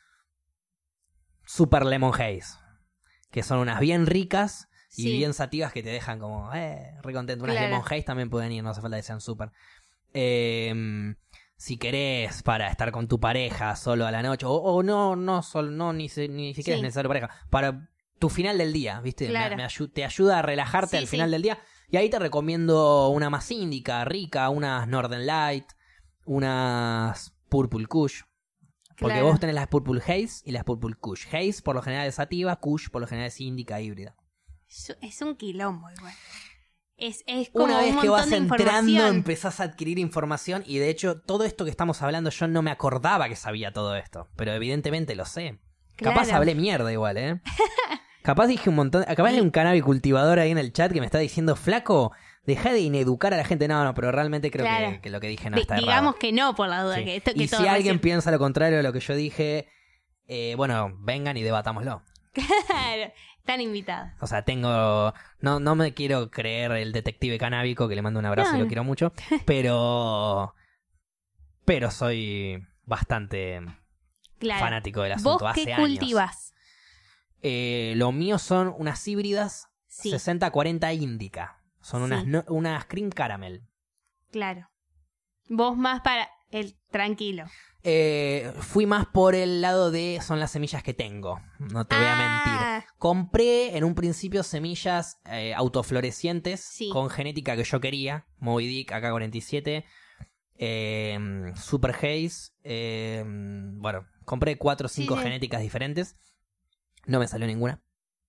Super Lemon Haze, que son unas bien ricas y Sí. bien sativas que te dejan como, eh, re contento. Unas Claro. Lemon Haze también pueden ir, no hace falta que sean super. Eh, si querés para estar con tu pareja solo a la noche, o, o no, no, sol, no ni, se- ni siquiera Sí. es necesario pareja, para tu final del día, ¿viste? Me- Claro. me ayu- te ayuda a relajarte Sí, al final sí. del día. Y ahí te recomiendo una más índica, rica, unas Northern Light, unas Purple Kush. Porque Claro. vos tenés las Purple Haze y las Purple Kush. Haze por lo general es sativa, Kush por lo general es índica híbrida. Es, es un quilombo igual. Es, es como Una vez un que montón vas de entrando información. empezás a adquirir información y de hecho todo esto que estamos hablando yo no me acordaba que sabía todo esto. Pero evidentemente lo sé. Capaz Claro. hablé mierda igual, ¿eh? Capaz dije un montón... Capaz hay un cannabis cultivador ahí en el chat que me está diciendo, flaco, deja de ineducar a la gente. No, no, pero realmente creo Claro. que, que lo que dije no Di- está digamos errado. que no, por la duda. Sí. Que esto, que Y todo si alguien recién- piensa lo contrario de lo que yo dije, eh, bueno, vengan y debatámoslo. Claro, están invitados. O sea, tengo... No, no me quiero creer el detective canábico, que le mando un abrazo y No. lo quiero mucho, pero... Pero soy bastante Claro. fanático del asunto. ¿Vos Hace qué años. cultivas? Eh, lo mío son unas híbridas Sí, sesenta cuarenta índica. Son unas, Sí. no- unas cream caramel. claro. Vos más para el tranquilo. Eh, fui más por el lado de son las semillas que tengo. No te voy a mentir. Ah, Compré en un principio semillas eh, autoflorecientes Sí. con genética que yo quería. Moby Dick, A K cuarenta y siete, eh, Super Haze. eh, bueno, compré cuatro o Sí, cinco sí. genéticas diferentes. No me salió ninguna.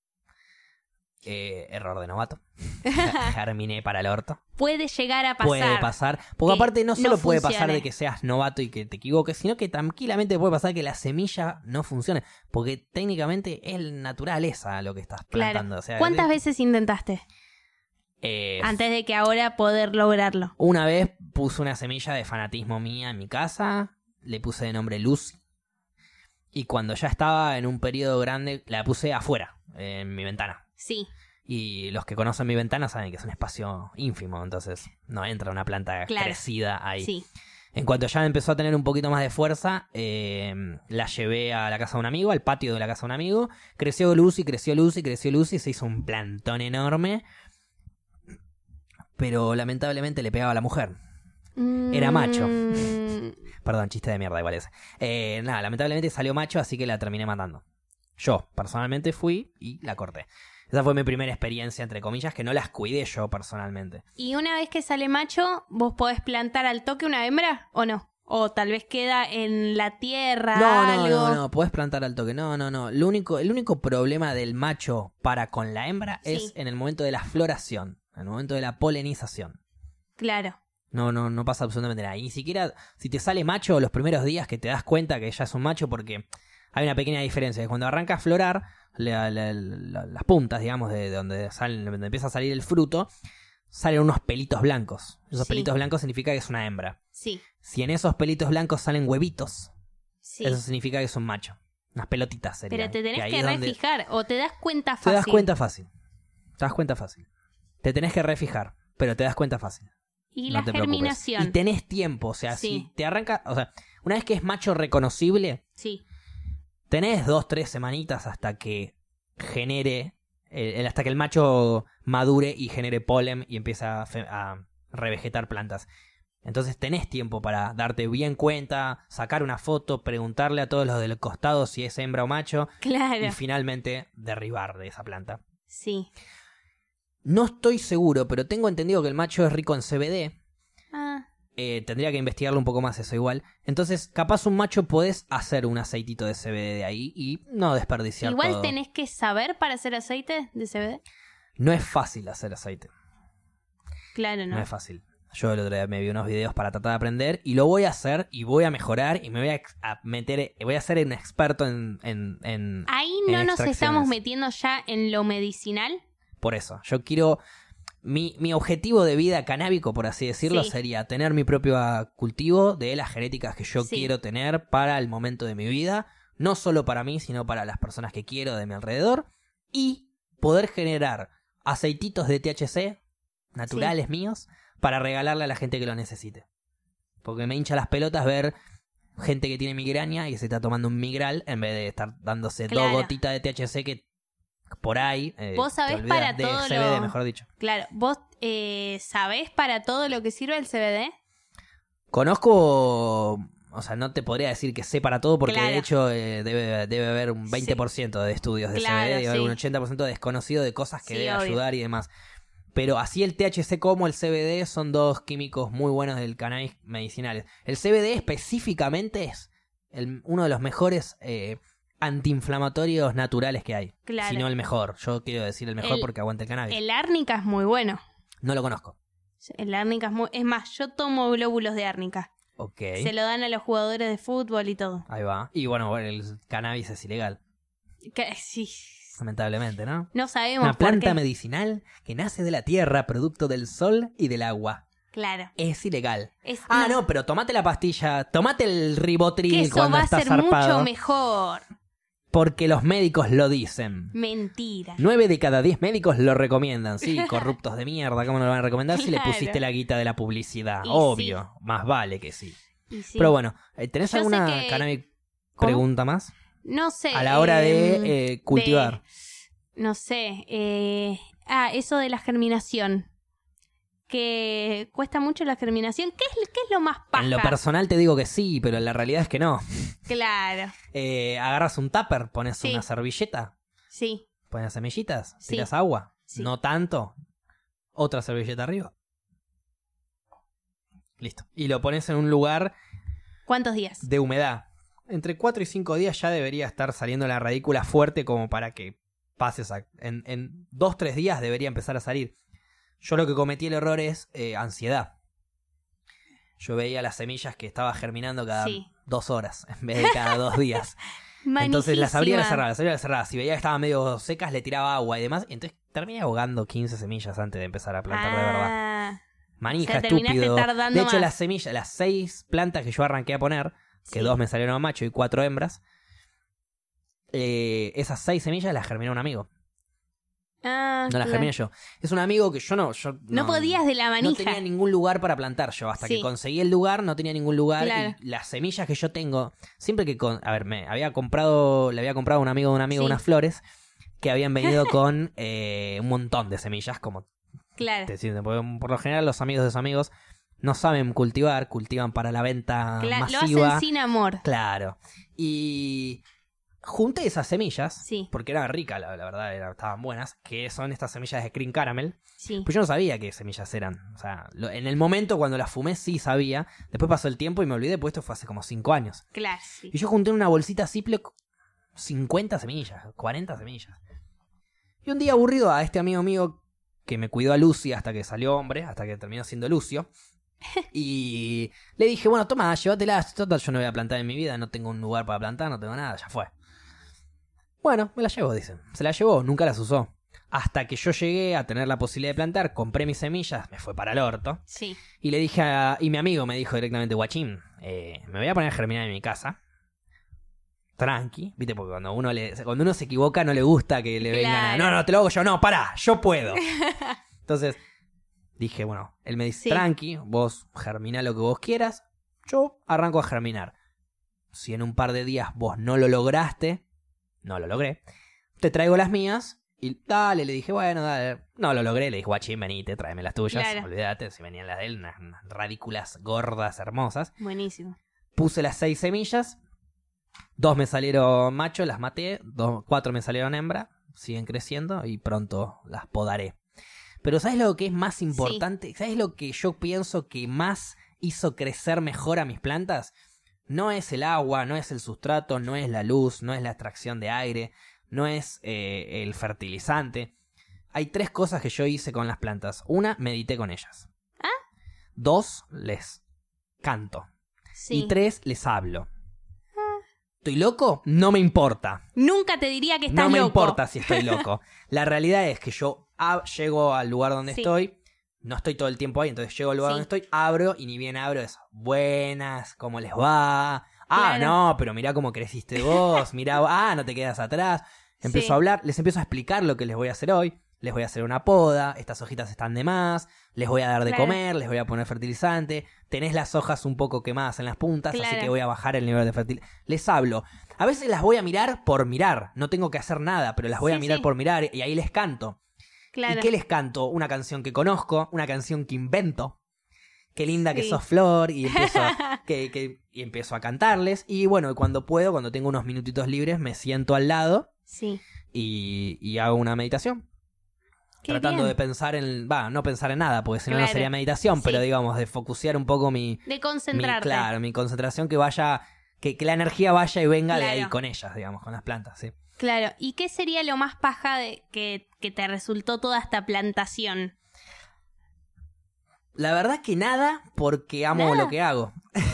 Eh, error de novato. Germiné para el orto. Puede llegar a pasar. Puede pasar. Porque que aparte no solo no puede pasar funcione. de que seas novato y que te equivoques, sino que tranquilamente puede pasar que la semilla no funcione. Porque técnicamente es naturaleza lo que estás plantando. Claro. O sea, ¿Cuántas de- veces intentaste? eh, Antes de que ahora poder lograrlo. Una vez puse una semilla de fanatismo mía en mi casa. Le puse de nombre Lucy. Y cuando ya estaba en un periodo grande, la puse afuera, en mi ventana. Sí, Y los que conocen mi ventana saben que es un espacio ínfimo, entonces no entra una planta Claro. crecida ahí. sí. En cuanto ya empezó a tener un poquito más de fuerza, eh, la llevé a la casa de un amigo, al patio de la casa de un amigo. Creció Lucy, creció Lucy, creció Lucy, se hizo un plantón enorme. Pero lamentablemente le pegaba a la mujer. Era macho. Mm, Perdón, chiste de mierda igual ese. Eh, nada, lamentablemente salió macho, así que la terminé matando. Yo, personalmente, fui y la corté. Esa fue mi primera experiencia, entre comillas, que no las cuidé yo personalmente. Y una vez que sale macho, ¿vos podés plantar al toque una hembra o no? O tal vez queda en la tierra No, no, algo. no, no, podés plantar al toque. No, no, no. Lo único, el único problema del macho para con la hembra Sí. es en el momento de la floración, en el momento de la polinización. Claro, No, no, no pasa absolutamente nada. Y ni siquiera si te sale macho los primeros días que te das cuenta que ya es un macho, porque hay una pequeña diferencia. Cuando arranca a florar, la- la- la- las puntas, digamos, de donde, salen, donde empieza a salir el fruto, salen unos pelitos blancos. Esos Sí. pelitos blancos significa que es una hembra. sí, Si en esos pelitos blancos salen huevitos, sí. eso significa que es un macho. Unas pelotitas serían. Pero te tenés ahí que es donde refijar o te das cuenta Te fácil. das cuenta fácil. Te das cuenta fácil. Te tenés que refijar, pero te das cuenta fácil. Y No la te preocupes. germinación. Y tenés tiempo, o sea, Sí. si te arranca, o sea, una vez que es macho reconocible, Sí, tenés dos, tres semanitas hasta que genere, el- el- hasta que el macho madure y genere polen y empiece a, fe- a revegetar plantas. Entonces tenés tiempo para darte bien cuenta, sacar una foto, preguntarle a todos los del costado si es hembra o macho claro. y finalmente derribar de esa planta. Sí. No estoy seguro, pero tengo entendido que el macho es rico en C B D. Ah, Eh, tendría que investigarlo un poco más eso igual. Entonces, capaz un macho podés hacer un aceitito de C B D de ahí y no desperdiciar igual todo. tenés que saber para hacer aceite de C B D. No es fácil hacer aceite. Claro, no. No es fácil. Yo el otro día me vi unos videos para tratar de aprender y lo voy a hacer y voy a mejorar y me voy a, ex- a meter, voy a ser un experto en, en, en Ahí en no nos extracciones. estamos metiendo ya en lo medicinal. Por eso, yo quiero... Mi, mi objetivo de vida canábico, por así decirlo, Sí. sería tener mi propio cultivo de las genéticas que yo Sí. quiero tener para el momento de mi vida, no solo para mí, sino para las personas que quiero de mi alrededor, y poder generar aceititos de T H C naturales míos para regalarle a la gente que lo necesite. Porque me hincha las pelotas ver gente que tiene migraña y se está tomando un migral en vez de estar dándose Claro. dos gotitas de T H C que por ahí... eh, Vos sabés te olvidas para de todo C B D, lo- mejor dicho. Claro, ¿vos eh, sabés para todo lo que sirve el C B D? Conozco, o sea, no te podría decir que sé para todo porque Claro. de hecho eh, debe, debe haber un veinte por ciento de estudios de Claro, C B D y haber sí. un ochenta por ciento de desconocido de cosas que Sí, debe obvio. ayudar y demás. Pero así el T H C como el C B D son dos químicos muy buenos del cannabis medicinales. El C B D específicamente es el- uno de los mejores eh, antiinflamatorios naturales que hay. Claro. Si no el mejor. Yo quiero decir el mejor El- porque aguanta el cannabis. El árnica es muy bueno. No lo conozco. El árnica es muy... Es más, yo tomo glóbulos de árnica. Ok. Se lo dan a los jugadores de fútbol y todo. Ahí va. Y bueno, el cannabis es ilegal. Que- sí. Lamentablemente, ¿no? No sabemos Una por planta qué. medicinal que nace de la tierra, producto del sol y del agua. Claro. Es ilegal. Es- Ah, no, pero tomate la pastilla, tomate el Que ribotril eso cuando va a estás ser mucho zarpado. mejor. Porque los médicos lo dicen. Mentira. Nueve de cada diez médicos lo recomiendan. Sí, corruptos de mierda, ¿cómo no lo van a recomendar si le Claro. pusiste la guita de la publicidad? Y Obvio, más vale que sí. Y sí. Pero bueno, eh, ¿tenés Yo sé alguna que- cannabis ¿Cómo? pregunta más? No sé. A la hora eh, de eh, cultivar. de- no sé. eh, ah, eso de la germinación. Que cuesta mucho la germinación. ¿Qué es, qué es lo más paja? En lo personal te digo que sí, pero la realidad es que no. Claro. Eh, agarras un tupper, pones Sí. una servilleta, Sí. pones semillitas, Sí. tiras agua, Sí. no tanto, otra servilleta arriba. Listo. Y lo pones en un lugar ¿Cuántos días? de humedad. Entre cuatro y cinco días ya debería estar saliendo la radícula fuerte como para que pases a... En, en dos tres días debería empezar a salir. Yo lo que cometí el error es eh, ansiedad. Yo veía las semillas que estaba germinando cada Sí. dos horas en vez de cada dos días. Entonces las abría y las Magnífica. cerraba, las abría y las cerraba. Si veía que estaban medio secas, le tiraba agua y demás. Y entonces terminé ahogando quince semillas antes de empezar a plantar de verdad. Ah, Manija, o sea, terminaste estúpido. tardando De hecho, más. las semillas, las seis plantas que yo arranqué a poner, que sí. dos me salieron macho y cuatro hembras, eh, esas seis semillas las germinó un amigo. Ah, No las claro. germiné yo. Es un amigo que yo no... Yo No podías de la No manija. tenía ningún lugar para plantar yo. Hasta Sí. que conseguí el lugar, no tenía ningún lugar. Claro. Y las semillas que yo tengo, siempre que... Con, a ver, me había comprado, le había comprado a un amigo de un amigo Sí. unas flores que habían venido con eh, un montón de semillas, como Claro. te decía, porque por lo general los amigos de sus amigos no saben cultivar, cultivan para la venta Cla- lo masiva. hacen sin amor. Claro. Y junté esas semillas, Sí. porque eran ricas, la, la verdad, era- estaban buenas, que son estas semillas de Cream Caramel. Sí. Pues yo no sabía qué semillas eran. O sea, lo- en el momento cuando las fumé sí sabía. Después pasó el tiempo y me olvidé, pues esto fue hace como cinco años. Claro, sí. Y yo junté en una bolsita Ziploc cincuenta semillas, cuarenta semillas. Y un día aburrido a este amigo mío que me cuidó a Lucy hasta que salió hombre, hasta que terminó siendo Lucio. Y le dije, bueno, toma, llévatelas. Total, yo no voy a plantar en mi vida, no tengo un lugar para plantar, no tengo nada, ya fue. Bueno, me la llevó, dice. Se la llevó, nunca las usó. Hasta que yo llegué a tener la posibilidad de plantar, compré mis semillas, me fue para el orto. Sí. Y le dije a... Y mi amigo me dijo directamente, guachín, eh, me voy a poner a germinar en mi casa. Tranqui, viste, porque cuando uno le, cuando uno se equivoca no le gusta que le vengan a... Claro. No, no, te lo hago yo, no, pará, yo puedo. Entonces, dije, bueno, él me dice, Sí. tranqui, vos germiná lo que vos quieras, yo arranco a germinar. Si en un par de días vos no lo lograste, no lo logré, te traigo las mías y dale, le dije, bueno, dale. No lo logré, le dije, guachín, venite, tráeme las tuyas, Claro. olvídate, si venían las de él, unas, unas radículas gordas, hermosas. Buenísimo. Puse las seis semillas, dos me salieron macho, las maté, dos, cuatro me salieron hembra, siguen creciendo y pronto las podaré. Pero ¿sabes lo que es más importante? ¿Sabes lo que yo pienso que más hizo crecer mejor a mis plantas? No es el agua, no es el sustrato, no es la luz, no es la extracción de aire, no es eh, el fertilizante. hay tres cosas que yo hice con las plantas. Una, medité con ellas. ¿Ah? Dos, les canto. Sí. Y tres, les hablo. ¿Estoy loco? No me importa. Nunca te diría que estás No me loco. importa si estoy loco. La realidad es que yo ab- llego al lugar donde Sí. estoy, no estoy todo el tiempo ahí, entonces llego al lugar Sí. donde estoy, abro y ni bien abro es buenas, ¿cómo les va? Ah, Claro. no, pero mirá cómo creciste vos, mirá, ah, no te quedas atrás. Empiezo Sí. a hablar, les empiezo a explicar lo que les voy a hacer hoy. Les voy a hacer una poda, estas hojitas están de más, les voy a dar de Claro. comer, les voy a poner fertilizante, tenés las hojas un poco quemadas en las puntas, así Claro. que voy a bajar el nivel de fertilizante. Les hablo. A veces las voy a mirar por mirar, no tengo que hacer nada, pero las voy Sí, a mirar sí. por mirar y ahí les canto. Claro. ¿Y qué les canto? Una canción que conozco, una canción que invento. Qué linda que Sí. sos, Flor, y empiezo, a, que, que- y empiezo a cantarles. Y bueno, cuando puedo, cuando tengo unos minutitos libres, me siento al lado Sí. y, y hago una meditación. Qué Tratando bien. de pensar en... Va, no pensar en nada, porque si no, no Claro. sería meditación, Sí. pero digamos, de focusear un poco mi... De mi concentrarte. claro, mi concentración, que vaya... Que, que la energía vaya y venga de Claro. ahí con ellas, digamos, con las plantas, sí. Claro. ¿Y qué sería lo más paja de que, que te resultó toda esta plantación? La verdad que nada, porque amo Nada. lo que hago.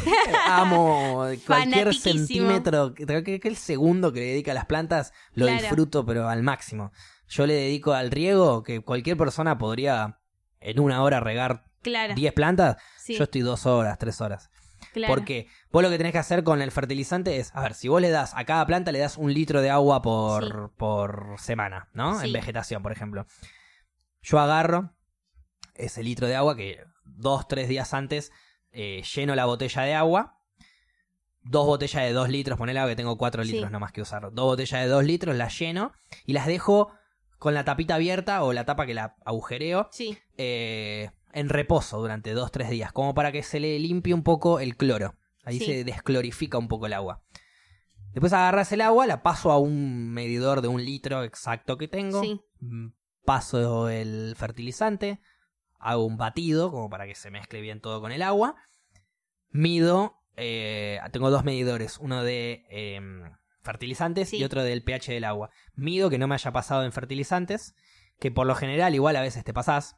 Amo cualquier Fanatiquísimo. centímetro, creo que, que el segundo que le dedica a las plantas lo Claro. disfruto, pero al máximo. Yo le dedico al riego, que cualquier persona podría en una hora regar Claro. diez plantas. Sí. Yo estoy dos horas, tres horas. Claro. Porque vos lo que tenés que hacer con el fertilizante es, a ver, si vos le das a cada planta, le das un litro de agua por, Sí. por semana, ¿no? Sí. En vegetación, por ejemplo. Yo agarro ese litro de agua que dos, tres días antes eh, lleno la botella de agua. Dos botellas de dos litros, ponele que tengo cuatro Sí. litros nomás que usar. Dos botellas de dos litros, las lleno y las dejo con la tapita abierta o la tapa que la agujereo Sí. eh, en reposo durante dos, tres días, como para que se le limpie un poco el cloro. Ahí Sí. se desclorifica un poco el agua. Después agarras el agua, la paso a un medidor de un litro exacto que tengo. Sí. Mm, Paso el fertilizante, hago un batido como para que se mezcle bien todo con el agua. Mido, eh, tengo dos medidores, uno de eh, fertilizantes Sí. y otro del pH del agua. Mido que no me haya pasado en fertilizantes, que por lo general igual a veces te pasás.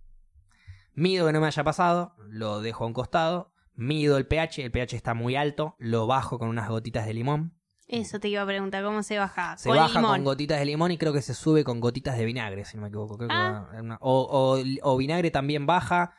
Mido que no me haya pasado, lo dejo a un costado. Mido el pH, el pH está muy alto, lo bajo con unas gotitas de limón. Eso te iba a preguntar, ¿cómo se baja? Se con baja limón. con gotitas de limón y creo que se sube con gotitas de vinagre, si no me equivoco. Creo que Ah. va- una- o, o- o vinagre también baja.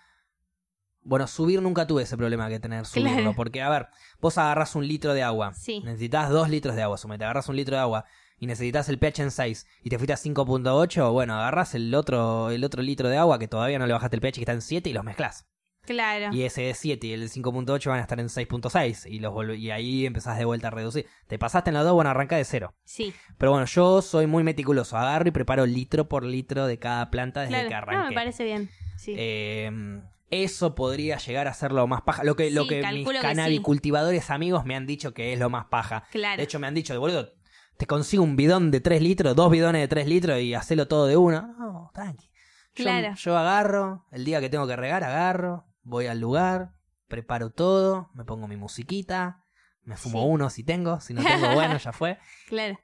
Bueno, subir nunca tuve ese problema que tener subirlo. Claro. Porque, a ver, vos agarrás un litro de agua. Sí. Necesitas dos litros de agua. Sumete, agarras un litro de agua y necesitas el pH en seis y te fuiste a cinco punto ocho. Bueno, agarras el otro, el otro litro de agua que todavía no le bajaste el pH, que está en siete, y los mezclás. Claro. Y ese de siete y el de cinco punto ocho van a estar en seis punto seis. Y, los volv- y ahí empezás de vuelta a reducir. Te pasaste en los dos, bueno, arranca de cero. Sí. Pero bueno, yo soy muy meticuloso. Agarro y preparo litro por litro de cada planta desde Claro. que No, arranqué. me parece bien. Sí. Eh, eso podría llegar a ser lo más paja. Lo que, lo Sí, que mis calculo que cannabicultivadores amigos me han dicho que es lo más paja. Claro. De hecho, me han dicho, boludo, te consigo un bidón de tres litros, dos bidones de tres litros y hacelo todo de uno. No, tranqui. Yo, Claro. yo agarro, el día que tengo que regar, agarro, voy al lugar, preparo todo, me pongo mi musiquita, me fumo Sí. uno si tengo, si no tengo, bueno, ya fue. Claro.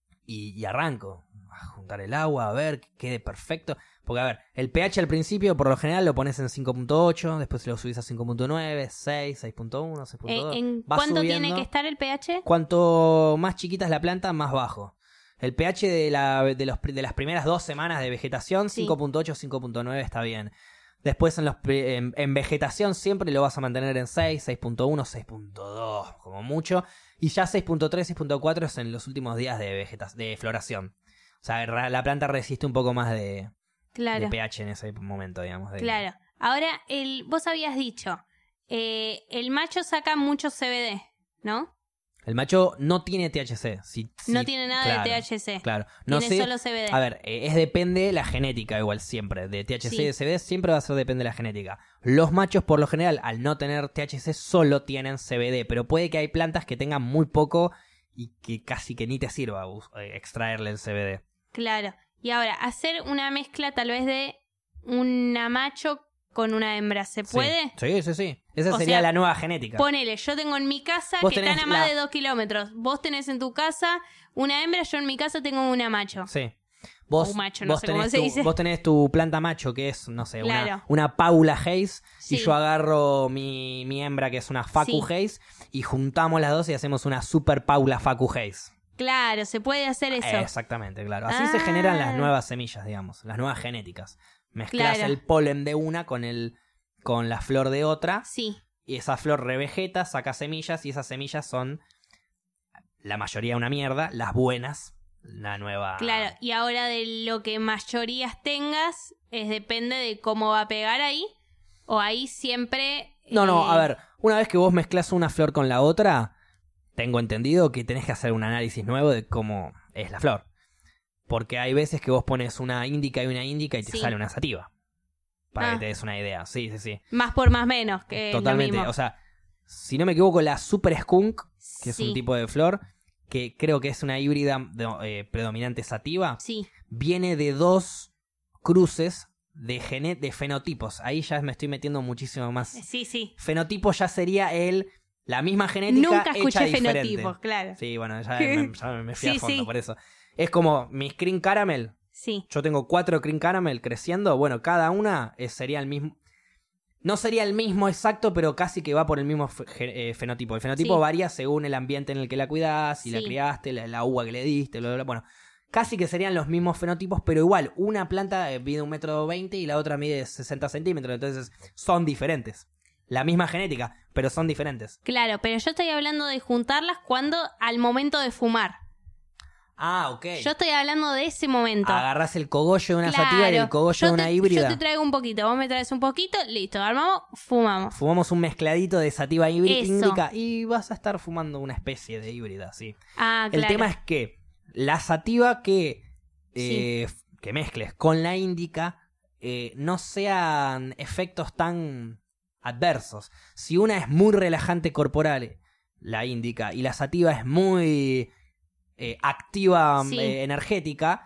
Y, y arranco a juntar el agua, a ver que quede perfecto. Porque, a ver, el pH al principio, por lo general, lo pones en cinco punto ocho, después lo subís a cinco punto nueve, seis, seis punto uno, seis punto dos. Eh, ¿En Va cuánto subiendo. tiene que estar el pH? Cuanto más chiquita es la planta, más bajo. El pH de, la, de, los, de las primeras dos semanas de vegetación, Sí. cinco punto ocho, cinco punto nueve está bien. Después en, los, pri- en, en vegetación siempre lo vas a mantener en seis, seis punto uno, seis punto dos, como mucho. Y ya seis punto tres, seis punto cuatro es en los últimos días de, vegeta- de floración. O sea, ra- la planta resiste un poco más de, Claro. de pH en ese momento, digamos. de- Claro. Ahora, el, vos habías dicho, eh, el macho saca mucho C B D, ¿no? El macho no tiene T H C. Si- si- no tiene nada claro, de T H C. Claro. No Tiene sé, solo C B D. A ver, eh, es depende de la genética igual siempre. De T H C Sí. y de C B D siempre va a ser depende de la genética. Los machos por lo general, al no tener T H C, solo tienen C B D. Pero puede que hay plantas que tengan muy poco y que casi que ni te sirva us- eh, extraerle el C B D. Claro. Y ahora, hacer una mezcla tal vez de una macho con una hembra, ¿se Sí. puede? Sí, sí, sí. Esa O sería sea, la nueva genética. Ponele, yo tengo en mi casa Vos que tenés están a más la- de dos kilómetros. Vos tenés en tu casa una hembra, yo en mi casa tengo una macho. Sí. Vos, O macho, no vos sé cómo tenés se tu, dice. vos tenés tu planta macho, que es, no sé, una, Claro. una Paula Hayes, Sí. y yo agarro mi, mi hembra, que es una Facu Sí. Hayes, y juntamos las dos y hacemos una Super Paula Facu Hayes. Claro, se puede hacer eso. Exactamente, claro. Así Ah. se generan las nuevas semillas, digamos, las nuevas genéticas. Mezclas Claro. el polen de una con, el, con la flor de otra, Sí, y esa flor revegeta, saca semillas, y esas semillas son, la mayoría una mierda, las buenas, la nueva... claro. Y ahora de lo que mayorías tengas, es depende de cómo va a pegar ahí. O ahí siempre... No, no, eh, a ver, una vez que vos mezclas una flor con la otra, tengo entendido que tenés que hacer un análisis nuevo de cómo es la flor. Porque hay veces que vos pones una índica y una índica y te Sí. sale una sativa. Para Ah. que te des una idea. Sí, sí, sí. Más por más menos, que Totalmente. lo mismo. O sea, si no me equivoco, la Super Skunk, que es Sí. un tipo de flor, que creo que es una híbrida de- eh, predominante sativa, Sí, viene de dos cruces de, gene- de fenotipos. Ahí ya me estoy metiendo muchísimo más. sí, sí. Fenotipo ya sería el la misma genética Nunca hecha escuché diferente. fenotipos, claro. Sí, bueno, ya me, ya me fui Sí, a fondo sí. por eso. Es como mis Cream Caramel. Sí, Yo tengo cuatro Cream Caramel creciendo. Bueno, cada una es- sería el mismo. No sería el mismo exacto, pero casi que va por el mismo fe- ge- eh, fenotipo. El fenotipo Sí. varía según el ambiente en el que la cuidás, si la Sí. criaste, la, la uva que le diste, bla, bla, bla. Bueno, casi que serían los mismos fenotipos, pero igual, una planta eh, mide un metro veinte y la otra mide sesenta centímetros. Entonces son diferentes. La misma genética, pero son diferentes. claro. Pero yo estoy hablando de juntarlas cuando al momento de fumar. Ah, ok. Yo estoy hablando de ese momento. Agarrás el cogollo de una Claro, sativa y el cogollo yo de una te- híbrida. Yo te traigo un poquito, vos me traes un poquito, listo, armamos, fumamos. Fumamos un mezcladito de sativa híbrida Eso. índica y vas a estar fumando una especie de híbrida, sí. Ah, El claro. tema es que la sativa que, eh, que mezcles con la índica eh, no sean efectos tan adversos. Si una es muy relajante corporal, la índica, y la sativa es muy eh, activa, Sí. eh, energética,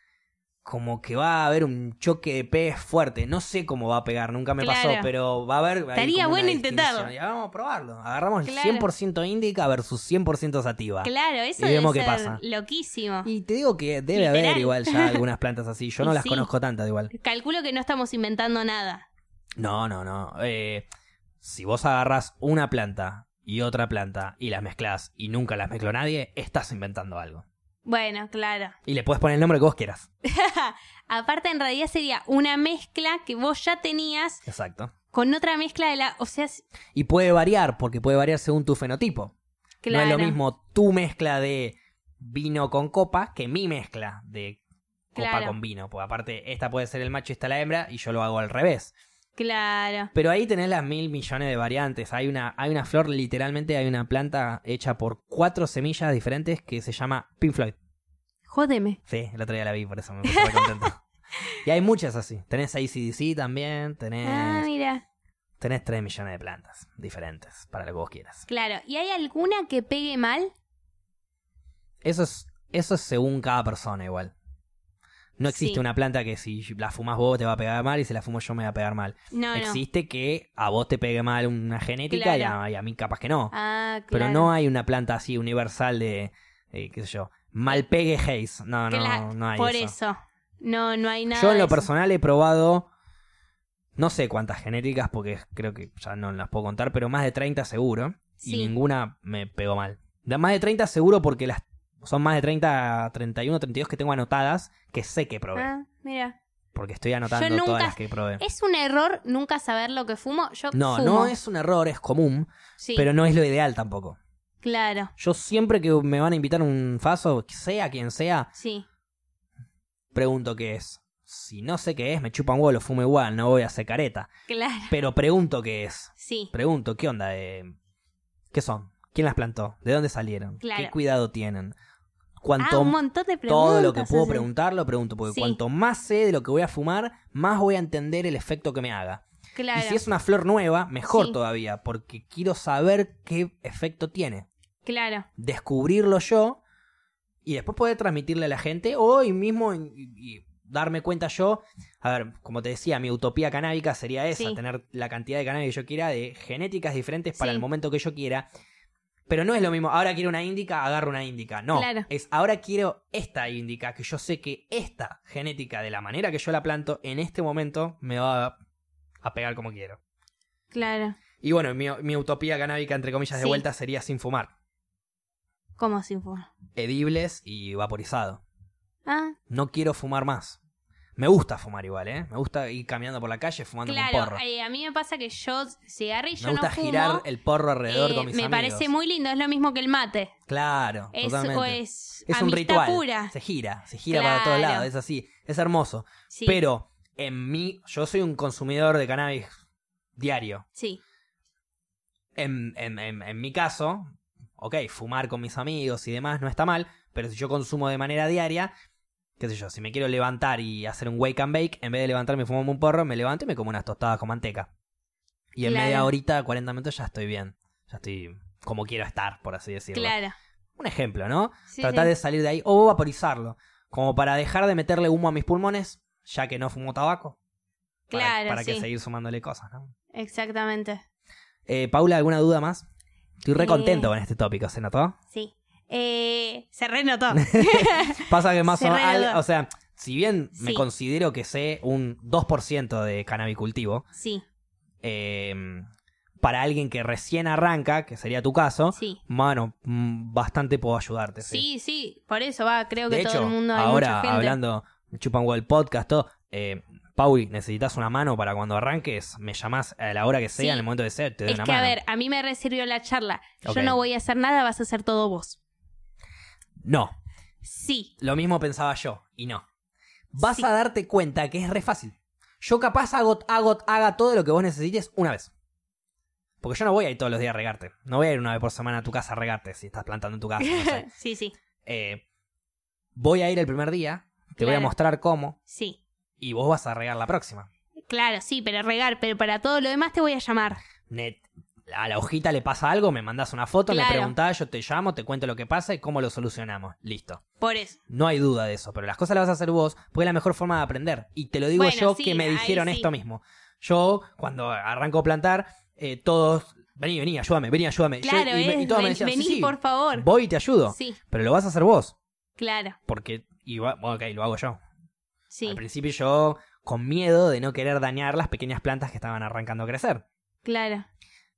como que va a haber un choque de pez fuerte. No sé cómo va a pegar, nunca me Claro. pasó, pero va a haber... ahí Estaría como una bueno distinción. intentarlo. Ya vamos a probarlo. Agarramos el Claro. cien por ciento índica versus cien por ciento sativa. Claro, eso Y debe vemos qué ser pasa. loquísimo. Y te digo que debe Literal. haber igual ya algunas plantas así. Yo no Y las sí. conozco tantas igual. Calculo que no estamos inventando nada. No, no, no. Eh, si vos agarrás una planta y otra planta y las mezclás y nunca las mezcló nadie, estás inventando algo. Bueno, claro. Y le puedes poner el nombre que vos quieras. Aparte, en realidad sería una mezcla que vos ya tenías Exacto. con otra mezcla de la... O sea, es- Y puede variar, porque puede variar según tu fenotipo. claro. No es lo mismo tu mezcla de vino con copa que mi mezcla de copa Claro. con vino. Porque aparte, esta puede ser el macho y esta la hembra, y yo lo hago al revés. Claro. Pero ahí tenés las mil millones de variantes. Hay una, hay una flor, literalmente hay una planta hecha por cuatro semillas diferentes que se llama Pink Floyd. Jódeme. Sí, el otro día la vi, por eso me puse re contento. Y hay muchas así. Tenés A C D C también, tenés, Ah, mira. tenés tres millones de plantas diferentes para lo que vos quieras. Claro. ¿Y hay alguna que pegue mal? Eso es, eso es según cada persona igual. No existe Sí. una planta que si la fumas vos te va a pegar mal y si la fumo yo me va a pegar mal. No, no. Existe que a vos te pegue mal una genética y, Claro. a, y a mí capaz que no. Ah, claro. Pero no hay una planta así universal de, eh, qué sé yo, malpegue Hayes. No, no, Claro, no hay por eso. eso. No, no hay nada. Yo en de lo eso. personal he probado, no sé cuántas genéticas porque creo que ya no las puedo contar, pero más de treinta seguro. Sí. Y ninguna me pegó mal. De más de treinta seguro porque las son más de treinta, treinta y uno, treinta y dos que tengo anotadas que sé que probé. Ah, mira. Porque estoy anotando Yo nunca- todas las que probé. Es un error nunca saber lo que fumo. Yo No, fumo. no es un error, es común, Sí, pero no es lo ideal tampoco. claro. Yo siempre que me van a invitar a un faso, sea quien sea, Sí, pregunto qué es. Si no sé qué es, me chupa un huevo, lo fumo igual, no voy a hacer careta. claro. Pero pregunto qué es. Sí, Pregunto, ¿qué onda? Eh, ¿Qué son? ¿Quién las plantó? ¿De dónde salieron? Claro. ¿Qué cuidado tienen? ah, Cuanto un montón de preguntas. todo lo que puedo hace. preguntar, lo pregunto. Porque Sí. cuanto más sé de lo que voy a fumar, más voy a entender el efecto que me haga. Claro. Y si es una flor nueva, mejor Sí. todavía, porque quiero saber qué efecto tiene. Claro. Descubrirlo yo y después poder transmitirle a la gente o hoy mismo y, y darme cuenta yo. A ver, como te decía, mi utopía canábica sería esa, Sí. tener la cantidad de cannabis que yo quiera, de genéticas diferentes para Sí. el momento que yo quiera. Pero no es lo mismo, ahora quiero una índica, agarro una índica. No, Claro. es ahora quiero esta índica, que yo sé que esta genética, de la manera que yo la planto, en este momento me va a pegar como quiero. Claro. Y bueno, mi, mi utopía canábica, entre comillas, de Sí. vuelta sería sin fumar. ¿Cómo sin fumar? Edibles y vaporizado. Ah, No quiero fumar más. Me gusta fumar igual, ¿eh? Me gusta ir caminando por la calle fumando un claro. porro. eh, a mí me pasa que yo cigarrillo Me gusta no fumo. girar el porro alrededor eh, con mis me amigos. parece muy lindo, es lo mismo que el mate. Claro, Es, totalmente. o es, Es un amistad ritual. pura. Se gira, se gira para todos Claro. lados, es así. Es hermoso. Sí, Pero en mí, yo soy un consumidor de cannabis diario. sí, En, en, en, en mi caso, ok, fumar con mis amigos y demás no está mal, pero si yo consumo de manera diaria, qué sé yo, si me quiero levantar y hacer un wake and bake, en vez de levantarme y fumarme un porro, me levanto y me como unas tostadas con manteca. Y en Claro. media horita, cuarenta minutos, ya estoy bien. Ya estoy como quiero estar, por así decirlo. claro. Un ejemplo, ¿no? Sí, Tratar sí. de salir de ahí o vaporizarlo. Como para dejar de meterle humo a mis pulmones, ya que no fumo tabaco. Para, Claro, para que sí. seguir sumándole cosas, ¿no? Exactamente. Eh, Paula, ¿alguna duda más? Estoy re Eh. contento con este tópico, ¿se notó? Sí. Eh, se renotó. Pasa que más Se o re menos, notó. o sea, si bien me Sí. considero que sé un dos por ciento de cannabicultivo, Sí, eh, para alguien que recién arranca, que sería tu caso, sí. bueno, mm, bastante puedo ayudarte. Sí, Sí, sí, por eso va, creo que de todo hecho, el mundo hay ahora mucha gente. hablando, Chupan World Podcast, todo, eh, Pauli, necesitas una mano para cuando arranques, me llamás a la hora que sea, Sí. en el momento que sea, te doy Es una que, mano. a ver, a mí me resirvió la charla. Ok. Yo no voy a hacer nada, vas a hacer todo vos. No, Sí, lo mismo pensaba yo, y no. Vas Sí. a darte cuenta que es re fácil. Yo capaz hago, hago, haga todo lo que vos necesites una vez. Porque yo no voy a ir todos los días a regarte. No voy a ir una vez por semana a tu casa a regarte si estás plantando en tu casa. No sé. sí, sí, Eh, voy a ir el primer día, te voy a Claro. mostrar cómo, sí. y vos vas a regar la próxima. Claro, sí, pero regar, pero para todo lo demás te voy a llamar. Net, a la hojita le pasa algo, me mandas una foto, Claro. me preguntás, yo te llamo, te cuento lo que pasa y cómo lo solucionamos. Listo. Por eso. No hay duda de eso, pero las cosas las vas a hacer vos porque es la mejor forma de aprender. Y te lo digo Bueno, yo sí, que me ahí dijeron sí. esto mismo. Yo, cuando arranco a plantar, eh, todos, vení, vení, ayúdame, vení, ayúdame. Yo- Claro, y, me- y es, todos me ven- decían, sí, vení, sí, por favor. voy y te ayudo. Sí, Pero lo vas a hacer vos, claro, porque, y, va- bueno, ok, lo hago yo. sí, Al principio yo, con miedo de no querer dañar las pequeñas plantas que estaban arrancando a crecer. claro.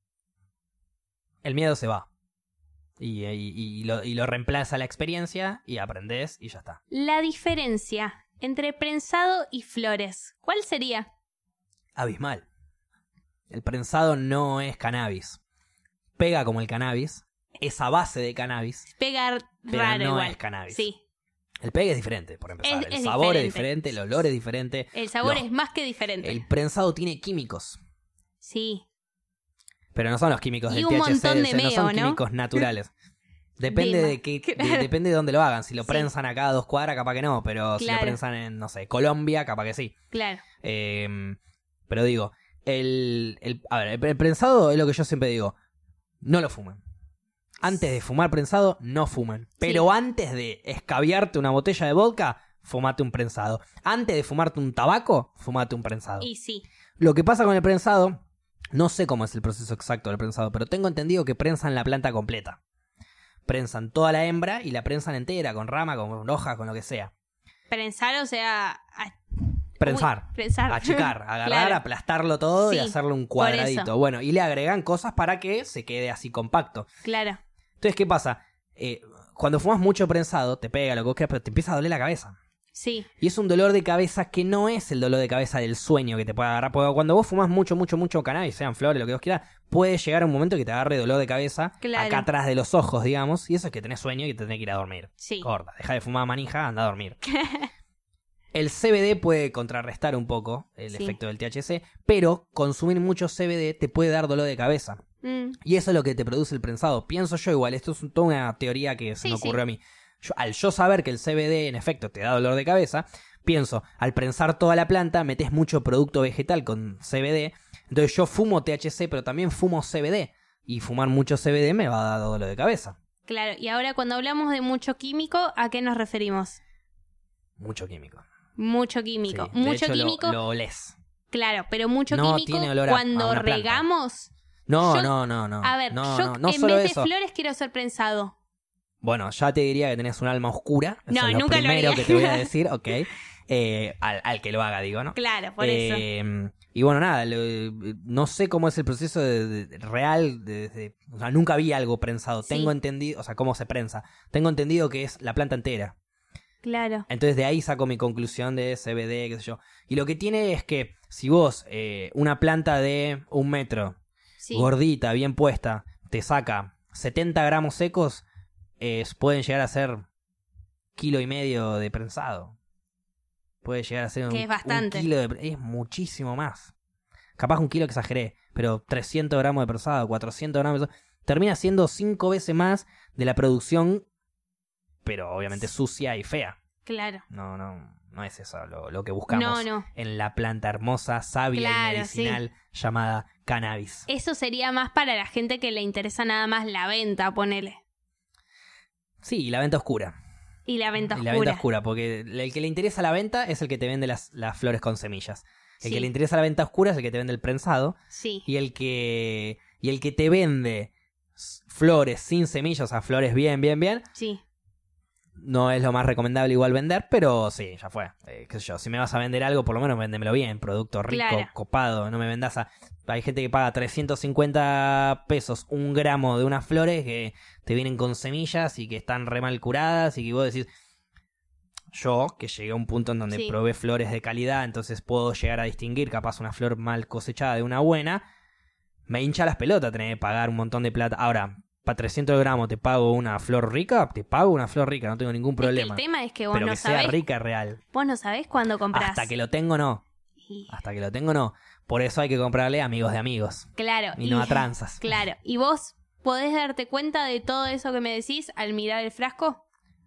El miedo se va. Y, y- y lo, y lo reemplaza la experiencia y aprendés y ya está. La diferencia entre prensado y flores, ¿cuál sería? Abismal. El prensado no es cannabis. Pega como el cannabis. Es a base de cannabis. Pegar Pero raro no igual. es cannabis. Sí, El pegue es diferente, por empezar. Es- el es sabor es diferente. diferente, el olor es diferente. el sabor Los- es más que diferente. El prensado tiene químicos. Sí, Pero no son los químicos Y del un T H C, montón de no son meo, ¿no? químicos naturales. Depende De de, ma- qué, claro. de- depende de dónde lo hagan. Si lo Sí. prensan acá a dos cuadras, capaz que no. Pero si lo Claro. prensan en, no sé, Colombia, capaz que sí. claro. Eh, pero digo, el, el, a ver, el, el prensado es lo que yo siempre digo. No lo fumen. Antes de fumar prensado, no fumen. Pero antes de escabiarte una botella de vodka, fumate un prensado. Antes de fumarte un tabaco, fumate un prensado. Y sí, Lo que pasa con el prensado, no sé cómo es el proceso exacto del prensado, pero tengo entendido que prensan la planta completa. Prensan toda la hembra y la prensan entera, con rama, con hoja, con lo que sea. prensar, o sea, a- Prensar. Uy, prensar. Achicar, agarrar, Claro. aplastarlo todo y Sí, hacerle un por cuadradito. eso. Bueno, y le agregan cosas para que se quede así compacto. claro. Entonces, ¿qué pasa? Eh, cuando fumas mucho prensado, te pega lo que vos quieras, pero te empieza a doler la cabeza. Sí, Y es un dolor de cabeza que no es el dolor de cabeza del sueño que te puede agarrar. Porque cuando vos fumas mucho, mucho, mucho cannabis, sean flores, lo que vos quieras, puede llegar un momento que te agarre dolor de cabeza Claro. acá atrás de los ojos, digamos. Y eso es que tenés sueño y te tenés que ir a dormir. sí. Corta, deja de fumar manija, anda a dormir. El C B D puede contrarrestar un poco el Sí. efecto del T H C, pero consumir mucho C B D te puede dar dolor de cabeza. Mm, Y eso es lo que te produce el prensado. Pienso yo igual, esto es un- toda una teoría que se Sí, me ocurrió sí. a mí. Yo- al yo saber que el C B D en efecto te da dolor de cabeza, pienso, al prensar toda la planta metes mucho producto vegetal con C B D, entonces yo fumo T H C pero también fumo C B D, y fumar mucho C B D me va a dar dolor de cabeza. claro, y ahora cuando hablamos de mucho químico, ¿a qué nos referimos? Mucho químico. Mucho químico. Sí, de mucho hecho, lo- químico, Lo, olés. claro, pero mucho No químico tiene olor a- a cuando una planta. regamos No, Yo- no, no, no. A ver, no, yo no, no en solo vez eso. de flores quiero ser prensado. Bueno, ya te diría que tenés un alma oscura. Eso No, es lo nunca lo primero haría. que te voy a decir, ok. Eh, al, al que lo haga, digo, ¿no? Claro, por eso. Eh, y bueno, nada, lo- no sé cómo es el proceso de, de- real, de, de- o sea, nunca vi algo prensado. Sí. Tengo entendido, o sea, cómo se prensa. Tengo entendido que es la planta entera. Claro. Entonces de ahí saco mi conclusión de C B D, qué sé yo. Y lo que tiene es que si vos, eh, una planta de un metro, Sí. gordita, bien puesta, te saca setenta gramos secos, eh, pueden llegar a ser kilo y medio de prensado. Puede llegar a ser un, Que es bastante. un kilo de... Es muchísimo más. Capaz un kilo que exageré, pero trescientos gramos de prensado, cuatrocientos gramos de... Termina siendo cinco veces más de la producción, pero obviamente sucia y fea. Claro. No, no, no es eso lo, lo que buscamos No, no. en la planta hermosa, sabia Claro, y medicinal llamada cannabis. Eso sería más para la gente que le interesa nada más la venta, ponele. Sí, y la venta oscura. Y la venta Y oscura. la venta oscura, porque el que le interesa la venta es el que te vende las, las flores con semillas. El Sí. que le interesa la venta oscura es el que te vende el prensado. Sí. Y el que y el que te vende s- flores sin semillas, o sea, flores bien, bien, bien, Sí. no es lo más recomendable igual vender, pero sí, ya fue. Eh, qué sé yo, si me vas a vender algo, por lo menos véndemelo bien, producto rico, Claro. copado, no me vendas a... Hay gente que paga trescientos cincuenta pesos un gramo de unas flores que te vienen con semillas y que están re mal curadas y que vos decís... Yo, que llegué a un punto en donde Sí. probé flores de calidad, entonces puedo llegar a distinguir capaz una flor mal cosechada de una buena, me hincha las pelotas tener que pagar un montón de plata. Ahora, para trescientos gramos te pago una flor rica, te pago una flor rica, no tengo ningún problema. Es que el tema es que vos Pero no que sea sabés. rica real. Vos no sabés cuándo comprás. Hasta que lo tengo, no. Y- Hasta que lo tengo, no. Por eso hay que comprarle amigos de amigos. Claro. Y no a tranzas. Claro. ¿Y vos podés darte cuenta de todo eso que me decís al mirar el frasco?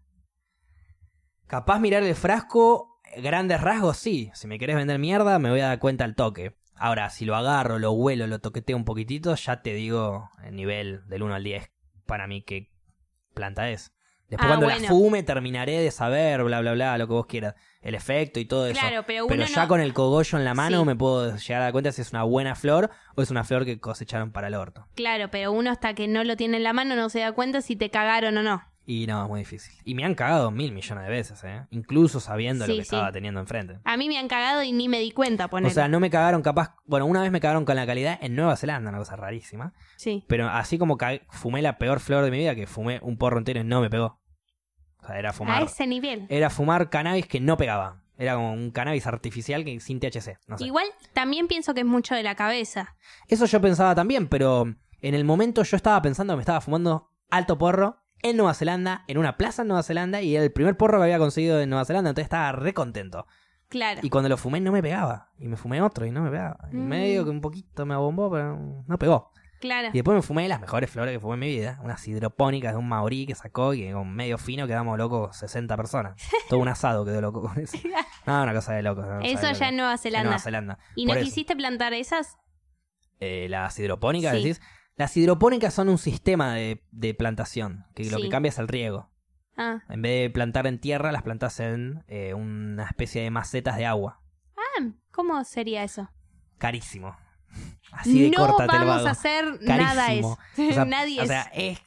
Capaz mirar el frasco, grandes rasgos, sí. Si me querés vender mierda, me voy a dar cuenta al toque. Ahora, si lo agarro, lo huelo, lo toqueteo un poquitito, ya te digo el nivel del uno al diez para mí qué planta es. Después Ah, cuando bueno. la fume terminaré de saber, bla, bla, bla, lo que vos quieras. El efecto y todo eso. Claro, pero uno Pero ya no- con el cogollo en la mano Sí. me puedo llegar a dar cuenta si es una buena flor o es una flor que cosecharon para el orto. Claro, pero uno hasta que no lo tiene en la mano no se da cuenta si te cagaron o no. Y no, es muy difícil. Y me han cagado mil millones de veces, ¿eh? Incluso sabiendo Sí, lo que sí. estaba teniendo enfrente. A mí me han cagado y ni me di cuenta, O poner. sea, no me cagaron capaz... Bueno, una vez me cagaron con la calidad en Nueva Zelanda, una cosa rarísima. Sí. Pero así como ca- fumé la peor flor de mi vida, que fumé un porro entero y no me pegó. O sea, era A fumar... ese nivel. Era fumar cannabis que no pegaba. Era como un cannabis artificial que sin T H C. No sé. Igual también pienso que es mucho de la cabeza. Eso yo pensaba también, pero en el momento yo estaba pensando que me estaba fumando alto porro en Nueva Zelanda, en una plaza en Nueva Zelanda, y era el primer porro que había conseguido en Nueva Zelanda, entonces estaba re contento. Claro. Y cuando lo fumé no me pegaba. Y me fumé otro y no me pegaba. Y Mm. medio que un poquito me abombó, pero no pegó. Claro. Y después me fumé las mejores flores que fumé en mi vida. Unas hidropónicas de un maorí que sacó y con medio fino quedamos locos sesenta personas. Todo un asado quedó loco con eso. No, una cosa de locos. una cosa Eso de ya en locos. Nueva En Zelanda. Nueva Zelanda. ¿Y Por no eso. quisiste plantar esas? Eh, las hidropónicas, Sí. decís. Las hidropónicas son un sistema de, de plantación. Que lo Sí. que cambia es el riego. Ah. En vez de plantar en tierra, las plantas en eh, una especie de macetas de agua. Ah, ¿cómo sería eso? Carísimo. Así de no corta te lo vamos hago. a hacer nada Carísimo. eso. O sea, Nadie o es. sea, es,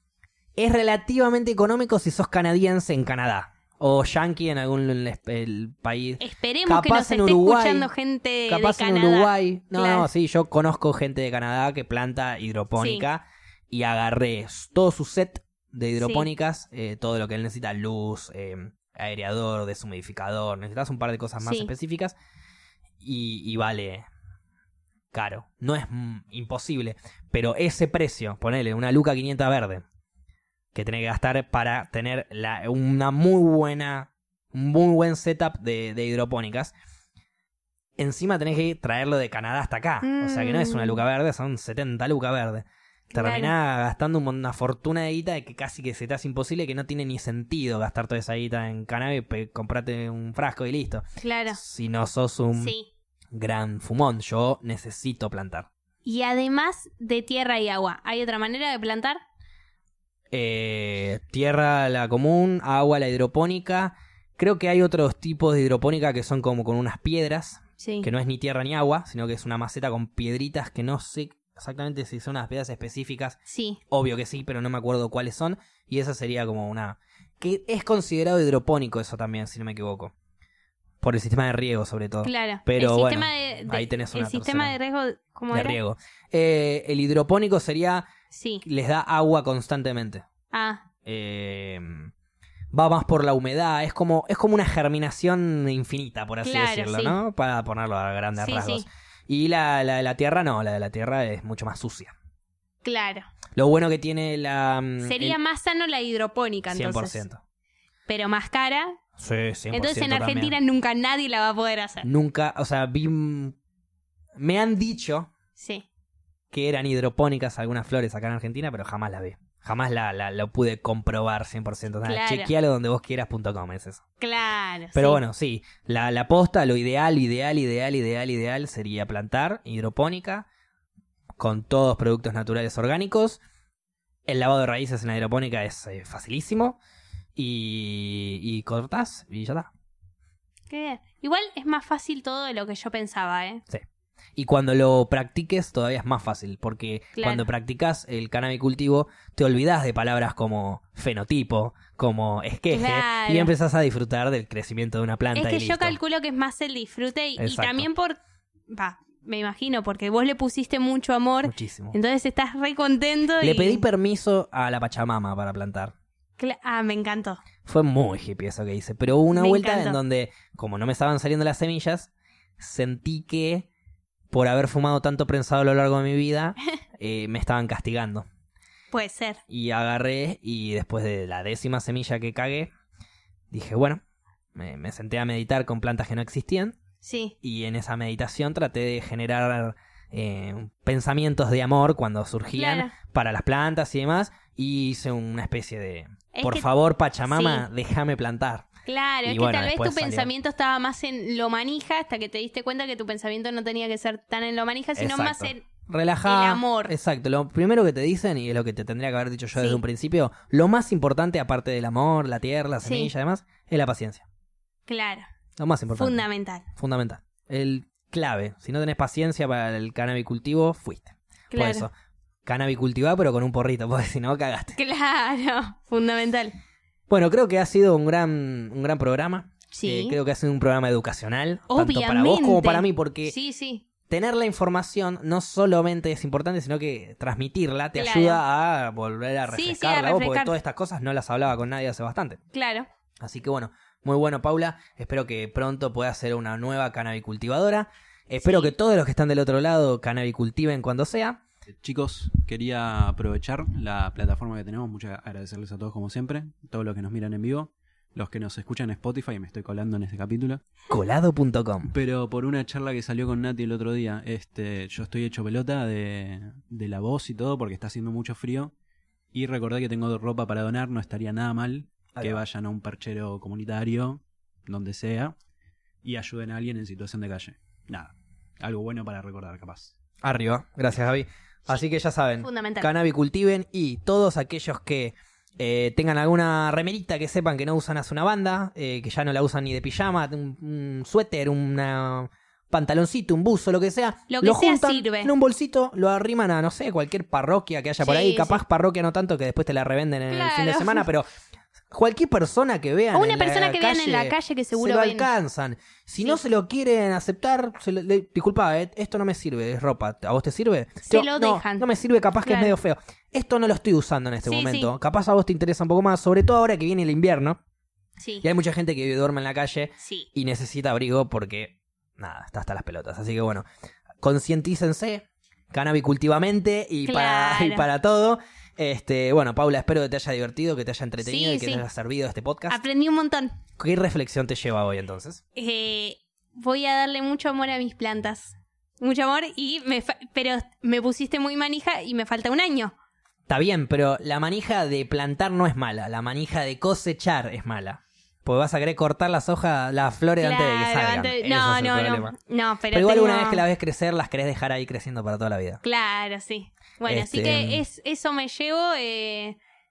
es relativamente económico si sos canadiense en Canadá. O yankee en algún el, el país. Esperemos que capaz nos en esté Uruguay, escuchando gente Capaz de en Canadá. Uruguay. No, Claro. no, sí, yo conozco gente de Canadá que planta hidropónica. Y agarré todo su set de hidropónicas. eh, todo lo que él necesita. Luz, eh, aireador, deshumidificador. Necesitas un par de cosas más Sí. específicas. Y, y vale caro. No es mm, imposible. Pero ese precio, ponele una Luca quinientos verde, que tenés que gastar para tener la, una muy buena, un muy buen setup de, de hidropónicas. Encima tenés que traerlo de Canadá hasta acá. O sea que no es una Luca verde, son setenta Luca verde. Claro. Terminás gastando un mon- una fortuna de guita de que casi que se te hace imposible, que no tiene ni sentido gastar toda esa guita en cannabis, pe- comprate un frasco y listo. Claro. Si no sos un Sí. gran fumón, yo necesito plantar. Y además de tierra y agua, ¿hay otra manera de plantar? Eh, tierra la común, agua la hidropónica. Creo que hay otros tipos de hidropónica que son como con unas piedras, Sí. que no es ni tierra ni agua, sino que es una maceta con piedritas que no sé... exactamente si son unas piedras específicas. Sí. Obvio que sí, pero no me acuerdo cuáles son. Y esa sería como una... que es considerado hidropónico eso también, si no me equivoco. Por el sistema de riego, sobre todo. Claro. Pero el bueno, sistema de, de- ahí tenés una El sistema de tercera. riego, ¿cómo De era? riego. Eh, el hidropónico sería... Sí. les da agua constantemente. Ah, Eh, va más por la humedad. Es como, es como una germinación infinita, por así Claro, decirlo, sí. ¿no? Para ponerlo a grandes sí, rasgos. sí. Y la, la de la tierra no, la de la tierra es mucho más sucia. Claro. Lo bueno que tiene la... mm, Sería el más sano la hidropónica, entonces. cien por ciento. Pero más cara. Sí, cien por ciento Entonces en Argentina también. nunca nadie la va a poder hacer. Nunca, o sea, vi... mm, me han dicho Sí. que eran hidropónicas algunas flores acá en Argentina, pero jamás la vi. Jamás la, la, lo pude comprobar cien por ciento. O sea, Claro. chequealo donde vos quieras punto com, es eso. Claro. Pero sí. bueno, sí, la, la posta, lo ideal, ideal, ideal, ideal, ideal sería plantar hidropónica con todos productos naturales orgánicos. El lavado de raíces en la hidropónica es eh, facilísimo. Y, y cortás y ya está. Qué bien. Igual es más fácil todo de lo que yo pensaba, ¿eh? Sí. Y cuando lo practiques todavía es más fácil, porque Claro. cuando practicas el cannabicultivo te olvidás de palabras como fenotipo, como esqueje, Claro. y empezás a disfrutar del crecimiento de una planta. Es que y yo listo. calculo que es más el disfrute y, y Exacto. también por... Va, me imagino, porque vos le pusiste mucho amor, Muchísimo. entonces estás re contento Le y... pedí permiso a la Pachamama para plantar. Cla- Ah, me encantó. Fue muy hippie eso que hice, pero hubo una Me vuelta encantó. en donde, como no me estaban saliendo las semillas, sentí que por haber fumado tanto prensado a lo largo de mi vida, eh, me estaban castigando. Puede ser. Y agarré y después de la décima semilla que cagué, dije, bueno, me, me senté a meditar con plantas que no existían Sí. y en esa meditación traté de generar eh, pensamientos de amor cuando surgían Claro. para las plantas y demás y hice una especie de, Es por que- favor Pachamama, déjame plantar. Claro, Y es bueno, que tal vez tu después salió. pensamiento estaba más en lo manija hasta que te diste cuenta que tu pensamiento no tenía que ser tan en lo manija, sino Exacto. más en... Relajá. el amor. Exacto, lo primero que te dicen, y es lo que te tendría que haber dicho yo Sí. desde un principio, lo más importante, aparte del amor, la tierra, la Sí. semilla y demás, es la paciencia. Claro, Lo más importante. fundamental. Fundamental. El clave. Si no tenés paciencia para el cannabicultivo, fuiste. Claro. Por eso, cannabicultivá, pero con un porrito, porque si no, cagaste. Claro, fundamental. Bueno, creo que ha sido un gran, un gran programa. Sí. Eh, creo que ha sido un programa educacional, tanto para vos Obviamente. como para mí, porque Sí, sí. tener la información no solamente es importante, sino que transmitirla te Claro. ayuda a volver a Sí, sí, a refrescarla, vos, porque refrescar. todas estas cosas no las hablaba con nadie hace bastante. Claro. Así que bueno, muy bueno, Paula. Espero que pronto puedas ser una nueva cannabicultivadora. Espero Sí. que todos los que están del otro lado cannabicultiven cuando sea. Chicos, quería aprovechar la plataforma que tenemos, muchas agradecerles a todos como siempre, todos los que nos miran en vivo, los que nos escuchan en Spotify, me estoy colando en este capítulo, colado punto com. pero por una charla que salió con Nati el otro día, este, yo estoy hecho pelota de, de la voz y todo porque está haciendo mucho frío y recordé que tengo ropa para donar, no estaría nada mal Ahí que va. vayan a un perchero comunitario, donde sea, y ayuden a alguien en situación de calle. Nada, algo bueno para recordar capaz. Arriba, gracias Javi. Así que ya saben, Fundamental. cannabicultiven y todos aquellos que eh, tengan alguna remerita que sepan que no usan hace una banda, eh, que ya no la usan ni de pijama, un, un suéter, una pantaloncito, un buzo, lo que sea, Lo que sea juntan sirve. en un bolsito, lo arriman a, no sé, cualquier parroquia que haya por Sí, ahí, capaz sí. parroquia no tanto que después te la revenden en el Claro. fin de semana, pero cualquier persona que vean O una en la persona que vean en la calle que seguro se lo ven. alcanzan. Si Sí. no se lo quieren aceptar, se lo- le- disculpa, eh, esto no me sirve, es ropa. ¿A vos te sirve? Se Yo, lo no, dejan. No me sirve, capaz que Claro. es medio feo. Esto no lo estoy usando en este Sí, momento. sí. Capaz a vos te interesa un poco más, sobre todo ahora que viene el invierno. Sí. Y hay mucha gente que duerme en la calle Sí. y necesita abrigo porque, nada, está hasta las pelotas. Así que bueno, concientícense, cannabicultivamente y, para, y Claro. para todo. Este, bueno, Paula, espero que te haya divertido, que te haya entretenido Sí, y que sí. te haya servido este podcast. Aprendí un montón. ¿Qué reflexión te lleva hoy entonces? Eh, voy a darle mucho amor a mis plantas. Mucho amor y me fa- pero me pusiste muy manija y me falta un año. Está bien, pero la manija de plantar no es mala, la manija de cosechar es mala. Porque vas a querer cortar las hojas, las flores antes de que Claro, salgan. antes- Ese no, es el no, problema. no, no, pero, Pero igual tengo- una vez que la ves crecer, las querés dejar ahí creciendo para toda la vida. Claro, sí. Bueno, así Este, que es, eso me llevo. Eh,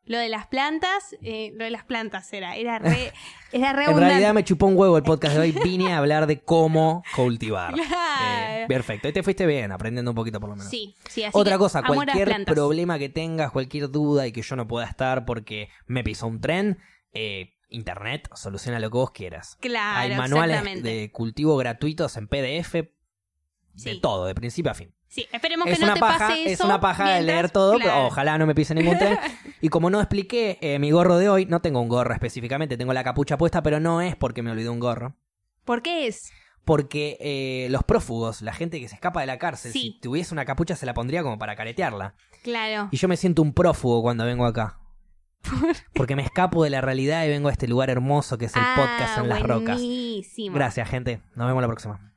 Lo de las plantas, eh, lo de las plantas era, era re, era re En abundante. realidad me chupó un huevo el podcast de hoy. Vine a hablar de cómo cultivar. Claro. Eh, perfecto. Y te fuiste bien, aprendiendo un poquito por lo menos. Sí, sí, así Otra que cosa, amor a las cualquier plantas. problema que tengas, cualquier duda y que yo no pueda estar porque me pisó un tren, eh, internet soluciona lo que vos quieras. Claro, Hay manuales exactamente. de cultivo gratuitos en P D F de Sí. todo, de principio a fin. Sí, esperemos Es que no una te paja, pase eso. es una paja de mientras- leer todo, claro. pero ojalá no me pise ningún tren. Y como no expliqué eh, mi gorro de hoy, no tengo un gorro específicamente, tengo la capucha puesta, pero no es porque me olvidé un gorro. ¿Por qué es? Porque eh, los prófugos, la gente que se escapa de la cárcel, Sí. si tuviese una capucha se la pondría como para caretearla. Claro. Y yo me siento un prófugo cuando vengo acá. Porque me escapo de la realidad y vengo a este lugar hermoso que es el Ah, podcast en las rocas. buenísimo. Gracias, gente. Nos vemos la próxima.